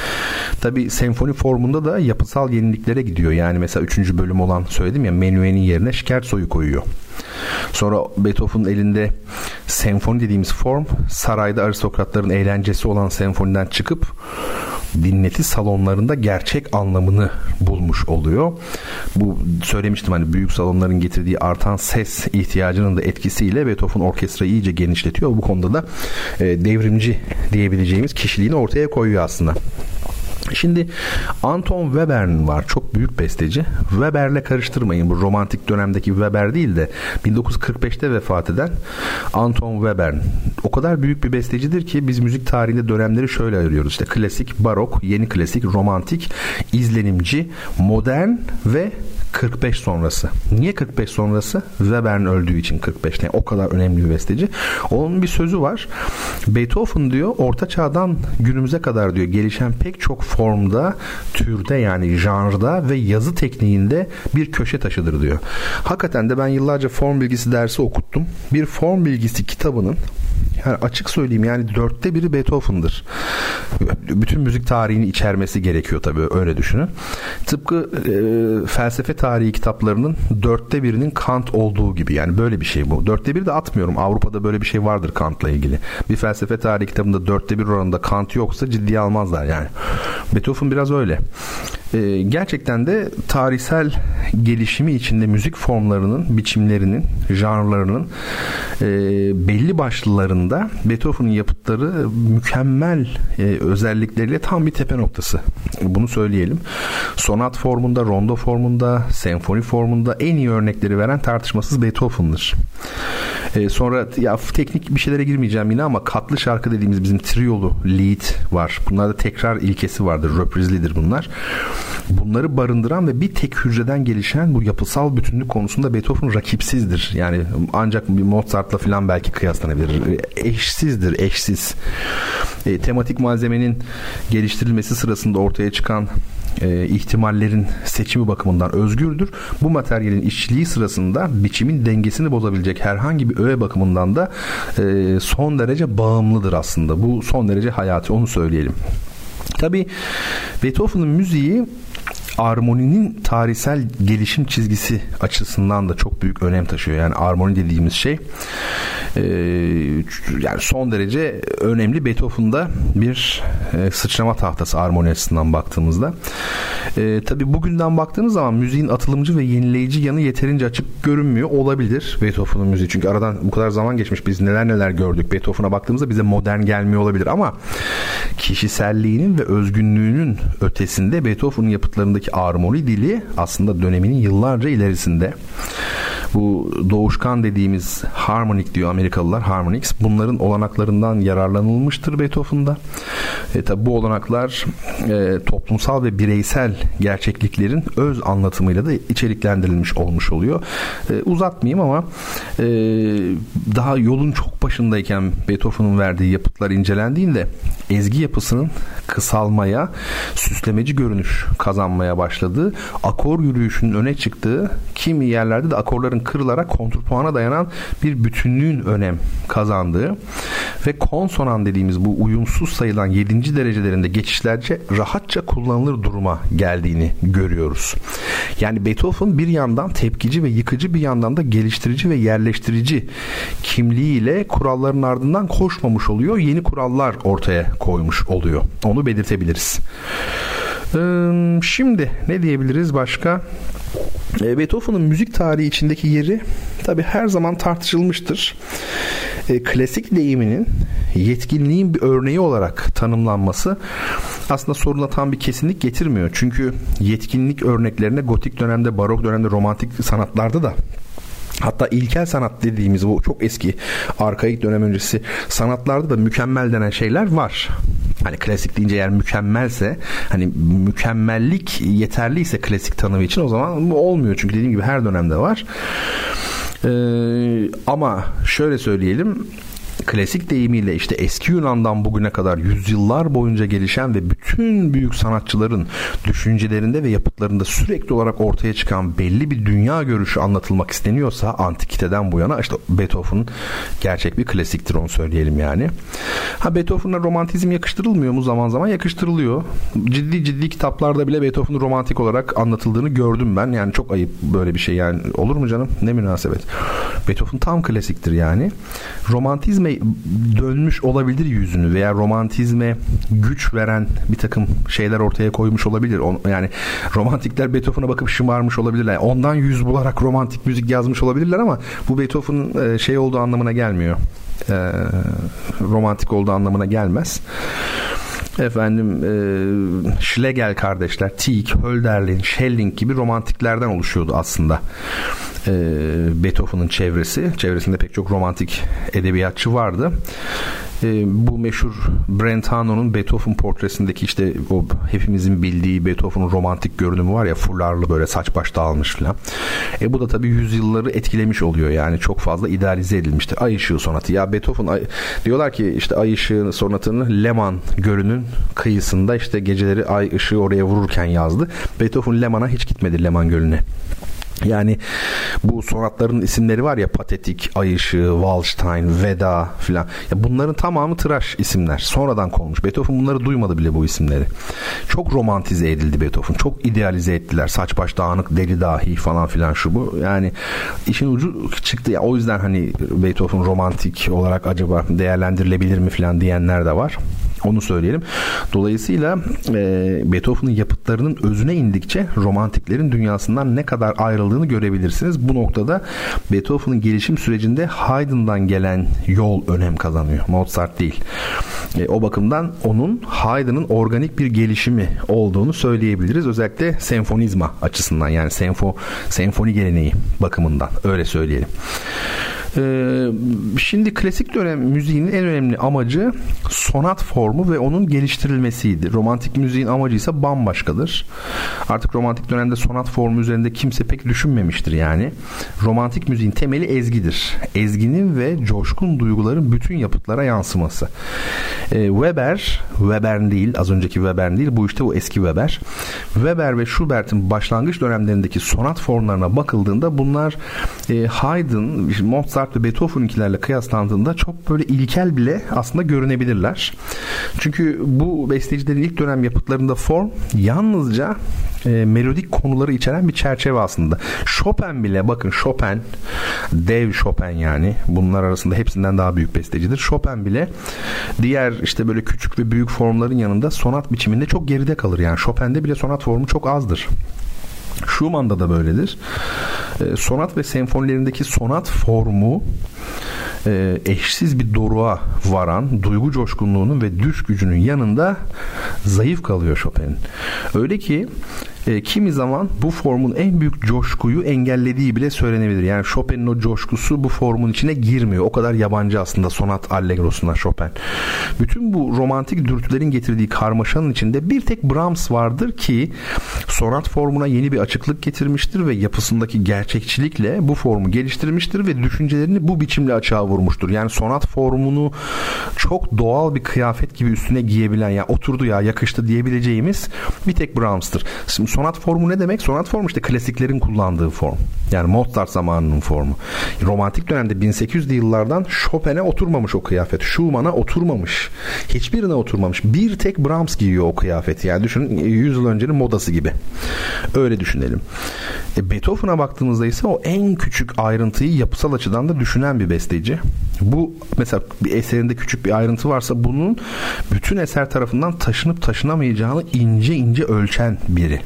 Tabii senfoni formunda da yapısal yeniliklere gidiyor. Yani mesela 3. bölüm olan, söyledim ya, Menuet'in yerine scherzo'yu koyuyor. Sonra Beethoven'ın elinde senfoni dediğimiz form, sarayda aristokratların eğlencesi olan senfoniden çıkıp dinleti salonlarında gerçek anlamını bulmuş oluyor. Bu söylemiştim, hani büyük salonların getirdiği artan ses ihtiyacının da etkisiyle Beethoven orkestrayı iyice genişletiyor. Bu konuda da devrimci diyebileceğimiz kişiliğini ortaya koyuyor aslında. Şimdi Anton Webern var, çok büyük besteci. Weber'le karıştırmayın, bu romantik dönemdeki Weber değil de 1945'te vefat eden Anton Webern. O kadar büyük bir bestecidir ki biz müzik tarihinde dönemleri şöyle ayırıyoruz. İşte klasik, barok, yeni klasik, romantik, izlenimci, modern ve 45 sonrası. Niye 45 sonrası? Webern öldüğü için 45. Yani o kadar önemli bir besteci. Onun bir sözü var. Beethoven diyor, Orta Çağ'dan günümüze kadar diyor gelişen pek çok formda, türde, yani janrda ve yazı tekniğinde bir köşe taşıdır diyor. Hakikaten de ben yıllarca form bilgisi dersi okuttum. Bir form bilgisi kitabının, yani açık söyleyeyim, yani 1/4 Beethoven'dır. Bütün müzik tarihini içermesi gerekiyor tabii, öyle düşünün. Tıpkı felsefe tarihi kitaplarının 1/4'inin Kant olduğu gibi, yani böyle bir şey bu. 1/4 de atmıyorum. Avrupa'da böyle bir şey vardır Kant'la ilgili. Bir felsefe tarihi kitabında 1/4 oranında Kant yoksa ciddiye almazlar yani. Beethoven biraz öyle. Gerçekten de tarihsel gelişimi içinde müzik formlarının, biçimlerinin, janrlarının belli başlılarında Beethoven'ın yapıtları mükemmel özellikleriyle tam bir tepe noktası. Bunu söyleyelim. Sonat formunda, rondo formunda, senfoni formunda en iyi örnekleri veren tartışmasız Beethoven'dır. Sonra ya teknik bir şeylere girmeyeceğim yine ama katlı şarkı dediğimiz bizim triyolu lead var. Bunlarda tekrar ilkesi vardır. Röprizlidir bunlar. Bunları barındıran ve bir tek hücreden gelişen bu yapısal bütünlük konusunda Beethoven rakipsizdir. Yani ancak bir Mozart'la falan belki kıyaslanabilir. Eşsizdir, eşsiz. Tematik malzemenin geliştirilmesi sırasında ortaya çıkan ihtimallerin seçimi bakımından özgürdür. Bu materyalin işçiliği sırasında biçimin dengesini bozabilecek herhangi bir öğe bakımından da son derece bağımlıdır aslında. Bu son derece hayati, onu söyleyelim. Tabii Beethoven'ın müziği armoninin tarihsel gelişim çizgisi açısından da çok büyük önem taşıyor. Yani armoni dediğimiz şey yani son derece önemli. Beethoven'da bir sıçrama tahtası armoni açısından baktığımızda. Tabii bugünden baktığınız zaman müziğin atılımcı ve yenileyici yanı yeterince açık görünmüyor olabilir Beethoven'ın müziği. Çünkü aradan bu kadar zaman geçmiş, biz neler neler gördük. Beethoven'a baktığımızda bize modern gelmiyor olabilir ama kişiselliğinin ve özgünlüğünün ötesinde Beethoven'ın yapıtlarındaki armoni dili aslında döneminin yıllarca ilerisinde. Bu doğuşkan dediğimiz harmonik diyor Amerikalılar, harmonics. Bunların olanaklarından yararlanılmıştır Beethoven'da. Tabi bu olanaklar toplumsal ve bireysel gerçekliklerin öz anlatımıyla da içeriklendirilmiş olmuş oluyor. Uzatmayayım ama daha yolun çok başındayken Beethoven'ın verdiği yapıtlar incelendiğinde ezgi yapısının kısalmaya, süslemeci görünüş kazanmaya başladığı, akor yürüyüşünün öne çıktığı, kimi yerlerde de akorların kırılarak kontrpuana dayanan bir bütünlüğün önem kazandığı ve konsonan dediğimiz bu uyumsuz sayılan 7. derecelerinde geçişlerce rahatça kullanılır duruma geldiğini görüyoruz. Yani Beethoven bir yandan tepkici ve yıkıcı, bir yandan da geliştirici ve yerleştirici kimliğiyle kuralların ardından koşmamış oluyor. Yeni kurallar ortaya koymuş oluyor. Onu belirtebiliriz. Şimdi ne diyebiliriz başka? Beethoven'ın müzik tarihi içindeki yeri tabii her zaman tartışılmıştır. Klasik deyiminin yetkinliğin bir örneği olarak tanımlanması aslında soruna tam bir kesinlik getirmiyor. Çünkü yetkinlik örneklerine gotik dönemde, barok dönemde, romantik sanatlarda da, hatta ilkel sanat dediğimiz bu çok eski arkaik dönem öncesi sanatlarda da mükemmel denen şeyler var. Hani klasik deyince eğer mükemmelse, hani mükemmellik yeterliyse klasik tanımı için, o zaman bu olmuyor. Çünkü dediğim gibi her dönemde var. Ama şöyle söyleyelim, klasik deyimiyle işte eski Yunan'dan bugüne kadar yüzyıllar boyunca gelişen ve bütün büyük sanatçıların düşüncelerinde ve yapıtlarında sürekli olarak ortaya çıkan belli bir dünya görüşü anlatılmak isteniyorsa antikiteden bu yana, işte Beethoven gerçek bir klasiktir, onu söyleyelim yani. Beethoven'a romantizm yakıştırılmıyor mu? Zaman zaman yakıştırılıyor. Ciddi kitaplarda bile Beethoven'ın romantik olarak anlatıldığını gördüm ben. Yani çok ayıp böyle bir şey yani. Olur mu canım? Ne münasebet. Beethoven tam klasiktir yani. Romantizme dönmüş olabilir yüzünü veya romantizme güç veren bir takım şeyler ortaya koymuş olabilir. Yani romantikler Beethoven'a bakıp şımarmış olabilirler. Ondan yüz bularak romantik müzik yazmış olabilirler ama bu Beethoven'ın şey olduğu anlamına gelmiyor. Romantik olduğu anlamına gelmez. Schlegel kardeşler, Tieck, Hölderlin, Schelling gibi romantiklerden oluşuyordu aslında. Beethoven'ın çevresinde pek çok romantik edebiyatçı vardı. Bu meşhur Brentano'nun Beethoven portresindeki işte o hepimizin bildiği Beethoven'ın romantik görünümü var ya, fularlı böyle saç baş dağılmış falan. Bu da tabii yüzyılları etkilemiş oluyor yani, çok fazla idealize edilmişti. Ay Işığı sonatı, ya Beethoven diyorlar ki işte Ay Işığı sonatını Leman Gölü'nün kıyısında işte geceleri ay ışığı oraya vururken yazdı. Beethoven Leman'a hiç gitmedi, Leman Gölü'ne. Yani bu sonatların isimleri var ya, Patetik, Ay Işığı, Wallstein, Veda filan. Ya bunların tamamı tıraş isimler. Sonradan konmuş. Beethoven bunları duymadı bile, bu isimleri. Çok romantize edildi Beethoven. Çok idealize ettiler. Saç baş dağınık, deli dahi falan filan şu bu. Yani işin ucu çıktı ya. O yüzden hani Beethoven romantik olarak acaba değerlendirilebilir mi filan diyenler de var. Onu söyleyelim. Dolayısıyla Beethoven'ın yapıtlarının özüne indikçe romantiklerin dünyasından ne kadar ayrıldığını görebilirsiniz. Bu noktada Beethoven'ın gelişim sürecinde Haydn'dan gelen yol önem kazanıyor. Mozart değil. O bakımdan onun Haydn'ın organik bir gelişimi olduğunu söyleyebiliriz. Özellikle senfonizma açısından, yani senfoni geleneği bakımından öyle söyleyelim. Şimdi klasik dönem müziğinin en önemli amacı sonat formu ve onun geliştirilmesiydi. Romantik müziğin amacı ise bambaşkadır. Artık romantik dönemde sonat formu üzerinde kimse pek düşünmemiştir yani. Romantik müziğin temeli ezgidir. Ezginin ve coşkun duyguların bütün yapıtlara yansıması. Weber değil, az önceki Weber değil, bu işte o eski Weber. Weber ve Schubert'in başlangıç dönemlerindeki sonat formlarına bakıldığında bunlar Haydn, Mozart ve Beethoven'inkilerle kıyaslandığında çok böyle ilkel bile aslında görünebilirler. Çünkü bu bestecilerin ilk dönem yapıtlarında form yalnızca melodik konuları içeren bir çerçeve aslında. Chopin bile, bakın Chopin, dev Chopin yani, bunlar arasında hepsinden daha büyük bestecidir. Chopin bile diğer işte böyle küçük ve büyük formların yanında sonat biçiminde çok geride kalır. Yani Chopin'de bile sonat formu çok azdır. Schumann'da da böyledir. Sonat ve senfonilerindeki sonat formu eşsiz bir doruğa varan duygu coşkunluğunun ve düş gücünün yanında zayıf kalıyor Chopin'in. Öyle ki kimi zaman bu formun en büyük coşkuyu engellediği bile söylenebilir. Yani Chopin'in o coşkusu bu formun içine girmiyor. O kadar yabancı aslında sonat allegrosuna Chopin. Bütün bu romantik dürtülerin getirdiği karmaşanın içinde bir tek Brahms vardır ki sonat formuna yeni bir açıklık getirmiştir ve yapısındaki gerçekçilikle bu formu geliştirmiştir ve düşüncelerini bu biçimle açığa vurmuştur. Yani sonat formunu çok doğal bir kıyafet gibi üstüne giyebilen, ya oturdu ya yakıştı diyebileceğimiz bir tek Brahms'tır. Şimdi sonat formu ne demek? Sonat formu işte klasiklerin kullandığı form. Yani Mozart zamanının formu. Romantik dönemde 1800'lü yıllardan Chopin'e oturmamış o kıyafet. Schumann'a oturmamış. Hiçbirine oturmamış. Bir tek Brahms giyiyor o kıyafeti. Yani düşünün, 100 yıl öncenin modası gibi. Öyle düşünelim. Beethoven'a baktığımızda ise o en küçük ayrıntıyı yapısal açıdan da düşünen bir besteci. Bu mesela bir eserinde küçük bir ayrıntı varsa bunun bütün eser tarafından taşınıp taşınamayacağını ince ince ölçen biri.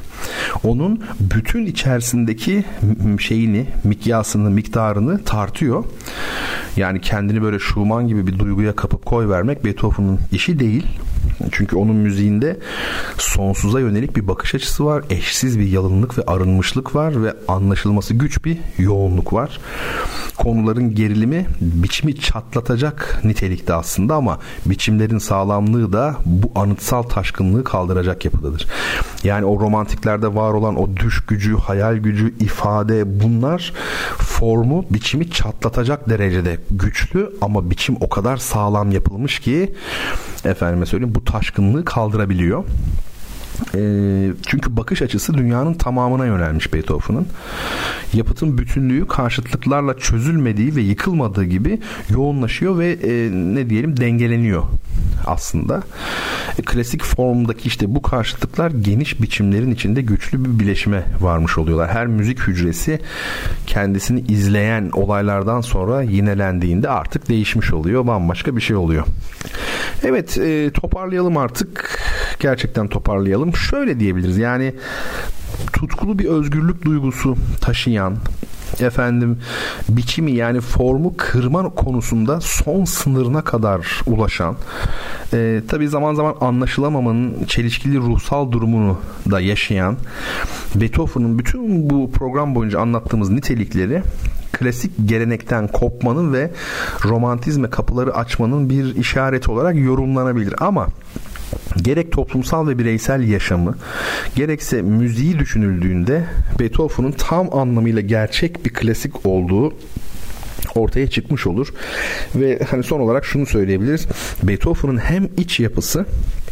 onun bütün içerisindeki mikyasını, miktarını tartıyor. Yani kendini böyle Schumann gibi bir duyguya kapıp koyvermek Beethoven'ın işi değil. Çünkü onun müziğinde sonsuza yönelik bir bakış açısı var. Eşsiz bir yalınlık ve arınmışlık var ve anlaşılması güç bir yoğunluk var. Konuların gerilimi biçimi çatlatacak nitelikte aslında ama biçimlerin sağlamlığı da bu anıtsal taşkınlığı kaldıracak yapıdadır. Yani o romantiklerde var olan o düş gücü, hayal gücü, ifade, bunlar formu, biçimi çatlatacak derecede güçlü ama biçim o kadar sağlam yapılmış ki efendime söyleyeyim bu taşkınlığı kaldırabiliyor. Çünkü bakış açısı dünyanın tamamına yönelmiş Beethoven'ın. Yapıtın bütünlüğü karşıtlıklarla çözülmediği ve yıkılmadığı gibi yoğunlaşıyor ve dengeleniyor aslında. Klasik formdaki işte bu karşıtlıklar geniş biçimlerin içinde güçlü bir bileşime varmış oluyorlar. Her müzik hücresi kendisini izleyen olaylardan sonra yinelendiğinde artık değişmiş oluyor. Bambaşka bir şey oluyor. Evet, toparlayalım artık. Gerçekten toparlayalım. Şöyle diyebiliriz. Yani tutkulu bir özgürlük duygusu taşıyan, biçimi yani formu kırma konusunda son sınırına kadar ulaşan, tabii zaman zaman anlaşılamamanın çelişkili ruhsal durumunu da yaşayan Beethoven'ın bütün bu program boyunca anlattığımız nitelikleri klasik gelenekten kopmanın ve romantizme kapıları açmanın bir işareti olarak yorumlanabilir. Ama gerek toplumsal ve bireysel yaşamı, gerekse müziği düşünüldüğünde Beethoven'ın tam anlamıyla gerçek bir klasik olduğu ortaya çıkmış olur. Ve son olarak şunu söyleyebiliriz. Beethoven'ın hem iç yapısı,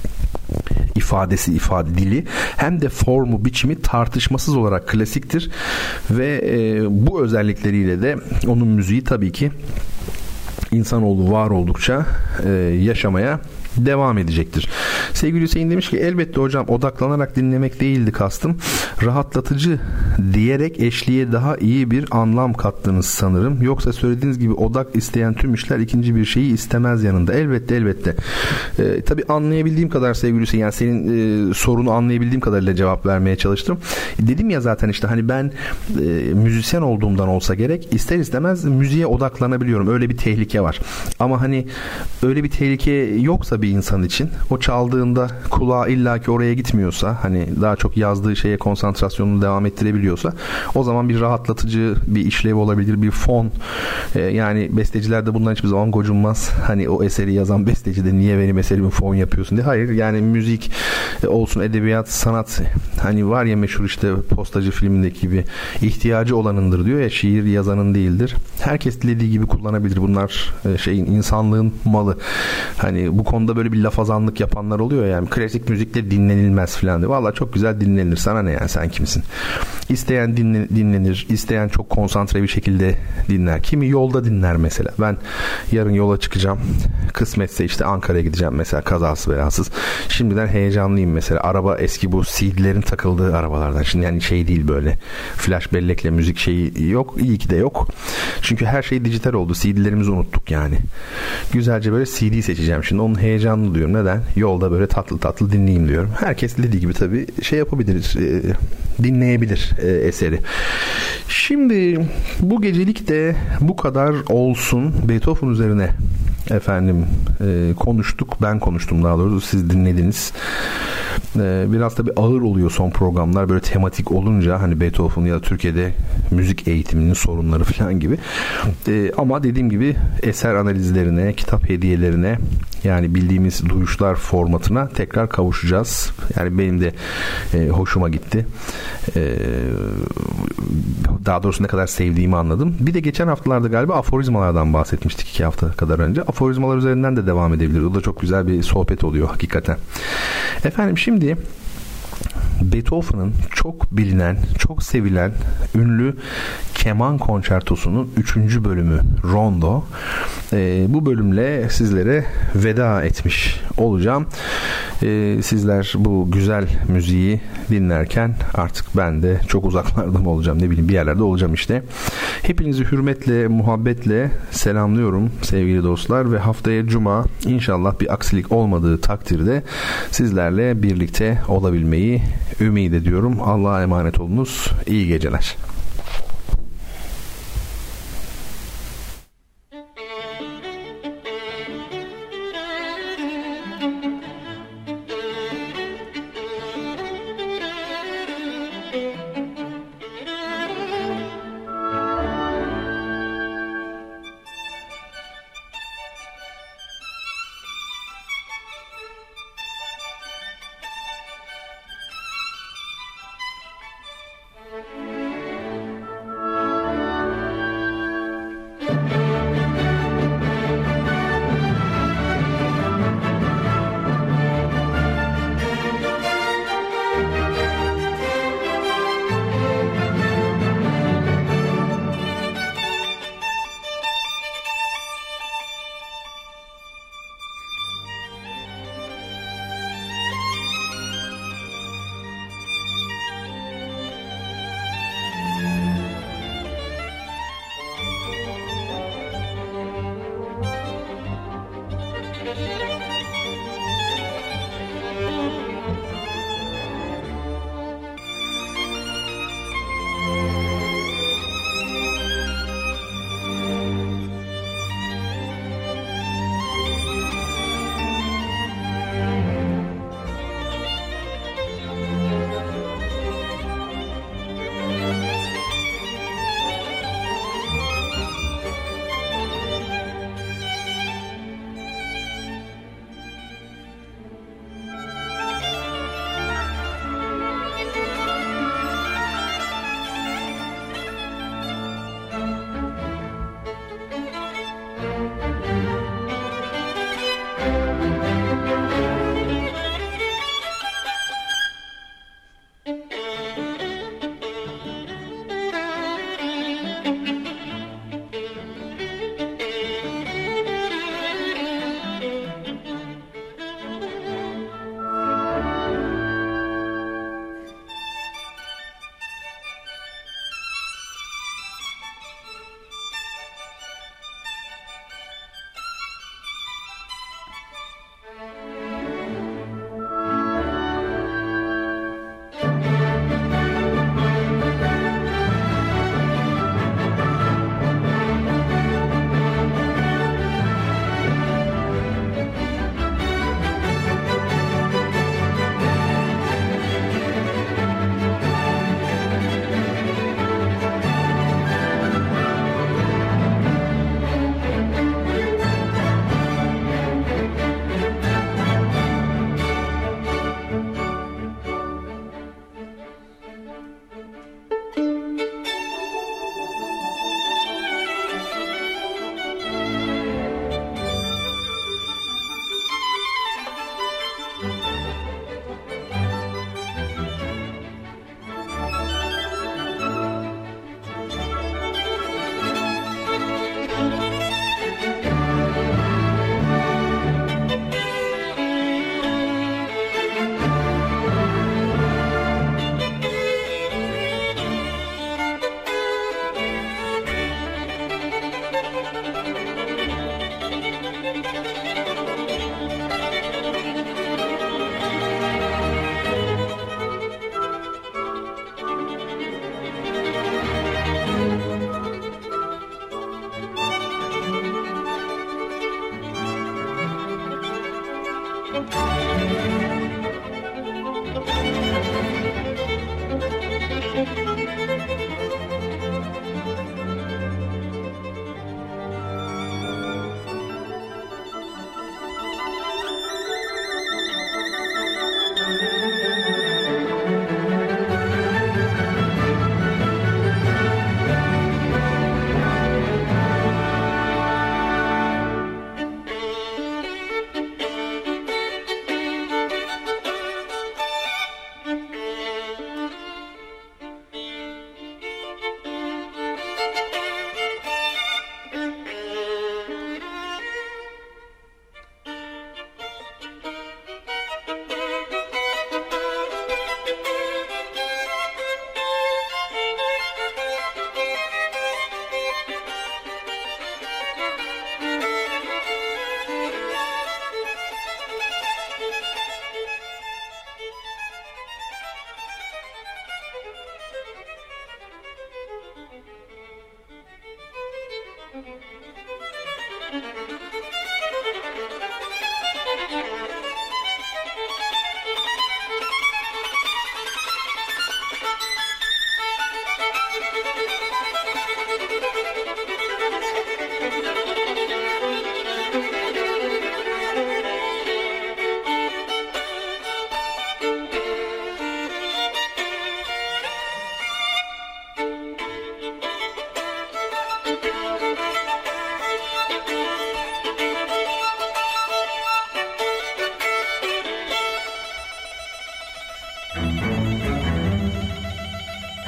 ifade dili hem de formu, biçimi tartışmasız olarak klasiktir ve bu özellikleriyle de onun müziği tabii ki insanoğlu var oldukça yaşamaya devam edecektir. Sevgili Hüseyin demiş ki elbette hocam odaklanarak dinlemek değildi kastım. Rahatlatıcı diyerek eşliğe daha iyi bir anlam kattınız sanırım. Yoksa söylediğiniz gibi odak isteyen tüm işler ikinci bir şeyi istemez yanında. Elbette. Tabii anlayabildiğim kadar sevgili Hüseyin, yani senin sorunu anlayabildiğim kadarıyla cevap vermeye çalıştım. Dedim ya zaten ben müzisyen olduğumdan olsa gerek ister istemez müziğe odaklanabiliyorum. Öyle bir tehlike var. Ama öyle bir tehlike yoksa bir insan için o çaldığında kulağı illaki oraya gitmiyorsa, daha çok yazdığı şeye konsantrasyonunu devam ettirebiliyorsa o zaman bir rahatlatıcı bir işlev olabilir, bir fon. Yani besteciler de bundan hiçbir zaman gocunmaz. O eseri yazan besteci de niye benim eserimi fon yapıyorsun diye. Hayır, yani müzik olsun, edebiyat, sanat, var ya meşhur Postacı filmindeki gibi ihtiyacı olanındır diyor ya, şiir yazanın değildir. Herkes dilediği gibi kullanabilir. Bunlar insanlığın malı. Bu konuda böyle bir lafazanlık yapanlar oluyor yani. Klasik müzikte dinlenilmez falan diye. Vallahi çok güzel dinlenir. Sana ne yani, sen kimsin? İsteyen dinlenir. İsteyen çok konsantre bir şekilde dinler. Kimi yolda dinler mesela. Ben yarın yola çıkacağım. Kısmetse Ankara'ya gideceğim mesela, kazasız belasız. Şimdiden heyecanlıyım mesela. Araba eski bu CD'lerin takıldığı arabalardan. Şimdi değil böyle. Flash bellekle müzik şeyi yok. İyi ki de yok. Çünkü her şey dijital oldu. CD'lerimizi unuttuk yani. Güzelce böyle CD seçeceğim şimdi. Onun heyecanlı diyorum. Neden? Yolda böyle tatlı dinleyeyim diyorum. Herkes dediği gibi tabii yapabilir. Dinleyebilir eseri. Şimdi bu gecelik de bu kadar olsun. Beethoven üzerine konuştuk. Ben konuştum daha doğrusu. Siz dinlediniz. Biraz tabii ağır oluyor son programlar. Böyle tematik olunca Beethoven ya da Türkiye'de müzik eğitiminin sorunları falan gibi. Ama dediğim gibi eser analizlerine, kitap hediyelerine, yani bildiğimiz duyuşlar formatına tekrar kavuşacağız. Yani benim de hoşuma gitti. Daha doğrusu ne kadar sevdiğimi anladım. Bir de geçen haftalarda galiba aforizmalardan bahsetmiştik 2 hafta kadar önce. Aforizmalar üzerinden de devam edebiliriz. O da çok güzel bir sohbet oluyor hakikaten. Şimdi Beethoven'ın çok bilinen, çok sevilen ünlü keman konçertosunun 3. bölümü Rondo. Bu bölümle sizlere veda etmiş olacağım. Sizler bu güzel müziği dinlerken artık ben de çok uzaklarda mı olacağım, ne bileyim, bir yerlerde olacağım işte. Hepinizi hürmetle, muhabbetle selamlıyorum sevgili dostlar ve haftaya Cuma inşallah bir aksilik olmadığı takdirde sizlerle birlikte olabilmeyi ümit ediyorum. Allah'a emanet olunuz. İyi geceler.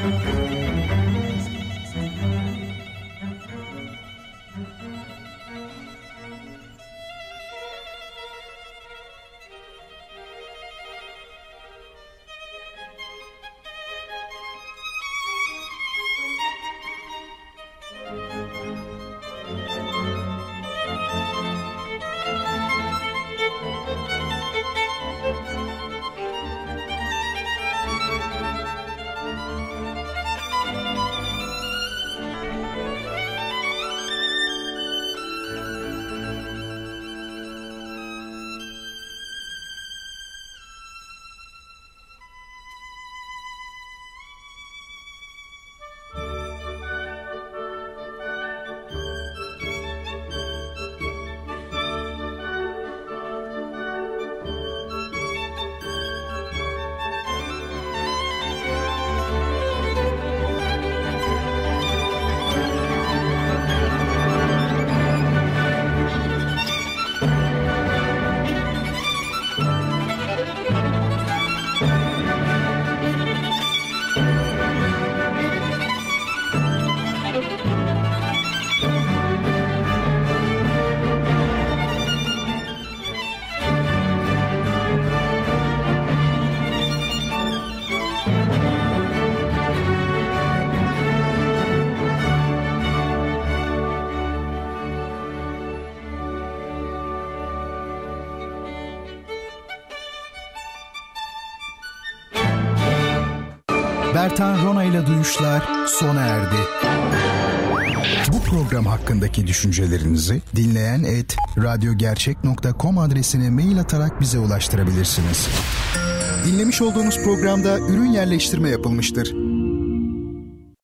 Bertan Rona ile Duyuşlar sona erdi. Bu program hakkındaki düşüncelerinizi dinleyen@radyogercek.com adresine mail atarak bize ulaştırabilirsiniz. Dinlemiş olduğunuz programda ürün yerleştirme yapılmıştır.